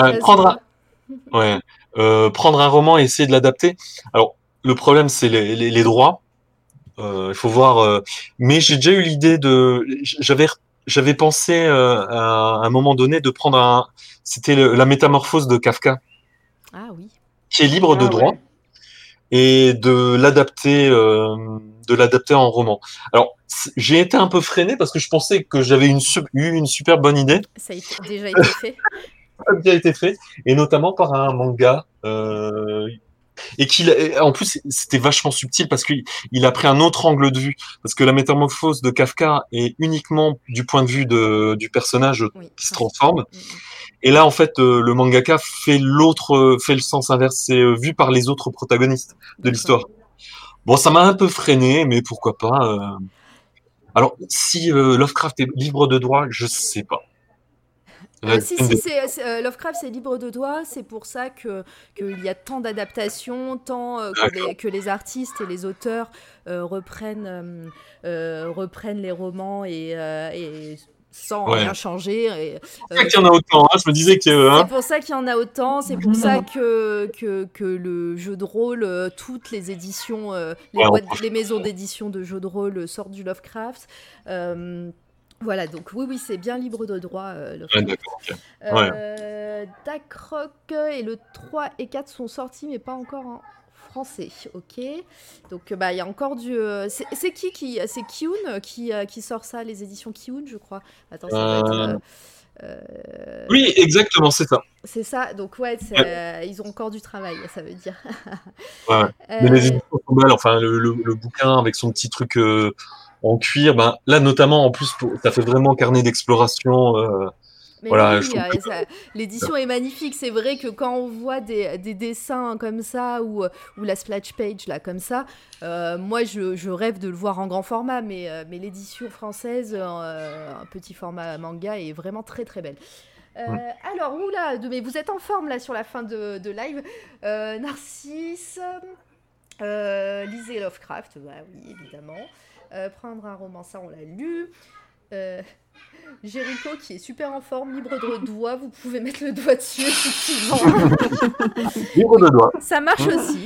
Prendre un roman et essayer de l'adapter. Alors, le problème, c'est les droits. Il faut voir. Mais j'ai déjà eu l'idée j'avais pensé à un moment donné de prendre c'était la métamorphose de Kafka. Ah oui. Qui est libre de droit. Ouais. Et de l'adapter en roman. Alors, j'ai été un peu freiné parce que je pensais que j'avais eu une super bonne idée. Ça a déjà été fait. Ça a déjà été fait, et notamment par un manga. Et en plus, c'était vachement subtil parce qu'il a pris un autre angle de vue. Parce que la métamorphose de Kafka est uniquement du point de vue du personnage qui se transforme. Et là, en fait, le mangaka fait le sens inverse. C'est vu par les autres protagonistes de l'histoire. Bon, ça m'a un peu freiné, mais pourquoi pas. Alors, si Lovecraft est libre de droit, je sais pas. Si, Lovecraft c'est libre de droit, c'est pour ça qu'il y a tant d'adaptations, que les artistes et les auteurs reprennent les romans et sans rien changer. C'est pour ça qu'il y en a autant, hein, je me disais que... C'est pour ça qu'il y en a autant, c'est pour ça que le jeu de rôle, toutes les éditions, les maisons d'édition de jeux de rôle sortent du Lovecraft. Voilà, donc oui, c'est bien libre de droit. D'accord, okay. Dacroc et le 3 et 4 sont sortis, mais pas encore en français, ok. Donc il y a encore du... c'est qui c'est Kiun qui sort ça, les éditions Kiun, je crois. Attends, ça doit être... Oui, exactement, c'est ça. C'est ça, donc ils ont encore du travail, ça veut dire. Ouais. Mais les éditions sont belles, enfin, le bouquin avec son petit truc... en cuir, là notamment en plus ça fait vraiment carnet d'exploration. Voilà, l'édition est magnifique. C'est vrai que quand on voit des dessins comme ça ou la splash page là comme ça, moi je rêve de le voir en grand format, mais l'édition française, un petit format manga, est vraiment très très belle. Alors mais vous êtes en forme là sur la fin de live. Narcisse, lisez Lovecraft, oui évidemment. Prendre un roman, ça on l'a lu. Jericho qui est super en forme, libre de doigt, vous pouvez mettre le doigt dessus effectivement. Libre de doigt. Ça marche aussi.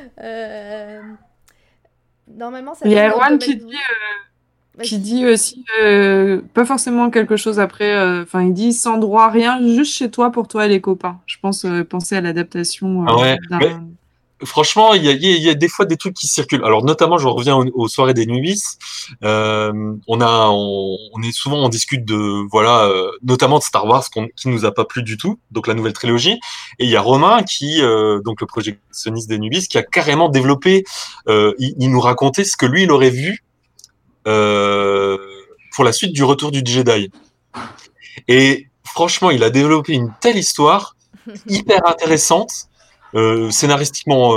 Normalement, ça. Il y a Erwan qui dit aussi pas forcément quelque chose après. Il dit sans droit rien, juste chez toi pour toi et les copains. Je pense penser à l'adaptation d'un. Franchement, il y a des fois des trucs qui circulent. Alors notamment, je reviens aux soirées des Nubis. On est souvent, on discute notamment de Star Wars qui nous a pas plu du tout, donc la nouvelle trilogie. Et il y a Romain qui, donc le projectionniste des Nubis, qui a carrément développé. Il nous racontait ce que lui il aurait vu pour la suite du Retour du Jedi. Et franchement, il a développé une telle histoire hyper intéressante. Scénaristiquement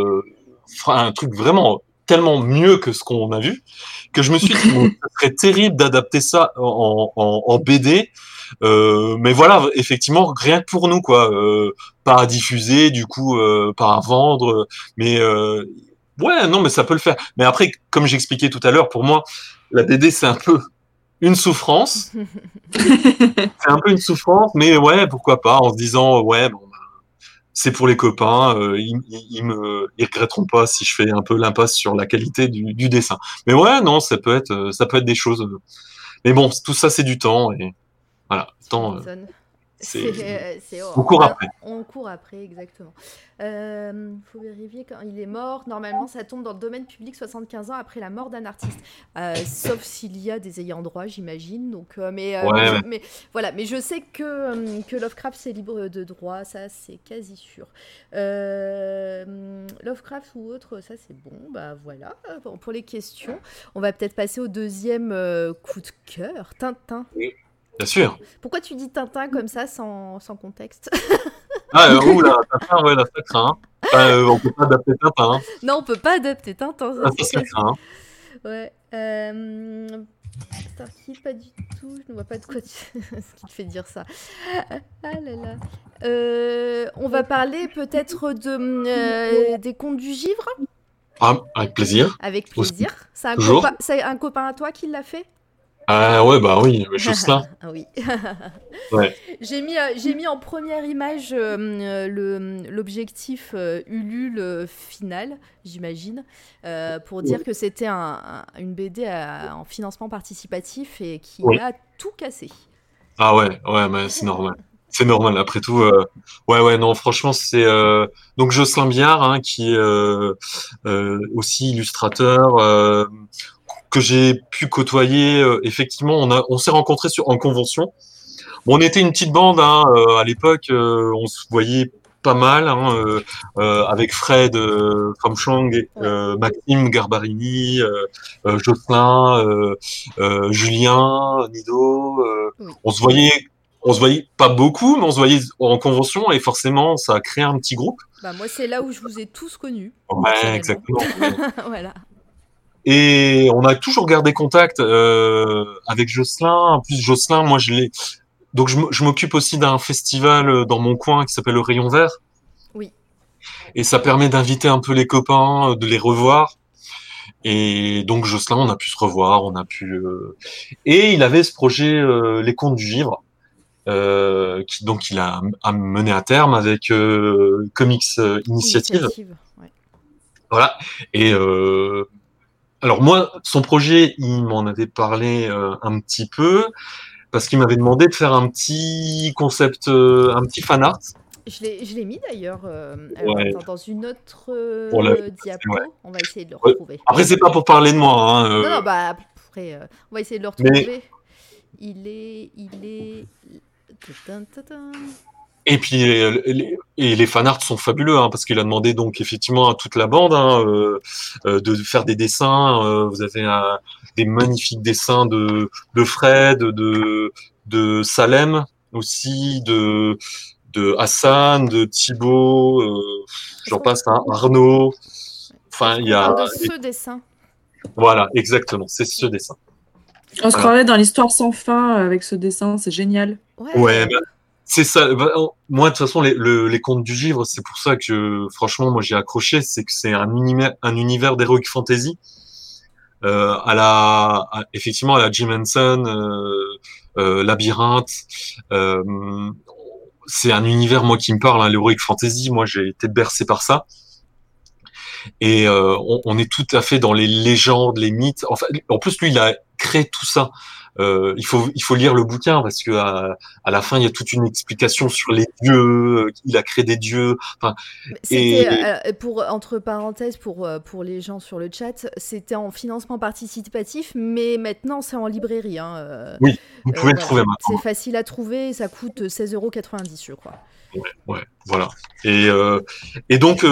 un truc vraiment tellement mieux que ce qu'on a vu que je me suis dit ça serait terrible d'adapter ça en BD, mais voilà, effectivement rien que pour nous quoi, pas à diffuser du coup, pas à vendre, mais non mais ça peut le faire. Mais après, comme j'expliquais tout à l'heure, pour moi la BD c'est un peu une souffrance. C'est un peu une souffrance, mais pourquoi pas, en se disant c'est pour les copains, ils regretteront pas si je fais un peu l'impasse sur la qualité du dessin. Mais non, ça peut être des choses. Mais bon, tout ça c'est du temps et voilà, temps. On court après. On court après, exactement. Faut vérifier quand il est mort. Normalement, ça tombe dans le domaine public 75 ans après la mort d'un artiste, sauf s'il y a des ayants droit, j'imagine. Donc, mais voilà. Mais je sais que Lovecraft c'est libre de droit, ça c'est quasi sûr. Lovecraft ou autre, ça c'est bon. Voilà. Bon, pour les questions, on va peut-être passer au deuxième coup de cœur. Tintin. Oui. Bien sûr. Pourquoi tu dis Tintin comme ça, sans contexte? Tintin, là, ça craint. On peut pas adapter Tintin. Hein. Non, on peut pas adapter Tintin. Ça craint. Ouais. Starkey, pas du tout. Je ne vois pas de quoi ce qui te fait dire ça. Ah là là. On va parler peut-être des contes du givre. Ah, avec plaisir. Avec Aussi. plaisir. Toujours. C'est un copain à toi qui l'a fait? Ah ouais, bah oui, Jocelyn. Ah oui. Ouais. J'ai mis en première image l'objectif Ulule final, j'imagine, pour dire que c'était une BD en financement participatif et qui Oui. a tout cassé. Ah ouais, mais c'est normal. C'est normal, après tout. Ouais, non, franchement, c'est donc Jocelyn Biard, hein, qui est aussi illustrateur, que j'ai pu côtoyer. Effectivement, on s'est rencontrés en convention. Bon, on était une petite bande, hein, à l'époque. On se voyait pas mal, hein, avec Fred Famchang, Maxime Garbarini, Jocelyn, Julien Nido. Oui. On se voyait pas beaucoup, mais on se voyait en convention et forcément, ça a créé un petit groupe. Bah moi, c'est là où je vous ai tous connus. Ouais, exactement. Voilà. Et on a toujours gardé contact avec Jocelyn. En plus, Jocelyn, moi, donc je m'occupe aussi d'un festival dans mon coin qui s'appelle le Rayon Vert. Oui. Et ça permet d'inviter un peu les copains, de les revoir. Et donc Jocelyn, on a pu se revoir, Et il avait ce projet, Les Contes du Givre, qu'il a mené à terme avec Comics Initiative. Ouais. Voilà. Et alors moi, son projet, il m'en avait parlé un petit peu parce qu'il m'avait demandé de faire un petit concept, un petit fan art. Je l'ai mis d'ailleurs Ouais. dans une autre diapo. Ouais. On va essayer de le retrouver. Après, c'est pas pour parler de moi. Hein, Non, bah après, on va essayer de le retrouver. Mais... Il est... Et puis les fanarts sont fabuleux, hein, parce qu'il a demandé donc effectivement à toute la bande, hein, de faire des dessins. Vous avez des magnifiques dessins de Fred, de Salem aussi, de Hassan, de Thibaut, j'en passe, hein, Arnaud. Enfin, il y a. On parle de ce dessin. Voilà, exactement, c'est ce dessin. On se croirait dans l'histoire sans fin avec ce dessin, c'est génial. Ouais, bah, c'est ça. Moi, de toute façon, les contes du givre, c'est pour ça que, franchement, moi, j'ai accroché. C'est que c'est un univers d'heroic fantasy. Effectivement, à la Jim Henson, Labyrinthe. C'est un univers, moi, qui me parle, hein, l'heroic fantasy. Moi, j'ai été bercé par ça. Et on est tout à fait dans les légendes, les mythes. Enfin, en plus, lui, il a créé tout ça. Il faut lire le bouquin parce que à la fin, il y a toute une explication sur les dieux. Il a créé des dieux. Enfin, c'était entre parenthèses pour les gens sur le chat, c'était en financement participatif, mais maintenant c'est en librairie. Hein, oui, vous pouvez le trouver maintenant. C'est facile à trouver, et ça coûte 16,90 €, je crois. Ouais, voilà. Et donc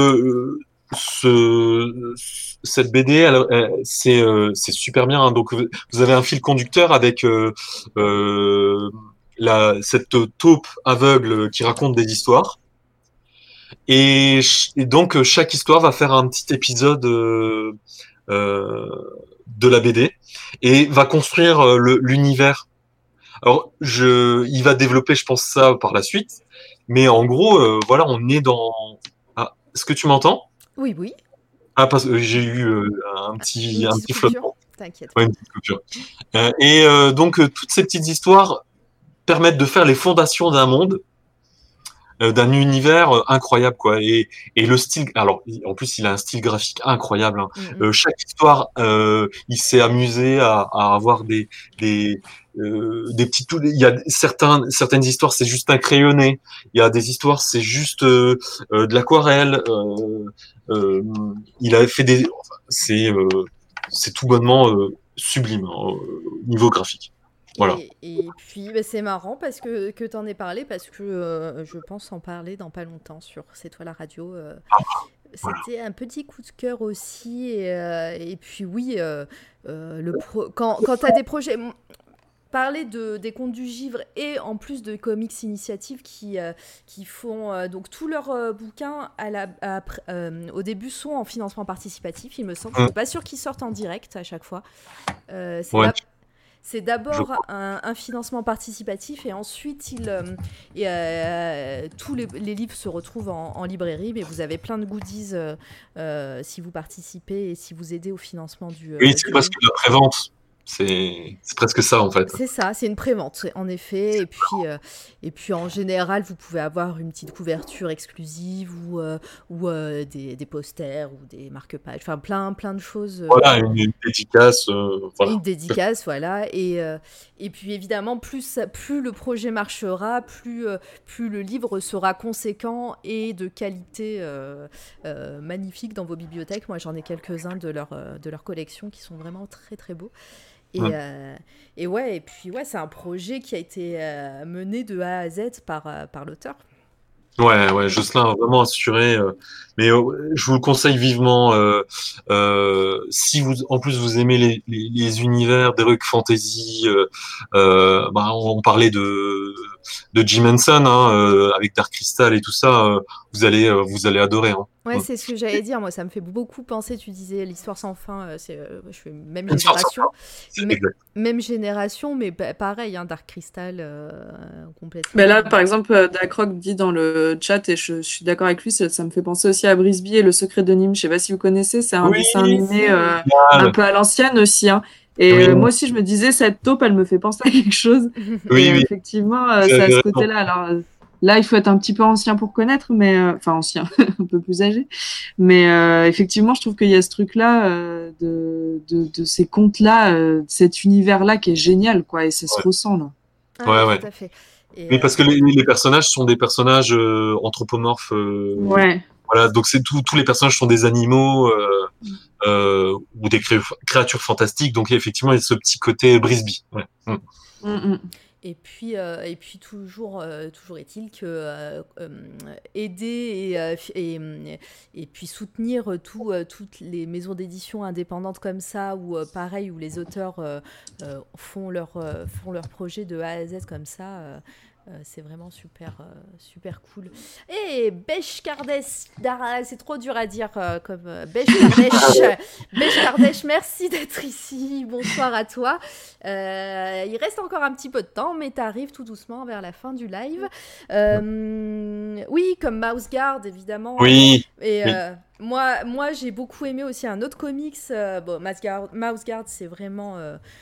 cette BD, c'est super bien. Hein. Donc vous avez un fil conducteur avec cette taupe aveugle qui raconte des histoires. Et donc chaque histoire va faire un petit épisode de la BD et va construire l'univers. Alors il va développer, je pense, ça par la suite. Mais en gros, voilà, on est dans. Ah, est-ce que tu m'entends? Oui, oui. Ah, parce que j'ai eu un petit flottement. T'inquiète. Ouais, une petite coupure. Donc, toutes ces petites histoires permettent de faire les fondations d'un monde, d'un univers incroyable, quoi. Et le style, alors, en plus, il a un style graphique incroyable. Hein. Chaque histoire, il s'est amusé à avoir des petits. Il y a certaines histoires, c'est juste un crayonné. Il y a des histoires, c'est juste de l'aquarelle. Il avait fait c'est tout bonnement sublime au niveau graphique. Voilà. Et puis c'est marrant parce que tu en aies parlé, parce que je pense en parler dans pas longtemps sur C'est toi la radio. C'était un petit coup de cœur aussi. Et puis oui, quand tu as des projets... Parler des contes du givre et en plus de Comics Initiative qui font donc tous leurs bouquins au début sont en financement participatif, il me semble. Je suis pas sûre qu'ils sortent en direct à chaque fois. C'est d'abord un financement participatif et ensuite tous les livres se retrouvent en librairie, mais vous avez plein de goodies si vous participez et si vous aidez au financement du. Oui, c'est presque de la prévente. C'est presque ça, en fait. C'est ça, c'est une prévente, en effet. Et puis en général, vous pouvez avoir une petite couverture exclusive ou des posters ou des marque-pages. Enfin, plein de choses. Voilà, une dédicace. Voilà. Une dédicace, voilà. Et puis évidemment, plus le projet marchera, plus le livre sera conséquent et de qualité magnifique dans vos bibliothèques. Moi, j'en ai quelques-uns de leur collection qui sont vraiment très, très beaux. Et puis c'est un projet qui a été mené de A à Z par l'auteur. Ouais, Jocelyn a vraiment assuré. Mais je vous le conseille vivement. Si en plus vous aimez les univers d'Heroic Fantasy, on parlait de Jim Henson avec Dark Crystal et tout ça. Vous allez adorer. Hein. Ouais, c'est ce que j'allais dire. Moi, ça me fait beaucoup penser. Tu disais l'histoire sans fin. Je fais même génération. Même génération, mais pareil, Dark Crystal complètement. Mais là, par exemple, Dakroc dit dans le chat, et je suis d'accord avec lui, ça me fait penser aussi à Brisby et le secret de Nîmes. Je sais pas si vous connaissez, c'est un dessin animé un peu à l'ancienne aussi. Hein. Et moi aussi, je me disais, cette taupe, elle me fait penser à quelque chose. Effectivement, c'est à ce côté-là. Alors. Là, il faut être un petit peu ancien pour connaître, mais ancien, un peu plus âgé. Mais effectivement, je trouve qu'il y a ce truc-là de ces contes-là, cet univers-là qui est génial, quoi, et ça se ressent là. Ouais. Tout à fait. Mais parce que les personnages sont des personnages anthropomorphes. Voilà, donc tous les personnages sont des animaux ou des créatures fantastiques. Donc effectivement, il y a ce petit côté Brisby. Ouais. Et puis toujours est-il que aider et puis soutenir toutes les maisons d'édition indépendantes comme ça, ou pareil, où les auteurs font leur projet de A à Z comme ça, c'est vraiment super cool. Et Besh Kardesh, c'est trop dur à dire comme Besh Kardesh. Besh Kardesh, merci d'être ici. Bonsoir à toi. Il reste encore un petit peu de temps, mais tu arrives tout doucement vers la fin du live. Oui, comme Mouse Guard, évidemment. Oui. Et moi, j'ai beaucoup aimé aussi un autre comics. Mouse Guard, c'est vraiment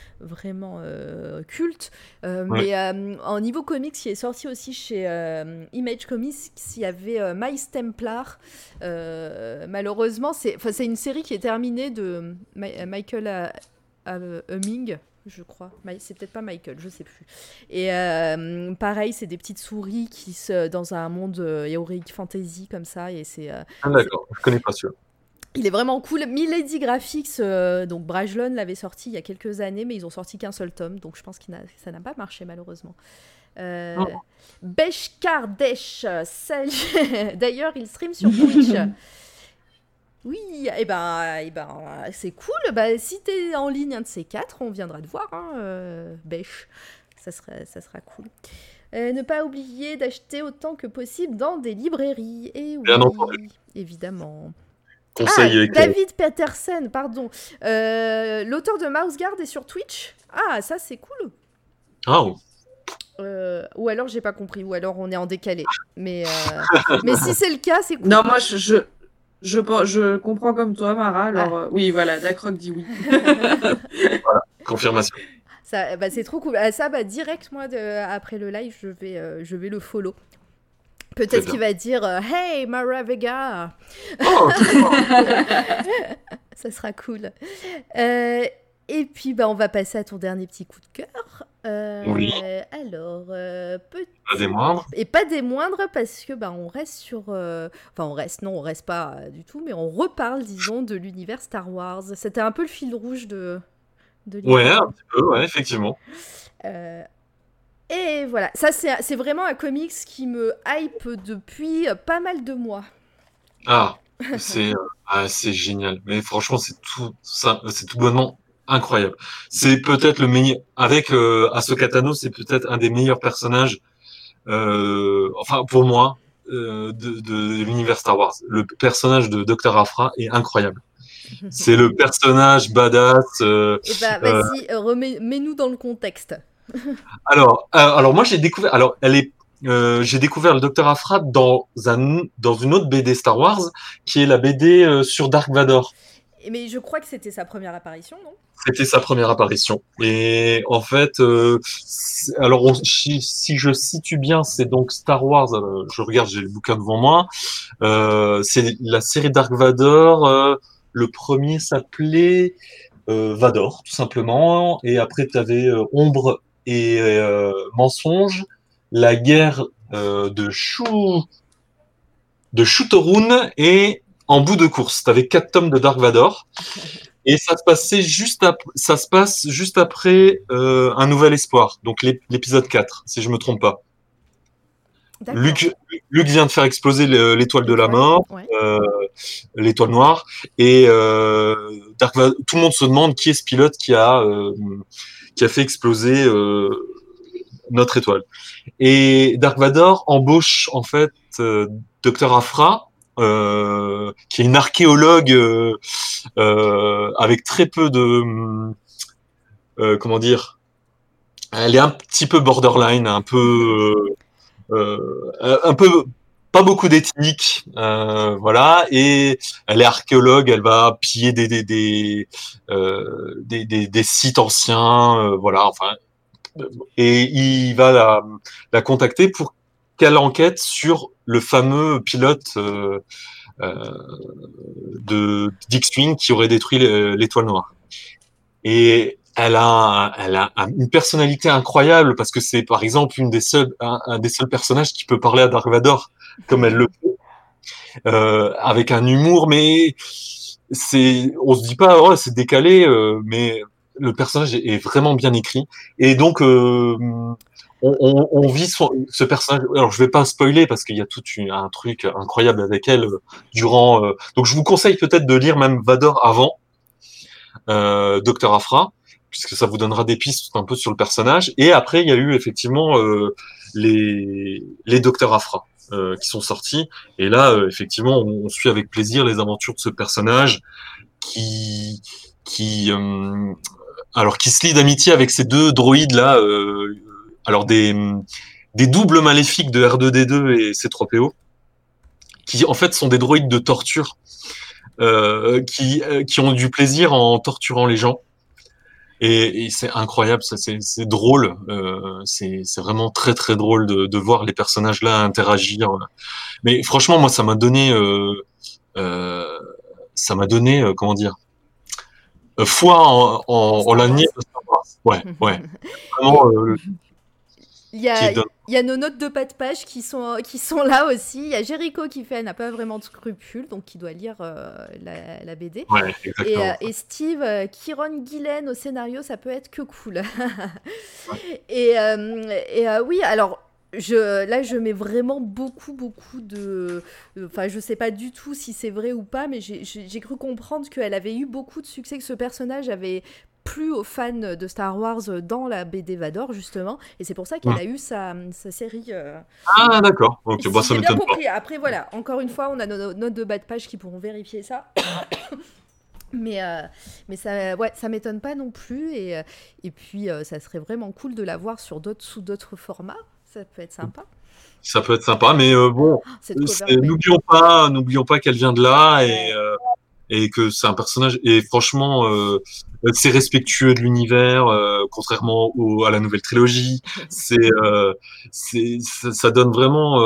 culte. Mais en niveau comics, qui est sorti aussi chez Image Comics, il y avait Mice Templar. Malheureusement, c'est une série qui est terminée de Michael Humming. Je crois. C'est peut-être pas Michael, je sais plus. Et pareil, c'est des petites souris qui dans un monde heroic fantasy comme ça. Et d'accord, je connais pas celui-là. Il est vraiment cool. Milady Graphics, donc Brajlon l'avait sorti il y a quelques années, mais ils ont sorti qu'un seul tome, donc je pense que ça n'a pas marché malheureusement. Besh Kardesh, d'ailleurs il stream sur Twitch. Oui, et ben, c'est cool. Si t'es en ligne un de ces quatre, on viendra te voir, Besh. Ça sera cool. Ne pas oublier d'acheter autant que possible dans des librairies. Et oui, bien entendu. Évidemment. David Petersen, pardon. L'auteur de Mouse Guard est sur Twitch. Ah, ça c'est cool. Oh. Ou alors j'ai pas compris, ou alors on est en décalé. Mais si c'est le cas, c'est cool. Non, moi je comprends comme toi, Mara. Alors oui, voilà, Dakroc dit oui. Voilà, confirmation. Ça, c'est trop cool. Ça, direct, moi, après le live, je vais le follow. Peut-être qu'il va dire Hey, Mara Vega. Oh, ça sera cool. Et puis, on va passer à ton dernier petit coup de cœur. Oui. Alors, pas des moindres. Et pas des moindres, parce que on reste sur. On reste pas du tout, mais on reparle, disons, de l'univers Star Wars. C'était un peu le fil rouge de l'univers. Ouais, un petit peu, ouais, effectivement. Et voilà, ça c'est vraiment un comics qui me hype depuis pas mal de mois. C'est génial. Mais franchement, c'est tout bonnement incroyable. C'est peut-être le meilleur. Avec Ahsoka Tano, c'est peut-être un des meilleurs personnages, pour moi, de l'univers Star Wars. Le personnage de Dr. Aphra est incroyable. C'est le personnage badass. Eh ben, vas-y, mets-nous dans le contexte. Alors moi j'ai découvert. Alors j'ai découvert le Docteur Aphra dans une autre BD Star Wars, qui est la BD sur Dark Vador. Mais je crois que c'était sa première apparition, non? C'était sa première apparition. Et en fait, si je situe bien, c'est donc Star Wars. Je regarde, j'ai le bouquin devant moi. C'est la série Dark Vador. Le premier s'appelait Vador, tout simplement. Et après, tu avais Ombre et Mensonge, la guerre de Shootorun et En bout de course. Tu avais 4 tomes de Dark Vador. Et ça se passe juste après Un Nouvel Espoir, donc l'épisode 4, si je me trompe pas. Luke vient de faire exploser l'étoile de la mort, ouais. L'étoile noire, et tout le monde se demande qui est ce pilote qui a fait exploser notre étoile. Et Dark Vador embauche en fait Dr. Aphra, qui est une archéologue avec très peu de comment dire, elle est un petit peu borderline, un peu pas beaucoup d'éthique, voilà, et elle est archéologue, elle va piller des sites anciens, voilà, enfin, et il va la contacter pour qu'elle enquête sur le fameux pilote de d'X-Wing qui aurait détruit l'étoile noire. Et elle a une personnalité incroyable parce que c'est par exemple un des seuls personnages qui peut parler à Dark Vador comme elle le fait, avec un humour, mais on se dit pas oh, c'est décalé, mais le personnage est vraiment bien écrit. Et donc on vit ce personnage. Alors je vais pas spoiler parce qu'il y a tout un truc incroyable avec elle durant. Donc je vous conseille peut-être de lire même Vador avant Dr. Aphra, puisque ça vous donnera des pistes un peu sur le personnage. Et après il y a eu effectivement les Dr. Aphra qui sont sortis. Et là effectivement on suit avec plaisir les aventures de ce personnage qui se lie d'amitié avec ces deux droïdes là. Alors des doubles maléfiques de R2D2 et C3PO, qui en fait sont des droïdes de torture, qui ont du plaisir en torturant les gens. Et c'est incroyable, ça, c'est drôle, c'est vraiment très très drôle de voir les personnages là interagir. Mais franchement, moi, ça m'a donné comment dire, foi en l'avenir de Star Wars. Ouais. Vraiment. Il y a nos notes de pas de page qui sont là aussi. Il y a Jericho qui fait, elle n'a pas vraiment de scrupules, donc qui doit lire la BD. Ouais, exactement. Et Steve, Kieron Gillen au scénario, ça peut être que cool. Et oui, alors je mets vraiment beaucoup de... Enfin, je sais pas du tout si c'est vrai ou pas, mais j'ai cru comprendre qu'elle avait eu beaucoup de succès, que ce personnage avait plu aux fans de Star Wars dans la BD Vador, justement, et c'est pour ça qu'elle a eu sa série. Ah, d'accord. Ok, si ça j'ai bien m'étonne compris. pas. Après, voilà, encore une fois, on a nos notes de bas de page qui pourront vérifier ça. Mais ça, ouais, ça m'étonne pas non plus, et puis ça serait vraiment cool de la voir sous d'autres formats. Ça peut être sympa. Ça peut être sympa, mais bon, n'oublions pas qu'elle vient de là et que c'est un personnage. Et franchement, c'est respectueux de l'univers, contrairement à la nouvelle trilogie. Ça donne vraiment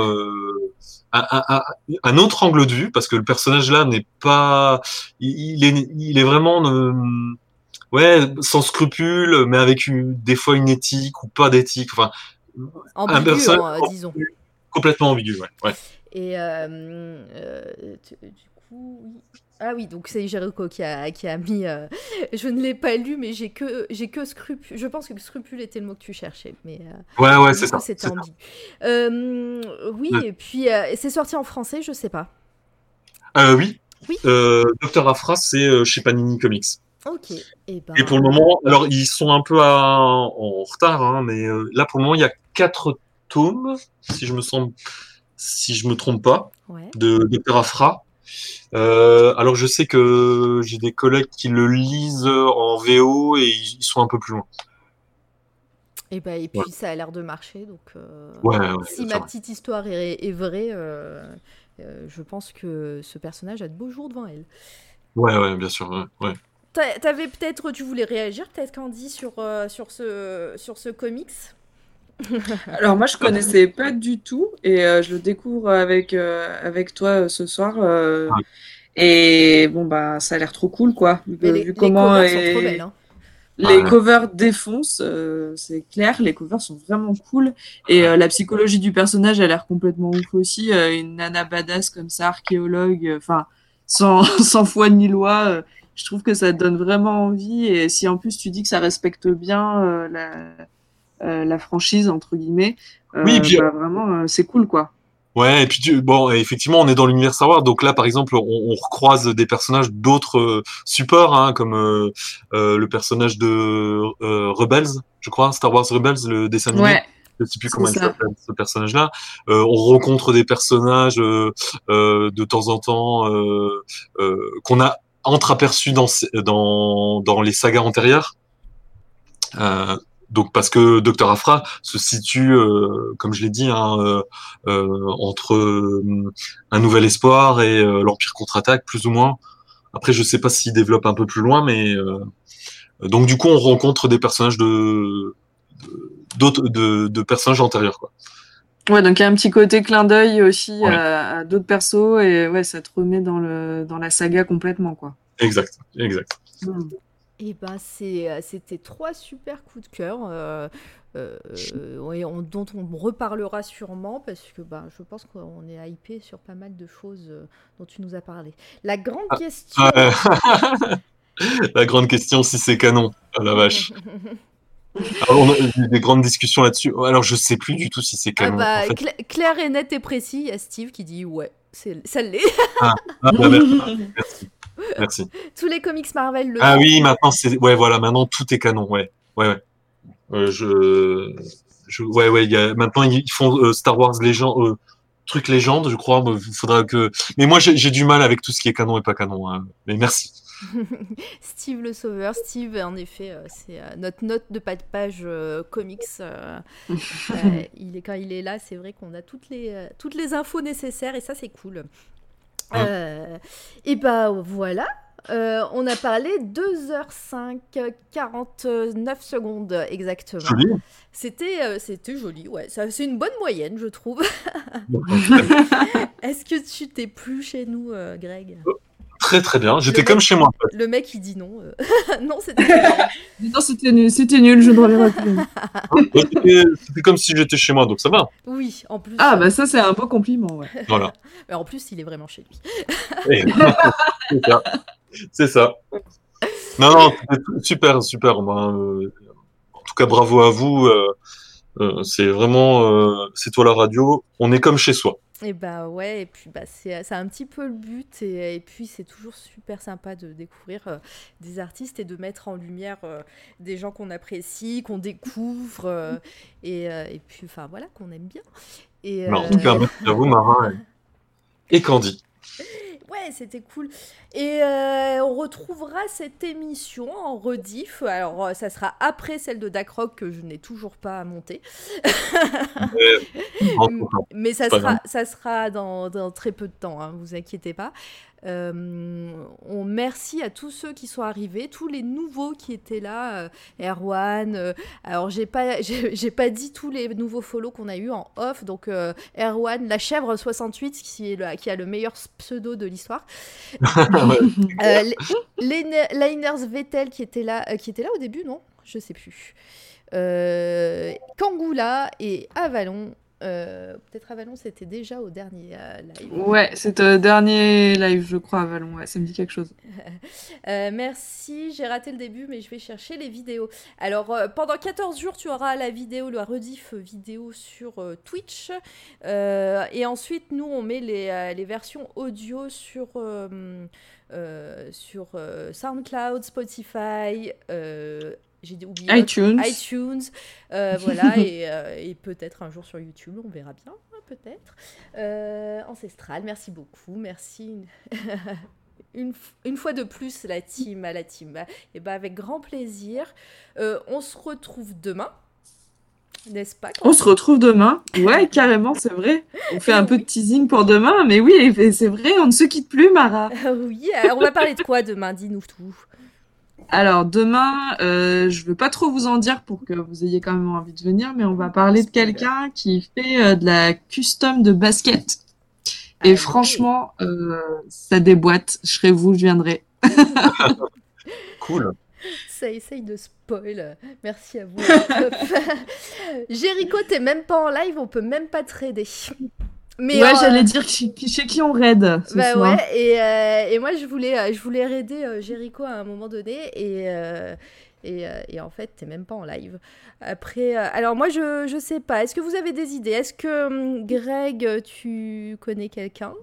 un autre angle de vue parce que le personnage là n'est pas, il est vraiment ouais, sans scrupules, mais avec des fois une éthique ou pas d'éthique. Enfin, un personnage disons. Complètement ambigu, ouais. Et du coup, oui. Ah oui, donc c'est Jericho qui a mis... je ne l'ai pas lu, mais j'ai que scrupule. Je pense que scrupule était le mot que tu cherchais. Mais, ouais, c'est ça. C'était ambigu. Oui, ouais. Et puis c'est sorti en français, je sais pas. Oui. Dr. Aphra, c'est chez Panini Comics. Ok. Et pour le moment, alors ils sont un peu en retard, hein, mais là pour le moment, il y a 4 tomes, si je me trompe pas, ouais, de Dr. Aphra. Alors je sais que j'ai des collègues qui le lisent en VO et ils sont un peu plus loin. Et Ouais, puis ça a l'air de marcher, donc ouais, ouais, si bien ma sûr. petite histoire est vraie, je pense que ce personnage a de beaux jours devant elle. Ouais, ouais, bien sûr. Ouais, ouais. T'avais peut-être, tu voulais réagir peut-être Candy sur ce comics. Alors moi, je connaissais pas du tout et je le découvre avec toi ce soir. Ouais. Et bon, bah, ça a l'air trop cool, quoi. Mais Vu les comment covers sont trop belles, hein. les Ouais. covers défoncent, c'est clair, les covers sont vraiment cool. Et la psychologie du personnage a l'air complètement ouf aussi. Une nana badass comme ça, archéologue, enfin, sans, sans foi ni loi. Je trouve que ça donne vraiment envie. Et si en plus tu dis que ça respecte bien la franchise, entre guillemets, Oui, et puis bah vraiment, c'est cool, quoi. ouais, et puis bon, effectivement, on est dans l'univers Star Wars, donc là, par exemple, on recroise des personnages d'autres supports, hein, comme le personnage de Rebels, je crois, Star Wars Rebels, le dessin animé. Ouais, Je sais plus c'est comment il ça. s'appelle ce personnage-là. On rencontre des personnages de temps en temps qu'on a entreaperçus dans les sagas antérieures. Euh, donc parce que Dr Aphra se situe, comme je l'ai dit, hein, entre un nouvel espoir et l'Empire contre-attaque, plus ou moins. Après, je sais pas s'il développe un peu plus loin, mais donc du coup, on rencontre des personnages de personnages antérieurs, quoi. Ouais, donc il y a un petit côté clin d'œil aussi Ouais, à d'autres persos et ouais, ça te remet dans la saga complètement, quoi. exact, exact. Mm. Et c'était 3 super coups de cœur ouais, dont on reparlera sûrement parce que je pense qu'on est hypé sur pas mal de choses dont tu nous as parlé. La grande question. Ouais. La grande question, si c'est canon, ah la vache. Alors, on a eu des grandes discussions là-dessus. Alors, je sais plus du tout si c'est Ah canon. En fait, clair et net et précis, il y a Steve qui dit ouais, ça l'est. ah, bah, merci, merci. Tous les comics Marvel le Ah sont. oui, maintenant c'est ouais voilà, maintenant tout est canon, ouais. Ouais ouais. Ouais ouais, maintenant ils font Star Wars légende truc légende, je crois, mais faudra que mais moi j'ai du mal avec tout ce qui est canon et pas canon, hein. Mais merci. Steve le Sauveur. Steve, en effet, c'est notre note de pas de page comics. Quand il est là, c'est vrai qu'on a toutes les infos nécessaires et ça, c'est cool. Hum, Et voilà. On a parlé 2h05, 49 secondes exactement. joli. C'était joli, ouais. C'est une bonne moyenne, je trouve. Est-ce que tu t'es plu chez nous, Greg? Très très bien. Le J'étais comme mec, chez moi. En le mec, il dit non. Non, c'était génial. Non, c'était nul, je ne reviendrai plus. fait, hein. Ouais, c'était comme si j'étais chez moi, donc ça va. Oui, en plus. Ah, bah ça, c'est un beau compliment, ouais. Voilà. Mais en plus, il est vraiment chez lui. Et- c'est ça. C'est ça. Non non, c'était super super. Moi, en tout cas, bravo à vous. C'est vraiment, c'est toi la radio. On est comme chez soi. Et ouais, et puis c'est un petit peu le but, et puis c'est toujours super sympa de découvrir des artistes et de mettre en lumière des gens qu'on apprécie, qu'on découvre, et puis enfin voilà, qu'on aime bien. Et Mais en tout cas, merci à vous, Marin et Candy. ouais, c'était cool. Et on retrouvera cette émission en rediff. Alors, ça sera après celle de Dacroc que je n'ai toujours pas montée. En tout cas, Mais c'est pas grave. ça sera dans très peu de temps, hein, vous inquiétez pas. On merci à tous ceux qui sont arrivés, tous les nouveaux qui étaient là, Erwan. Alors j'ai pas dit tous les nouveaux follow qu'on a eu en off, donc Erwan, la chèvre 68 qui a le meilleur pseudo de l'histoire. Ouais. Liners Vettel qui était là au début, non? Je sais plus. Kangula et Avalon. Peut-être Avalon, c'était déjà au dernier live. Ouais, c'est le dernier live, je crois, à Vallon. Ouais, ça me dit quelque chose. Merci, j'ai raté le début, mais je vais chercher les vidéos. Alors, pendant 14 jours, tu auras la vidéo, la rediff vidéo sur Twitch. Et ensuite, nous, on met les versions audio sur SoundCloud, Spotify, j'ai oublié iTunes. iTunes, voilà, et peut-être un jour sur YouTube, on verra bien, peut-être. Ancestrale, merci beaucoup. Merci une fois de plus la team à la team. Et ben avec grand plaisir. On se retrouve demain. N'est-ce pas? On se retrouve demain. Ouais, carrément, c'est vrai. On fait un peu de teasing pour demain, mais oui, c'est vrai, on ne se quitte plus, Mara. Oui, alors on va parler de quoi demain? Dis-nous tout. Alors demain, je veux pas trop vous en dire pour que vous ayez quand même envie de venir, mais on va parler de quelqu'un qui fait de la custom de basket. Et franchement, ça déboîte. Je serai vous, je viendrai. Cool. Ça essaye de spoil. Merci à vous. Jéricho, t'es même pas en live, on peut même pas trader. Mais ouais, j'allais dire chez qui on raid ce soir. Ouais, et moi je voulais raider Jéricho à un moment donné et en fait t'es même pas en live. Après, alors moi je sais pas. Est-ce que vous avez des idées? Est-ce que Greg, tu connais quelqu'un?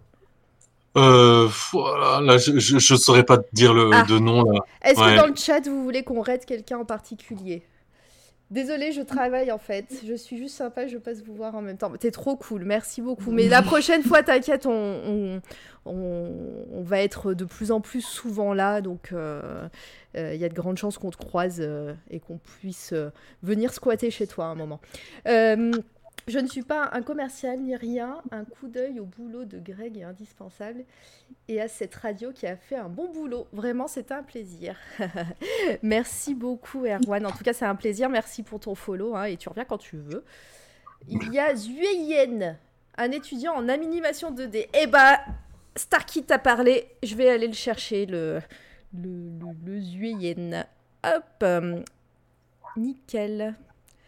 Voilà, là, je saurais pas te dire de nom là. Est-ce que dans le chat vous voulez qu'on raide quelqu'un en particulier? Désolée, je travaille en fait. Je suis juste sympa, je passe vous voir en même temps. T'es trop cool, merci beaucoup. Mais la prochaine fois, t'inquiète, on va être de plus en plus souvent là. Donc, il y a de grandes chances qu'on te croise et qu'on puisse venir squatter chez toi à un moment. Je ne suis pas un commercial ni rien. Un coup d'œil au boulot de Greg est indispensable. Et à cette radio qui a fait un bon boulot. Vraiment, c'était un plaisir. Merci beaucoup, Erwan. En tout cas, c'est un plaisir. Merci pour ton follow. Et tu reviens quand tu veux. Il y a Zueyen, un étudiant en animation 2D. Eh bah, Starkey t'a parlé. Je vais aller le chercher, le Zueyen. Hop. Nickel.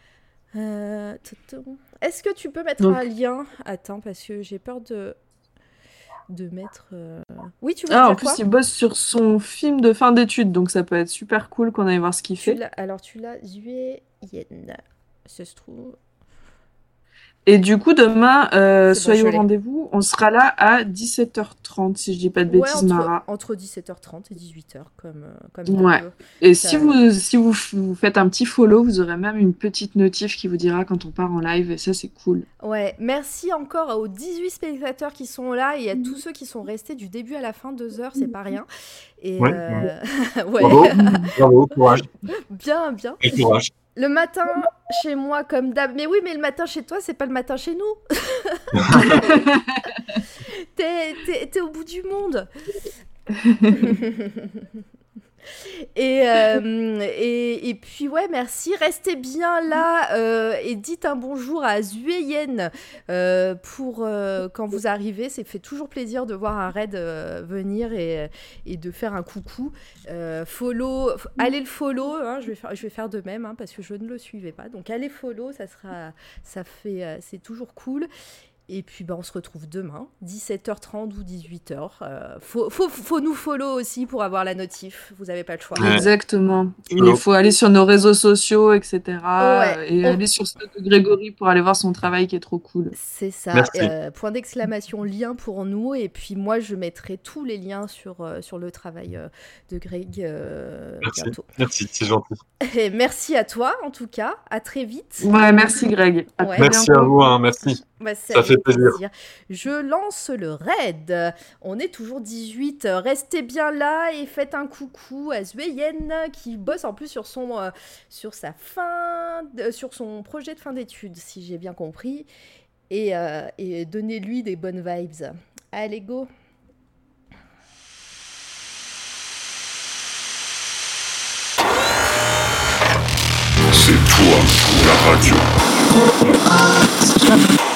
Est-ce que tu peux mettre un lien? Attends, parce que j'ai peur de mettre... Oui, tu veux dire en plus, quoi? il bosse sur son film de fin d'études, donc ça peut être super cool qu'on aille voir ce qu'il fait. Alors, tu l'as, Zueyen, ça se trouve... Et du coup, demain, soyez au rendez-vous. On sera là à 17h30, si je dis pas de bêtises, Mara. Entre 17h30 et 18h, comme ouais. Et ça... si vous faites un petit follow, vous aurez même une petite notif qui vous dira quand on part en live, et ça, c'est cool. Ouais, merci encore aux 18 spectateurs qui sont là, et à tous ceux qui sont restés du début à la fin, 2 heures, c'est pas rien. Et ouais. Bravo, courage. Bien. Et courage. Le matin, chez moi, comme d'hab. Mais oui, mais le matin chez toi, c'est pas le matin chez nous. T'es au bout du monde. Et puis ouais, merci. Restez bien là et dites un bonjour à Zueyen pour quand vous arrivez. Ça fait toujours plaisir de voir un raid venir et de faire un coucou. Follow, allez le follow. Hein, je vais faire de même parce que je ne le suivais pas. Donc allez follow, c'est toujours cool. Et puis on se retrouve demain, 17h30 ou 18h. Faut nous follow aussi pour avoir la notif. Vous n'avez pas le choix. Ouais. Exactement. Il faut aller sur nos réseaux sociaux, etc. Et aller sur ceux de Grégory pour aller voir son travail qui est trop cool. C'est ça. Point d'exclamation, lien pour nous. Et puis moi, je mettrai tous les liens sur le travail de Greg bientôt. Merci, c'est gentil. Et merci à toi, en tout cas. À très vite. Ouais, merci Greg. Merci à vous, merci. Ça fait plaisir. Je lance le raid. On est toujours 18. Restez bien là et faites un coucou à Zueyen qui bosse en plus sur son projet de fin d'études, si j'ai bien compris. Et donnez-lui des bonnes vibes. Allez, go. C'est toi, la radio.